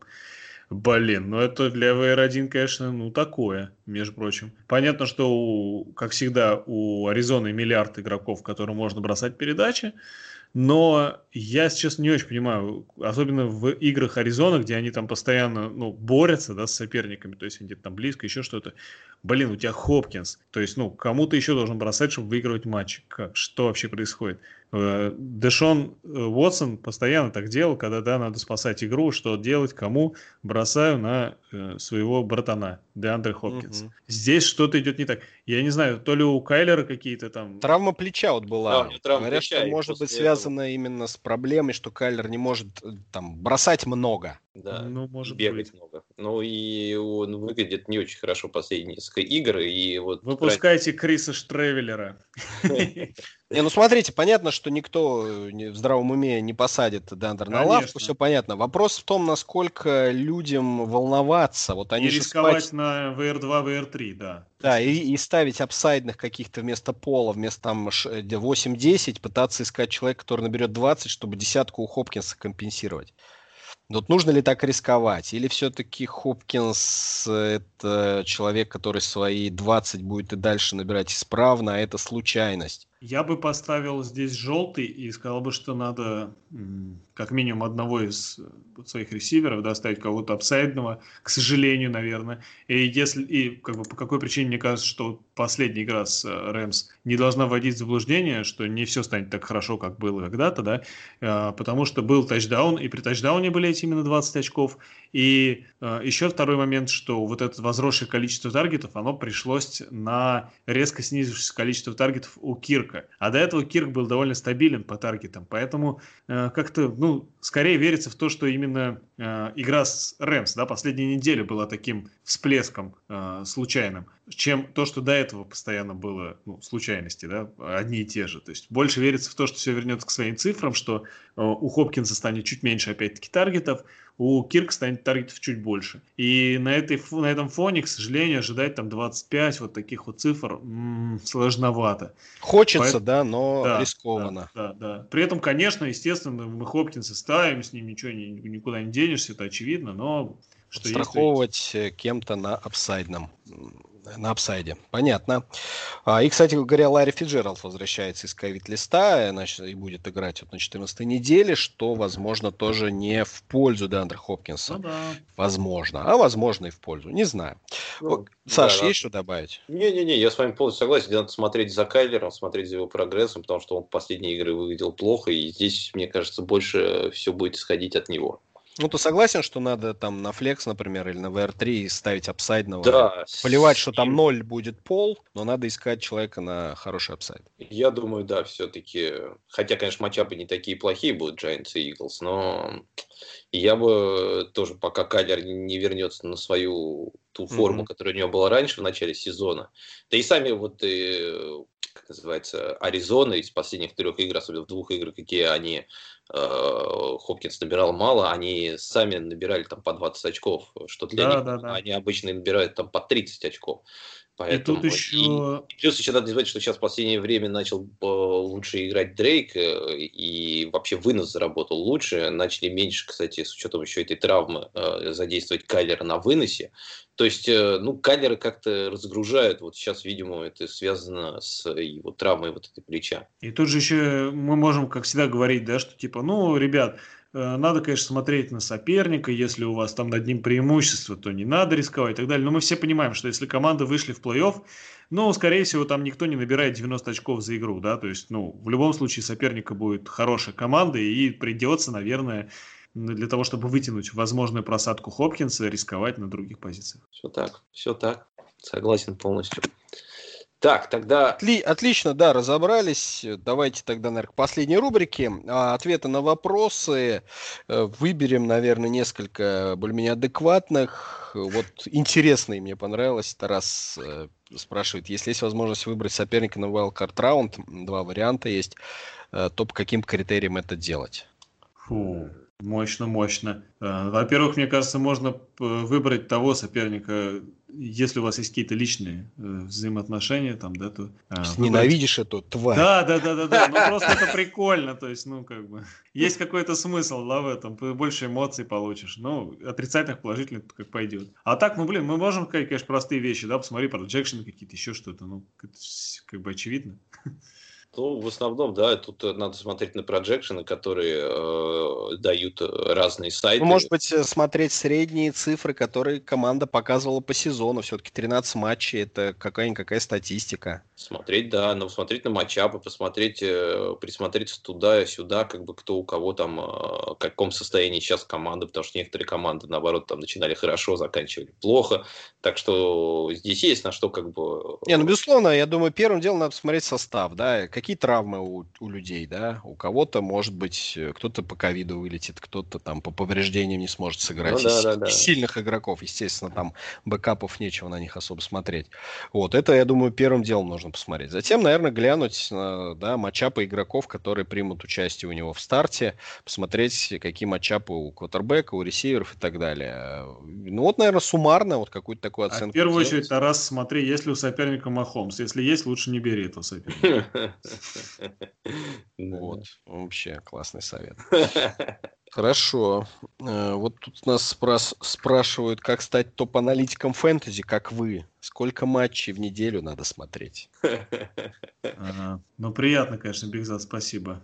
Блин, ну это для вэ эр один, конечно, ну такое, между прочим. Понятно, что, у, как всегда, у Аризоны миллиард игроков, которым можно бросать передачи, но я сейчас не очень понимаю, особенно в играх Аризоны, где они там постоянно, ну, борются, да, с соперниками, то есть они где-то там близко, еще что-то. Блин, у тебя Хопкинс, то есть, ну, кому-то еще должен бросать, чтобы выигрывать матчи. Как, что вообще происходит? Э, Дэшон э, Уотсон постоянно так делал, когда, да, надо спасать игру, что делать, кому бросаю на э, своего братана, Деандре Хопкинс. Мгм. Здесь что-то идет не так. Я не знаю, то ли у Кайлера какие-то там... Травма плеча вот была. Да, у него травма Говорят, плеча, что и может после быть этого- связано именно с проблемой, что Кайлер не может э, там бросать много. Да, Ну, может бегать быть. много. Ну и он выглядит не очень хорошо последние несколько игр, и вот... Выпускайте Криса Штревелера. Не, ну смотрите, понятно, что никто э, не- в здравом уме не посадит Деандре на Конечно. лавку, все понятно. Вопрос в том, насколько людям волноваться. Вот они И же рисковать спать- на вэ эр два, вэ эр три, да. Да, и, и ставить апсайдных каких-то вместо пола, вместо там ш- э, где восемь-десять, пытаться искать человека, который наберет двадцать, чтобы десятку у Хопкинса компенсировать. Вот нужно ли так рисковать? Или все-таки Хопкинс э, это человек, который свои двадцать будет и дальше набирать исправно, а это случайность? Я бы поставил здесь желтый и сказал бы, что надо как минимум одного из своих ресиверов, да, ставить кого-то апсайдного, к сожалению, наверное. И если и как бы по какой причине мне кажется, что последняя игра с Рэмс не должна вводить в заблуждение, что не все станет так хорошо, как было когда-то, да, потому что был тачдаун, и при тачдауне были эти именно двадцать очков. И еще второй момент, что вот это возросшее количество таргетов, оно пришлось на резко снизившееся количество таргетов у Кирка. А до этого Кирк был довольно стабилен по таргетам, поэтому э, как-то, ну, скорее верится в то, что именно э, игра с Рэмс, да, последняя неделя была таким всплеском э, случайным, чем то, что до этого постоянно было, ну, случайности, да, одни и те же. То есть больше верится в то, что все вернется к своим цифрам, что э, у Хопкинса станет чуть меньше, опять-таки, таргетов, у Кирка станет таргетов чуть больше. И на, этой, на этом фоне, к сожалению, ожидать там двадцать пять вот таких вот цифр м-м, сложновато. Хочется, Поэтому, да, но да, рискованно. Да, да, да. При этом, конечно, естественно, мы Хопкинса ставим, с ним ничего не, никуда не денешься, это очевидно, но что страховывать есть, кем-то на апсайдном. На апсайде. Понятно. А, и, кстати говоря, Ларри Фиджеральд возвращается из ковид-листа значит, и будет играть вот на четырнадцатой неделе, что, возможно, тоже не в пользу Деандре Хопкинса. Ну, да. Возможно. А возможно и в пользу. Не знаю. Ну, Саш, да, есть надо... что добавить? Не-не-не, я с вами полностью согласен. Надо смотреть за Кайлером, смотреть за его прогрессом, потому что он в последние игры выглядел плохо, и здесь, мне кажется, больше все будет исходить от него. Ну, ты согласен, что надо там на флекс, например, или на ви ар три ставить апсайдного? Да. Поливать, что там ноль будет пол, но надо искать человека на хороший апсайд. Я думаю, да, все-таки. Хотя, конечно, матчапы не такие плохие будут, Giants и Eagles, но я бы тоже, пока Кайлер не вернется на свою ту форму, mm-hmm. которая у него была раньше, в начале сезона, да и сами вот, и, как называется, Аризона из последних трех игр, особенно в двух играх, какие они Хопкинс набирал мало, они сами набирали там по двадцать очков, что для да, них да, да. они обычно набирают там по тридцать очков. Поэтому... И тут еще... И плюс еще надо не забывать, что сейчас в последнее время начал лучше играть Дрейк, и вообще вынос заработал лучше. Начали меньше, кстати, с учетом еще этой травмы, задействовать Кайлера на выносе. То есть, ну, Кайлера как-то разгружают. Вот сейчас, видимо, это связано с его травмой вот этой плеча. И тут же еще мы можем, как всегда, говорить, да, что типа, ну, ребят, надо, конечно, смотреть на соперника, если у вас там над ним преимущество, то не надо рисковать и так далее. Но мы все понимаем, что если команды вышли в плей-офф, ну, скорее всего, там никто не набирает девяносто очков за игру, да, то есть, ну, в любом случае соперника будет хорошая команда, и придется, наверное, для того, чтобы вытянуть возможную просадку Хопкинса, рисковать на других позициях. Все так, все так, согласен полностью. Так, тогда... Отли- отлично, да, разобрались. Давайте тогда, наверное, к последней рубрике. А, ответы на вопросы. Выберем, наверное, несколько более-менее адекватных. Вот интересный мне понравилось. Тарас э, спрашивает, если есть возможность выбрать соперника на wildcard раунд, два варианта есть, э, то по каким критериям это делать? Фу. Мощно, мощно. Во-первых, мне кажется, можно выбрать того соперника, если у вас есть какие-то личные взаимоотношения, там, да, то... Выбрать... Ненавидишь эту тварь. Да, да, да, да, да. Ну, просто это прикольно, то есть, ну, как бы, есть какой-то смысл, да, в этом, больше эмоций получишь. Ну, отрицательных, положительных, как пойдет. А так, ну, блин, мы можем сказать, конечно, простые вещи, да, посмотри, проджекшены какие-то, еще что-то, ну, как бы очевидно. Ну, в основном, да, тут надо смотреть на проджекшены, которые э, дают разные сайты. Ну, может быть, смотреть средние цифры, которые команда показывала по сезону. Все-таки тринадцать матчей, это какая-никакая статистика. Смотреть, да, но смотреть на матчапы, посмотреть, э, присмотреться туда-сюда, как бы кто у кого там, э, в каком состоянии сейчас команда, потому что некоторые команды, наоборот, там начинали хорошо, заканчивали плохо. Так что здесь есть на что как бы... Не, ну, безусловно, я думаю, первым делом надо посмотреть состав, да, какие травмы у, у людей, да, у кого-то, может быть, кто-то по ковиду вылетит, кто-то там по повреждениям не сможет сыграть. Ну, да, из, да, да. из сильных игроков, естественно, там бэкапов нечего на них особо смотреть. Вот, это, я думаю, первым делом нужно посмотреть. Затем, наверное, глянуть на, да, матчапы игроков, которые примут участие у него в старте, посмотреть, какие матчапы у квотербека, у ресиверов и так далее. Ну, вот, наверное, суммарно вот какую-то такую оценку. А в первую делать. очередь, Тарас, смотри, есть ли у соперника Махомс. Если есть, лучше не бери этого соперника. Вот, вообще классный совет. Хорошо. Вот тут нас спрас- спрашивают, как стать топ-аналитиком фэнтези, как вы. Сколько матчей в неделю надо смотреть? А, ну, приятно, конечно, Бигзат, спасибо.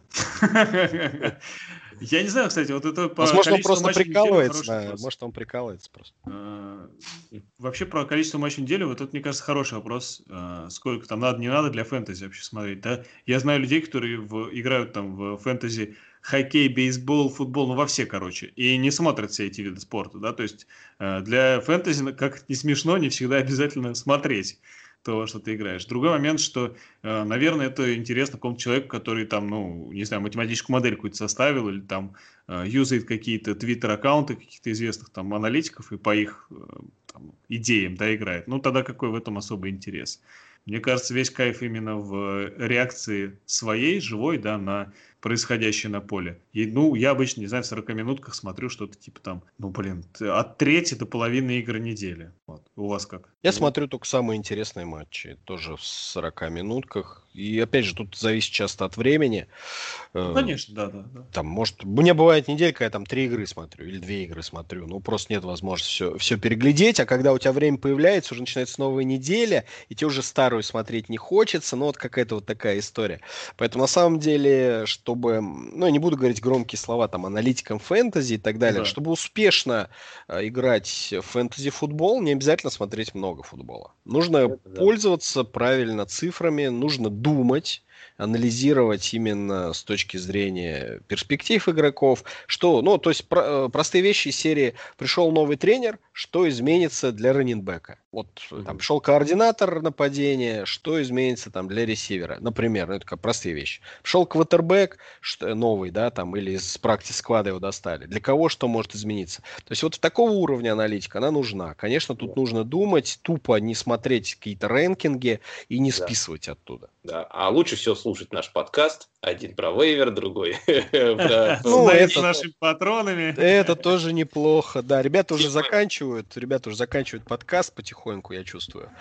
Я не знаю, кстати, вот это по Может, он количеству просто матчей в неделю прикалывается, хороший да, вопрос. может, он прикалывается просто. А, Вообще про количество матчей в неделю, вот это, мне кажется, хороший вопрос. А, Сколько там надо, не надо для фэнтези вообще смотреть, да? Я знаю людей, которые в- играют там в фэнтези хоккей, бейсбол, футбол, ну во все, короче, и не смотрят все эти виды спорта, да, то есть э, для фэнтези, ну, как не смешно, не всегда обязательно смотреть то, во что ты играешь. Другой момент, что, э, наверное, это интересно какому-то человеку, который там, ну, не знаю, математическую модель какую-то составил или там э, юзает какие-то твиттер-аккаунты каких-то известных там аналитиков и по их э, там, идеям, да, играет. Ну, тогда какой в этом особый интерес? Мне кажется, весь кайф именно в реакции своей, живой, да, на происходящее на поле. И, ну, я обычно, не знаю, в сорока минутках смотрю что-то типа там, ну, блин, от трети до половины игр недели. Вот. У вас как? Я смотрю только самые интересные матчи, тоже в сорока минутках. И опять же, тут зависит часто от времени. Ну, конечно, да, да, да. Там, может, у меня бывает неделька, я там три игры смотрю или две игры смотрю. Ну, просто нет возможности все, все переглядеть. А когда у тебя время появляется, уже начинается новая неделя, и тебе уже старую смотреть не хочется. Ну, вот какая-то вот такая история. Поэтому, на самом деле, чтобы... Ну, я не буду говорить громкие слова, там, аналитикам фэнтези и так далее. Да. Чтобы успешно э, играть в фэнтези-футбол, не обязательно смотреть много футбола. Нужно Это да. пользоваться правильно цифрами, нужно думать, анализировать именно с точки зрения перспектив игроков, что, ну, то есть про, простые вещи из серии: пришел новый тренер, что изменится для раннинбека. Вот Мгм. там пришел координатор нападения, что изменится там для ресивера, например, ну, это как простые вещи. Пришел квотербек что, новый, да, там, или из практис-сквада его достали. Для кого что может измениться? То есть вот такого уровня аналитика, она нужна. Конечно, тут Да. нужно думать, тупо не смотреть какие-то рэнкинги и не Да. списывать оттуда. Да. А лучше всего слушать наш подкаст. Один про вейвер, другой про... Ну, Становитесь это- нашими патронами. Это тоже неплохо. Да, ребята уже Типа. заканчивают. Ребята уже заканчивают подкаст потихоньку, я чувствую.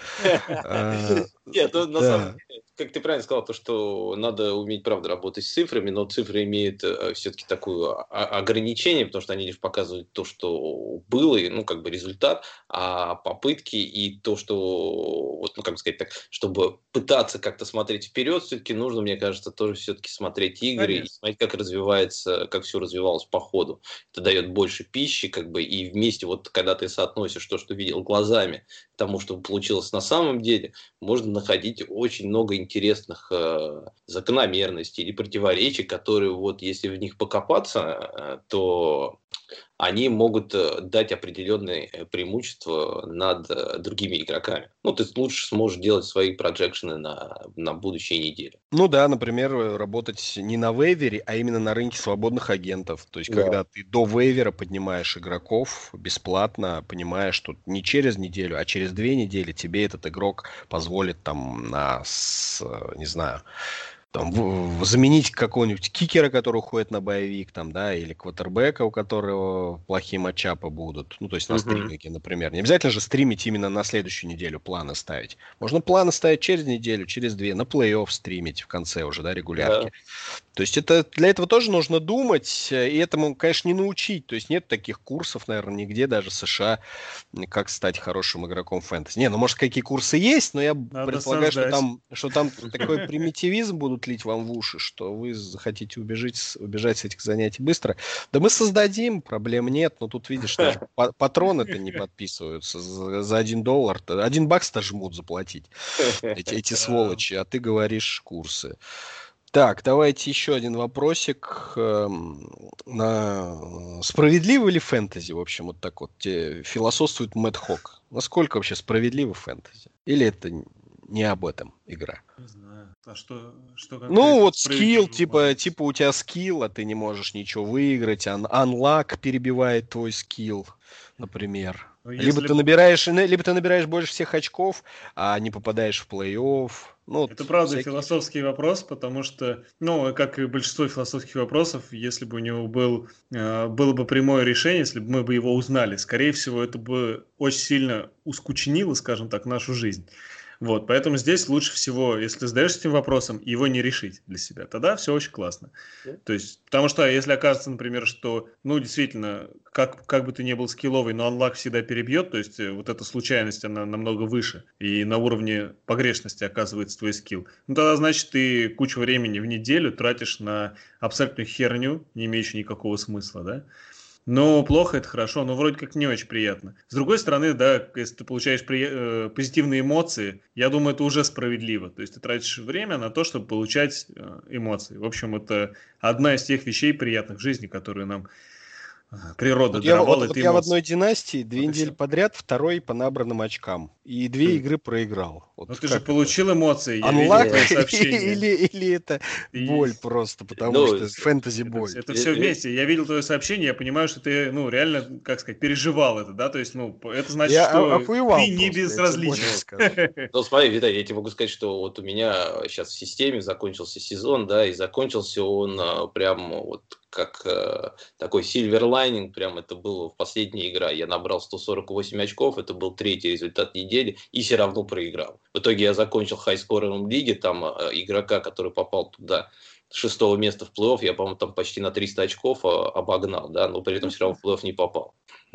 А, Нет, ну, на да. самом деле, как ты правильно сказал, то, что надо уметь, правда, работать с цифрами, но цифры имеют э, все-таки такое о- ограничение, потому что они лишь показывают то, что было, и, ну, как бы результат, а попытки и то, что, вот, ну, как бы сказать так, чтобы пытаться как-то смотреть вперед, все-таки нужно, мне кажется, тоже все-таки смотреть игры и Конечно. смотреть, как развивается, как все развивалось по ходу. Это дает больше пищи, как бы, и вместе, вот, когда ты соотносишь то, что видел глазами, к тому, что получилось на самом деле, можно находить очень много интересных э, закономерностей или противоречий, которые вот если в них покопаться, э, то они могут э, дать определенные э, преимущества над э, другими игроками. Ну, ты лучше сможешь делать свои проджекшены на, на будущие недели. Ну да, например, э, работать не на вейвере, а именно на рынке свободных агентов. То есть, Да. когда ты до вейвера поднимаешь игроков бесплатно, понимаешь, что не через неделю, а через две недели тебе этот игрок позволит там на, с, э, не знаю, там, в- в- заменить какого-нибудь кикера, который уходит на боевик, там, да, или квотербека, у которого плохие матчапы будут, ну, то есть на Мгм. стриминге, например. Не обязательно же стримить именно на следующую неделю, планы ставить. Можно планы ставить через неделю, через две, на плей-офф стримить в конце уже, да, регулярки. То есть это, для этого тоже нужно думать, э, и этому, конечно, не научить. То есть нет таких курсов, наверное, нигде, даже в США, м, как стать хорошим игроком фэнтези. Не, ну, может, какие курсы есть, но я Надо предполагаю, что создать. там, что там такой примитивизм будут лить вам в уши, что вы захотите убежать, с- убежать с этих занятий быстро. Да мы создадим, проблем нет. Но тут, видишь, даже па- патроны-то не подписываются за, за один доллар. Один бакс-то жмут заплатить эти, эти сволочи, а ты говоришь курсы. Так, давайте еще один вопросик. Эм, На... Справедливо ли фэнтези, в общем, вот так вот те- философствует Мэтт Хок? Насколько вообще справедливо фэнтези? Или это н- не об этом игра? Не знаю. А что, что Ну, конкретно вот скилл, справедливо типа, может быть? типа у тебя скилл, а ты не можешь ничего выиграть, ан- анлак перебивает твой скилл, например. Ну, Либо если ты б- набираешь, либо ты набираешь больше всех очков, а не попадаешь в плей-офф. Ну, вот Это правда всякие- философский вопрос, потому что, ну, как и большинство философских вопросов, если бы у него был, э, было бы прямое решение, если бы мы бы его узнали, скорее всего, это бы очень сильно ускучнило, скажем так, нашу жизнь. Вот, поэтому здесь лучше всего, если ты задаешься этим вопросом, его не решить для себя. Тогда все очень классно. То есть, потому что если окажется, например, что, ну, действительно, как, как бы ты ни был скилловый, но анлак всегда перебьет, то есть вот эта случайность, она намного выше, и на уровне погрешности оказывается твой скилл, ну, тогда, значит, ты кучу времени в неделю тратишь на абсолютную херню, не имеющую никакого смысла, да? Но плохо это хорошо, но вроде как не очень приятно. С другой стороны, да, если ты получаешь при... э, позитивные эмоции, я думаю, это уже справедливо. То есть ты тратишь время на то, чтобы получать э, эмоции. В общем, это одна из тех вещей приятных в жизни, которые нам э, природа Вот я, даровала. вот, вот Это я в эмоции. одной династии две Вот и недели все. подряд, второй по набранным очкам. И две Хм. игры проиграл. Вот Но ты же как это? получил эмоции, я видел Анлак твои сообщения. или, или это Ты- боль просто, потому Ну, что с- фэнтези Это, боль. это Ве- все ве- вместе. Я видел твое сообщение, я понимаю, что ты, ну, реально, как сказать, переживал это, да? То есть, ну, это значит, Я что о- охуевал ты не просто, я тебе больше безразличен. скажу. Ну, смотри, Виталий, я тебе могу сказать, что вот у меня сейчас в системе закончился сезон, да, и закончился он а, прям вот как а, такой silver lining, прям это было в последняя игра. Я набрал сто сорок восемь очков, это был третий результат недели, и все равно проиграл. В итоге я закончил хайскорером лиги, там а, игрока, который попал туда, с шестого места в плей-офф, я, по-моему, там почти на триста очков а, обогнал, да, но при этом все равно в плей-офф не попал.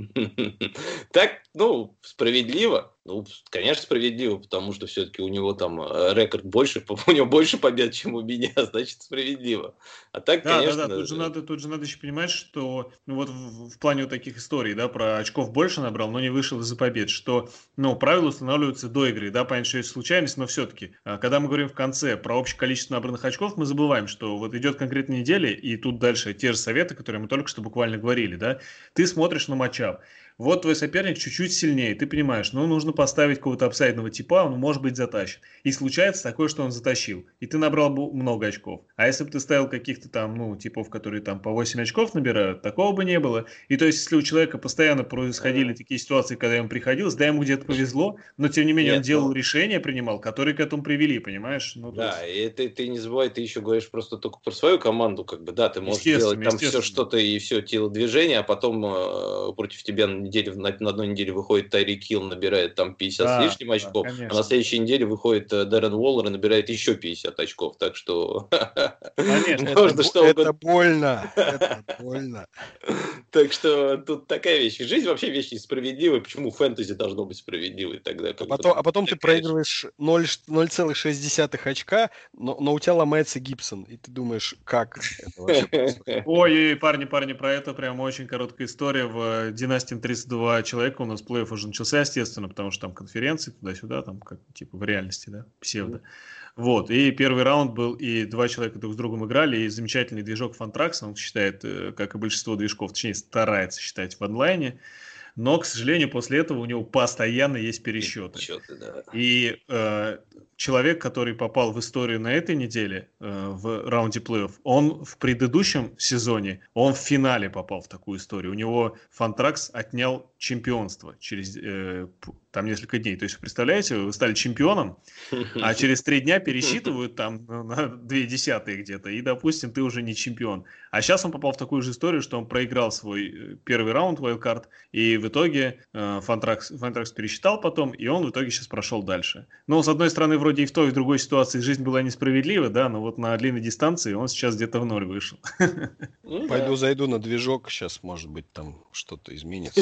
Так, ну, справедливо. Ну, конечно, справедливо, потому что все-таки у него там э, рекорд больше, у него больше побед, чем у меня, значит, справедливо. А так, Да, да, конечно, да. Тут же э, надо, тут же надо еще понимать, что ну вот в, в плане вот таких историй, да, про очков больше набрал, но не вышел из-за побед, что, ну, правила устанавливаются до игры, да, понятно, что есть случайность, но все-таки, когда мы говорим в конце про общее количество набранных очков, мы забываем, что вот идет конкретная неделя, и тут дальше те же советы, которые мы только что буквально говорили, да, ты смотришь на матчап. Вот твой соперник чуть-чуть сильнее, ты понимаешь, ну, нужно поставить какого-то апсайдного типа, он, может быть, затащит. И случается такое, что он затащил, и ты набрал бу- много очков. А если бы ты ставил каких-то там, ну, типов, которые там по восемь очков набирают, такого бы не было. И то есть, если у человека постоянно происходили Мгм. такие ситуации, когда ему приходилось, да, ему где-то повезло, но, тем не менее, он нет, делал ну, решения, принимал, которые к этому привели, понимаешь? Ну, то да, есть, и ты, ты не забывай, ты еще говоришь просто только про свою команду, как бы, да, ты можешь делать естественно, там все естественно. что-то и все телодвижение, а потом э, против тебя на, неделе, на, на одной неделе выходит Тайрик Хилл, набирает там пятьдесят с Да, лишним да, очков, а на конечно. следующей неделе выходит э, Дэрен Уоллер и набирает еще пятьдесят очков, так что Конечно. Это, можно бо- что это угодно. больно, это больно. Так что тут такая вещь. Жизнь вообще вещь несправедливая. Почему фэнтези должно быть справедливой тогда? А Как бы, потом, а потому потом что, ты конечно, проигрываешь ноль ноль целых шесть десятых очка, но, но у тебя ломается Гибсон, и ты думаешь, как это вообще происходит? Ой, парни, парни, про это прям очень короткая история. В династии тридцать два человека у нас плей-офф уже начался, естественно, потому что там конференции туда-сюда, там как типа в реальности, да, псевдо. Вот, и первый раунд был, и два человека друг с другом играли, и замечательный движок Fantrax, он считает, э, как и большинство движков, точнее старается считать в онлайне, но, к сожалению, после этого у него постоянно есть пересчеты. Пересчеты, да. И э, человек, который попал в историю на этой неделе э, в раунде плей-офф, он в предыдущем сезоне, он в финале попал в такую историю. У него Fantrax отнял чемпионство через э, п- там несколько дней. То есть, вы представляете, вы стали чемпионом, а через три дня пересчитывают там ну, на две десятые где-то, и, допустим, ты уже не чемпион. А сейчас он попал в такую же историю, что он проиграл свой э, первый раунд wildcard, и в итоге э, Fantrax, Fantrax пересчитал потом, и он в итоге сейчас прошел дальше. Ну, с одной стороны, вроде и в той, и в другой ситуации жизнь была несправедлива, да, но вот на длинной дистанции он сейчас где-то в ноль вышел. Ну, Пойду да. зайду на движок, сейчас, может быть, там что-то изменится.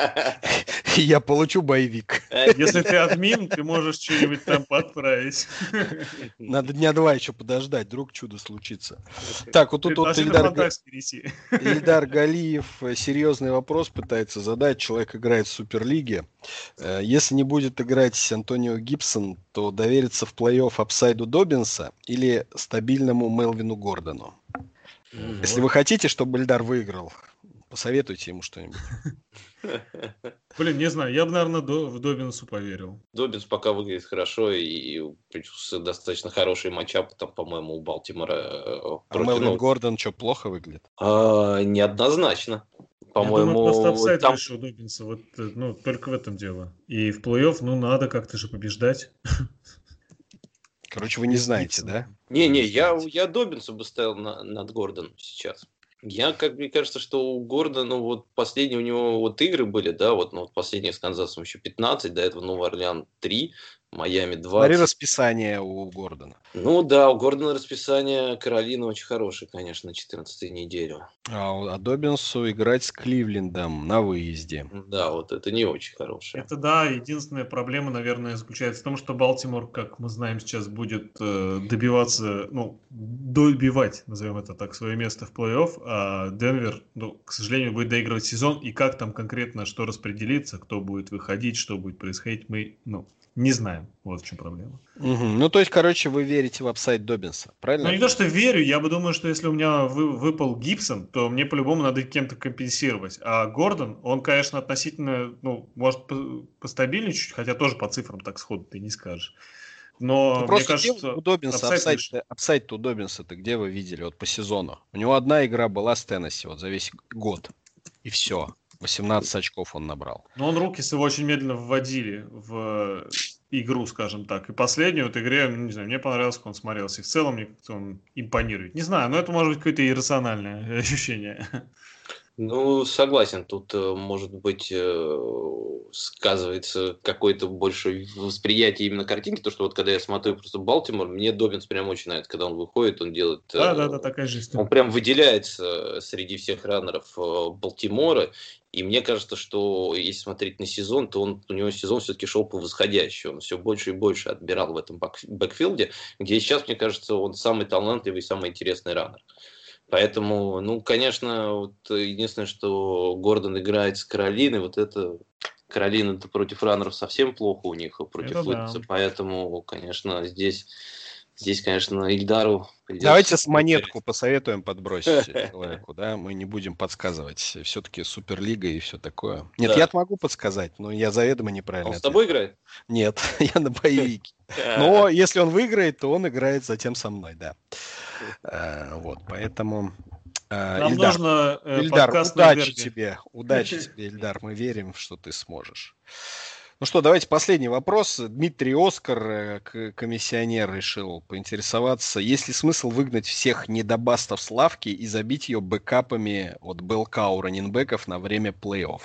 И я получу боевик. Если ты админ, ты можешь что-нибудь там подправить. Надо дня два еще подождать, вдруг чудо случится. Так, вот тут вот Предложи на Ильдар, Га- Fantrax перейти. Ильдар Галиев э, серьезный вопрос пытается задать. Человек играет в Суперлиге. Э, Если не будет играть Антонио Гибсон, то довериться в плей-офф апсайду Добинса или стабильному Мелвину Гордону? Мгм. Если вы хотите, чтобы Ильдар выиграл, посоветуйте ему что-нибудь. Блин, не знаю, я бы, наверное, до, в Добинсу поверил. Добинс пока выглядит хорошо, и плюс достаточно хороший матчап, там, по-моему, у Балтимора э, А против... Мелвин ну, Гордон что, плохо выглядит? а, неоднозначно. Я думаю, просто По-моему, апсайд там... выше у Добинса, вот, э, ну, только в этом дело. И в плей-офф, ну, надо как-то же побеждать. Короче, вы не Без знаете, Гибсона. да? Не-не, Вы не я, знаете. я Добинса бы ставил на- над Гордоном сейчас. Я, как мне кажется, что у Гордона, ну, вот последние у него вот игры были, да, вот, ну, вот последние с Канзасом еще пятнадцать, до этого Новый Орлеан три, Майами Смотри двадцать. расписание у Гордона. Ну да, у Гордона расписание Каролина очень хорошее, конечно, на четырнадцатую неделю. А, у- а Добинсу играть с Кливлендом на выезде. Да, вот это не очень хорошее. Это да, единственная проблема, наверное, заключается в том, что Балтимор, как мы знаем, сейчас будет э, добиваться, ну, добивать, назовем это так, свое место в плей-офф, а Денвер, ну, к сожалению, будет доигрывать сезон, и как там конкретно что распределится, кто будет выходить, что будет происходить, мы, ну, не знаем. Вот в чем проблема. Мгм. Ну, то есть, короче, вы верите в апсайд Добинса, правильно? Ну, не то, что верю, я бы думаю, что если у меня вы, выпал Гибсон, то мне по-любому надо кем-то компенсировать. А Гордон, он, конечно, относительно, ну, может, по- постабильнее чуть, хотя тоже по цифрам так сходу ты не скажешь. Ну, Но мне просто кажется, где что у Добинса апсайд апсайд, выше. апсайд у Добинса-то где вы видели вот по сезону? У него одна игра была с Теннесси вот за весь год. И все. восемнадцать очков он набрал. Но он Рукис его очень медленно вводили в игру, скажем так. И последнюю вот игре, не знаю, мне понравилось, как он смотрелся. И в целом мне как-то он импонирует. Не знаю, но это может быть какое-то иррациональное ощущение. Ну, согласен, тут, э, может быть, э, сказывается какое-то большее восприятие именно картинки, то, что вот когда я смотрю просто Балтимор, мне Добинс прям очень нравится, когда он выходит, он делает... э, Да, да, да, такая же история. Он прям выделяется среди всех раннеров э, Балтимора, и мне кажется, что если смотреть на сезон, то он, у него сезон все-таки шел по восходящему, он все больше и больше отбирал в этом бэк- бэкфилде, где сейчас, мне кажется, он самый талантливый, самый интересный раннер. Поэтому, ну, конечно, вот единственное, что Гордон играет с Каролиной, вот это Каролина-то против раннеров совсем плохо у них, против Это да. Уитса, поэтому, конечно, здесь, здесь, конечно, Ильдару придется... Давайте с монетку посоветуем подбросить человеку, да, мы не будем подсказывать. Все-таки Суперлига и все такое. Нет, Да. я могу подсказать, но я заведомо неправильно Он с ответил. тобой играет? Нет, я на боевике. Но если он выиграет, то он играет затем со мной, да. Э, Вот, поэтому... э, Нам Ильдар, нужно э, Ильдар, подкастное удачи дерби. тебе, удачи тебе, Ильдар, мы верим, что ты сможешь. Ну что, давайте последний вопрос. Дмитрий Оскар, э, к- комиссионер, решил поинтересоваться, есть ли смысл выгнать всех недобастов с лавки и забить ее бэкапами от БЛК у раннинбеков на время плей-офф?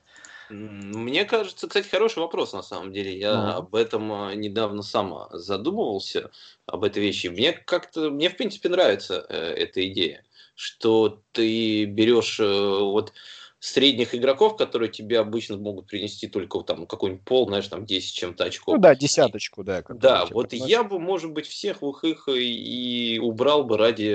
М, Мне кажется, кстати, хороший вопрос на самом деле. Я Ну. об этом э, недавно сам э, задумывался, об этой вещи. Мне как-то, мне в принципе нравится э, эта идея, что ты берешь э, вот средних игроков, которые тебе обычно могут принести только там какой-нибудь пол, знаешь, там десять чем-то очков. Ну да, десяточку, да. которую Да, тебе вот приносят. я бы, может быть, всех их их и убрал бы ради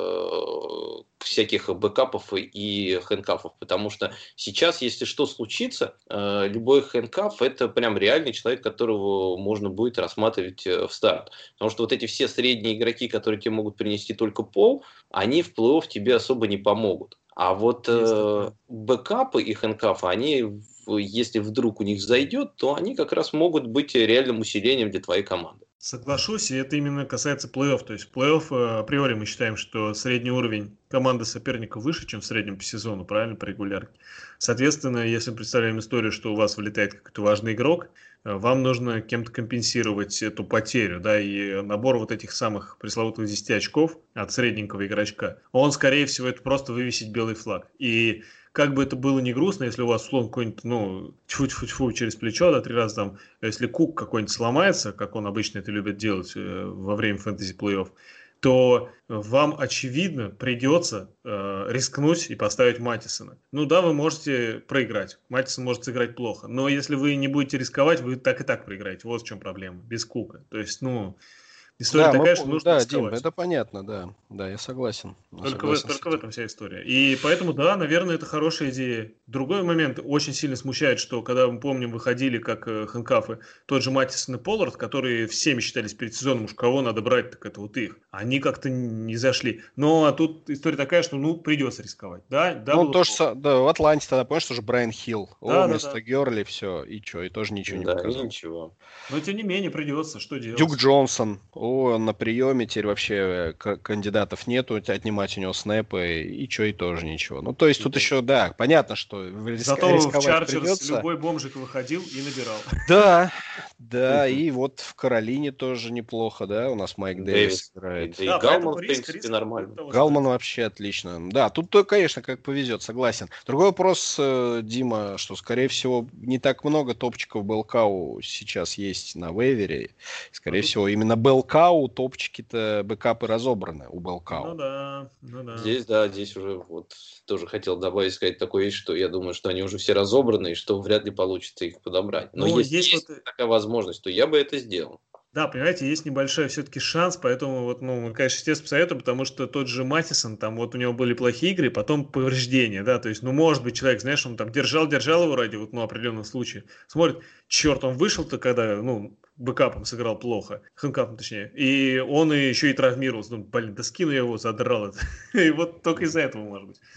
э, всяких бэкапов и хэнкафов, потому что сейчас, если что случится, э, любой хэнкаф – это прям реальный человек, которого можно будет рассматривать э, в старт. Потому что вот эти все средние игроки, которые тебе могут принести только пол, они в плей-офф тебе особо не помогут. А вот Есть э, такое. бэкапы и хэнкафы, они, в- если вдруг у них зайдет, то они как раз могут быть реальным усилением для твоей команды. Соглашусь, и это именно касается плей-офф. То есть плей-офф, э, априори мы считаем, что средний уровень команды соперника выше, чем в среднем по сезону, правильно, по регулярке. Соответственно, если мы представляем историю, что у вас вылетает какой-то важный игрок, э, вам нужно кем-то компенсировать эту потерю, да, и набор вот этих самых пресловутых десяти очков от средненького игрочка, он, скорее всего, это просто вывесить белый флаг. И как бы это было не грустно, если у вас условно какой-нибудь, ну, тьфу-тьфу-тьфу через плечо, да, три раза там, если кук какой-нибудь сломается, как он обычно это любит делать э, во время фэнтези плей-офф, то вам, очевидно, придется э, рискнуть и поставить Матисона. Ну да, вы можете проиграть. Матисон может сыграть плохо. Но если вы не будете рисковать, вы так и так проиграете. Вот в чем проблема. Без кука. То есть, ну, история Да, мы такая, что помним, нужно да, рисковать. Дим, это понятно, да. Да, я согласен. Я Только, в, согласен с только в этим. этом вся история. И поэтому, да, наверное, это хорошая идея. Другой момент очень сильно смущает, что когда мы помним, выходили как э, хэнкафы, тот же Маттисон и Поллард, которые всеми считались перед сезоном, уж кого надо брать, так это вот их. Они как-то не зашли. Но тут история такая, что ну придется рисковать. Да, да, Ну, было то же плохо. самое, да, в Атланте тогда, помнишь, тоже Брайан Хилл. Да, О, да, вместо да. Герли, все, и что, и тоже ничего не Да, и показал. ничего. Но тем не менее придется, что делать. Дюк Джонсон, о, О, на приеме теперь вообще к- кандидатов нету, отнимать у него снэпы, и что, и тоже ничего. Ну, то есть тут еще, да, понятно, что рис- Зато в рисковать Чарджерс придется. любой бомжик выходил и набирал. Да, да, и вот в Каролине тоже неплохо, да, у нас Майк Дэвис Дэвис. играет. Да и Да, Галман, поэтому в риск, принципе, риск нормально. того Галман стоит. вообще отлично. Да, тут, то, конечно, как повезет, согласен. Другой вопрос, э, Дима, что, скорее всего, не так много топчиков Белкау сейчас есть на вейвере. Скорее всего, именно Белкау топчики-то, бэкапы разобраны у Белкау. Ну да, ну да. Здесь, да, здесь уже вот тоже хотел добавить, сказать такое есть, что я думаю, что они уже все разобраны, и что вряд ли получится их подобрать. Но Ну, если есть есть вот- такая возможность, то я бы это сделал. Да, понимаете, есть небольшой все-таки шанс, поэтому вот, ну, конечно, естественно, советую, потому что тот же Матисон, там вот у него были плохие игры, потом повреждения, да, то есть, ну, может быть, человек, знаешь, он там держал-держал его ради вот, ну, определенного случая, смотрит, черт, он вышел-то, когда, ну, бэкапом сыграл плохо, хэнкапом точнее, и он и еще и травмировался, ну, блин, да скину я его, задрал это, и вот только из-за этого, может быть.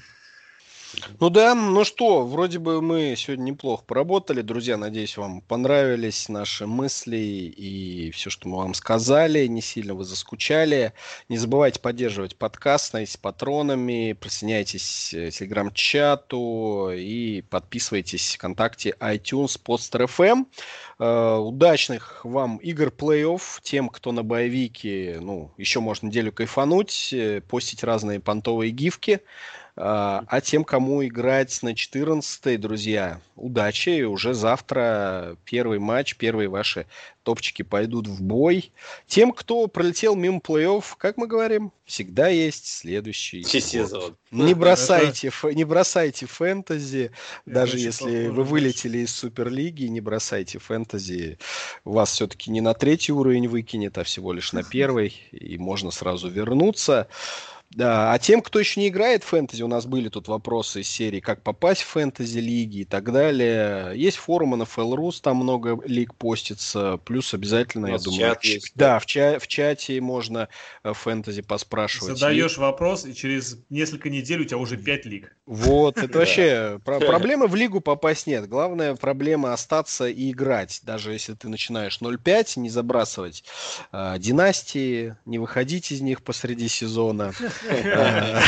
Ну да, ну что, вроде бы мы сегодня неплохо поработали. Друзья, надеюсь, вам понравились наши мысли и все, что мы вам сказали. Не сильно вы заскучали. Не забывайте поддерживать подкаст, становитесь патронами, присоединяйтесь к телеграм-чату и подписывайтесь ВКонтакте, iTunes, Podster эф эм. Э, удачных вам игр плей-офф. Тем, кто на боевике, ну, еще можно неделю кайфануть, э, постить разные понтовые гифки. А, а тем, кому играть на четырнадцатой, друзья, удачи. Уже завтра первый матч, первые ваши топчики пойдут в бой. Тем, кто пролетел мимо плей-офф, как мы говорим, всегда есть следующий год. Сезон. Не бросайте, ф- не бросайте фэнтези, Это даже очень если похоже, вы знаешь. вылетели из Суперлиги, не бросайте фэнтези. Вас все-таки не на третий уровень выкинет, а всего лишь на первый, и можно сразу вернуться. Да, а тем, кто еще не играет в фэнтези, у нас были тут вопросы из серии «Как попасть в фэнтези-лиги» и так далее. Есть форум эн эф эл точка ру, там много лиг постится. Плюс обязательно, У я нас думаю... чат ч- есть, да, да. в, ча- в чате можно э, фэнтези поспрашивать. Задаешь вопрос, и через несколько недель у тебя уже пять лиг. Вот, это Да. вообще про- проблемы в лигу попасть нет. Главная проблема остаться и играть. Даже если ты начинаешь ноль пять, не забрасывать э, династии, не выходить из них посреди сезона. Э,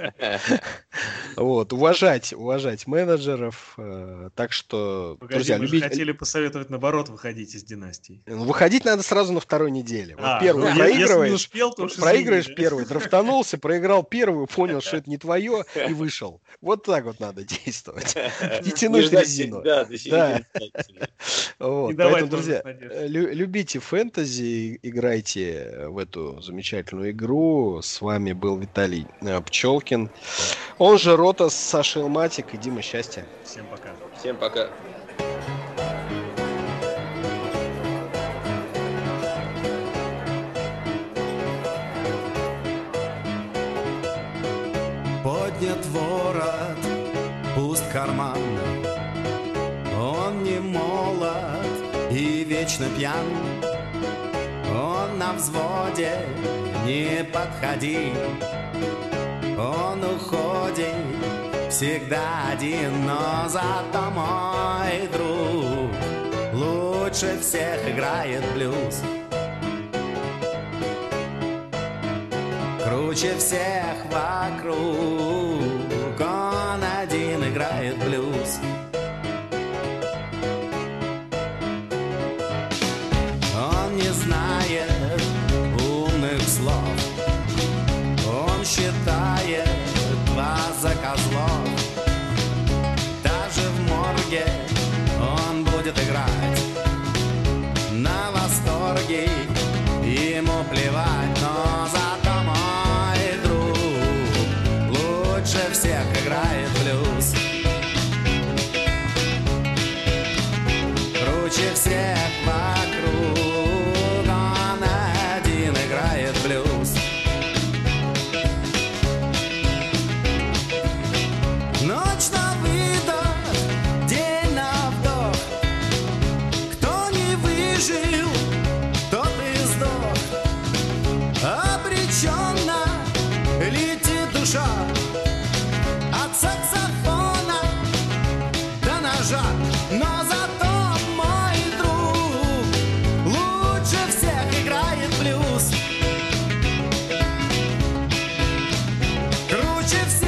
Вот, уважать, уважать менеджеров. э, Так что, Погоди, друзья, мы же любить- хотели посоветовать, наоборот, выходить из династии. ну, выходить надо сразу на второй неделе. Вот А, первую ну, е- если не проигрываешь, успел, то уж проигрываешь извини, да? первый, драфтанулся, проиграл первую, понял, что это не твое, и вышел. Вот так вот надо действовать. Не тянуть ждать резину. всегда до середины статуса. Вот, И давай поэтому, тоже друзья, с надеждой. э, лю- любите фэнтези, играйте в эту замечательную игру. С вами был Виталий э, Пчелкин. Он же Ротас, Саша Илматик и Дима Счастья. Всем пока. Всем пока. Поднят ворот, пуст карман. Он не молод и вечно пьян. Он на взводе, не подходи. Он уходит всегда один, но зато мой друг лучше всех играет блюз. Круче всех вокруг, он один играет блюз. Он не знает умных слов, он считает вас за козлов. Даже в морге он будет играть на восторге, ему плевать, но зато мой друг лучше всех играет блюз. Круче всех вокруг, он один играет блюз. Ночь на выдох, день на вдох. Кто не выжил, тот и сдох. Обреченно летит душа от саксофона до ножа. Но зато мой друг лучше всех играет блюз. круче всех.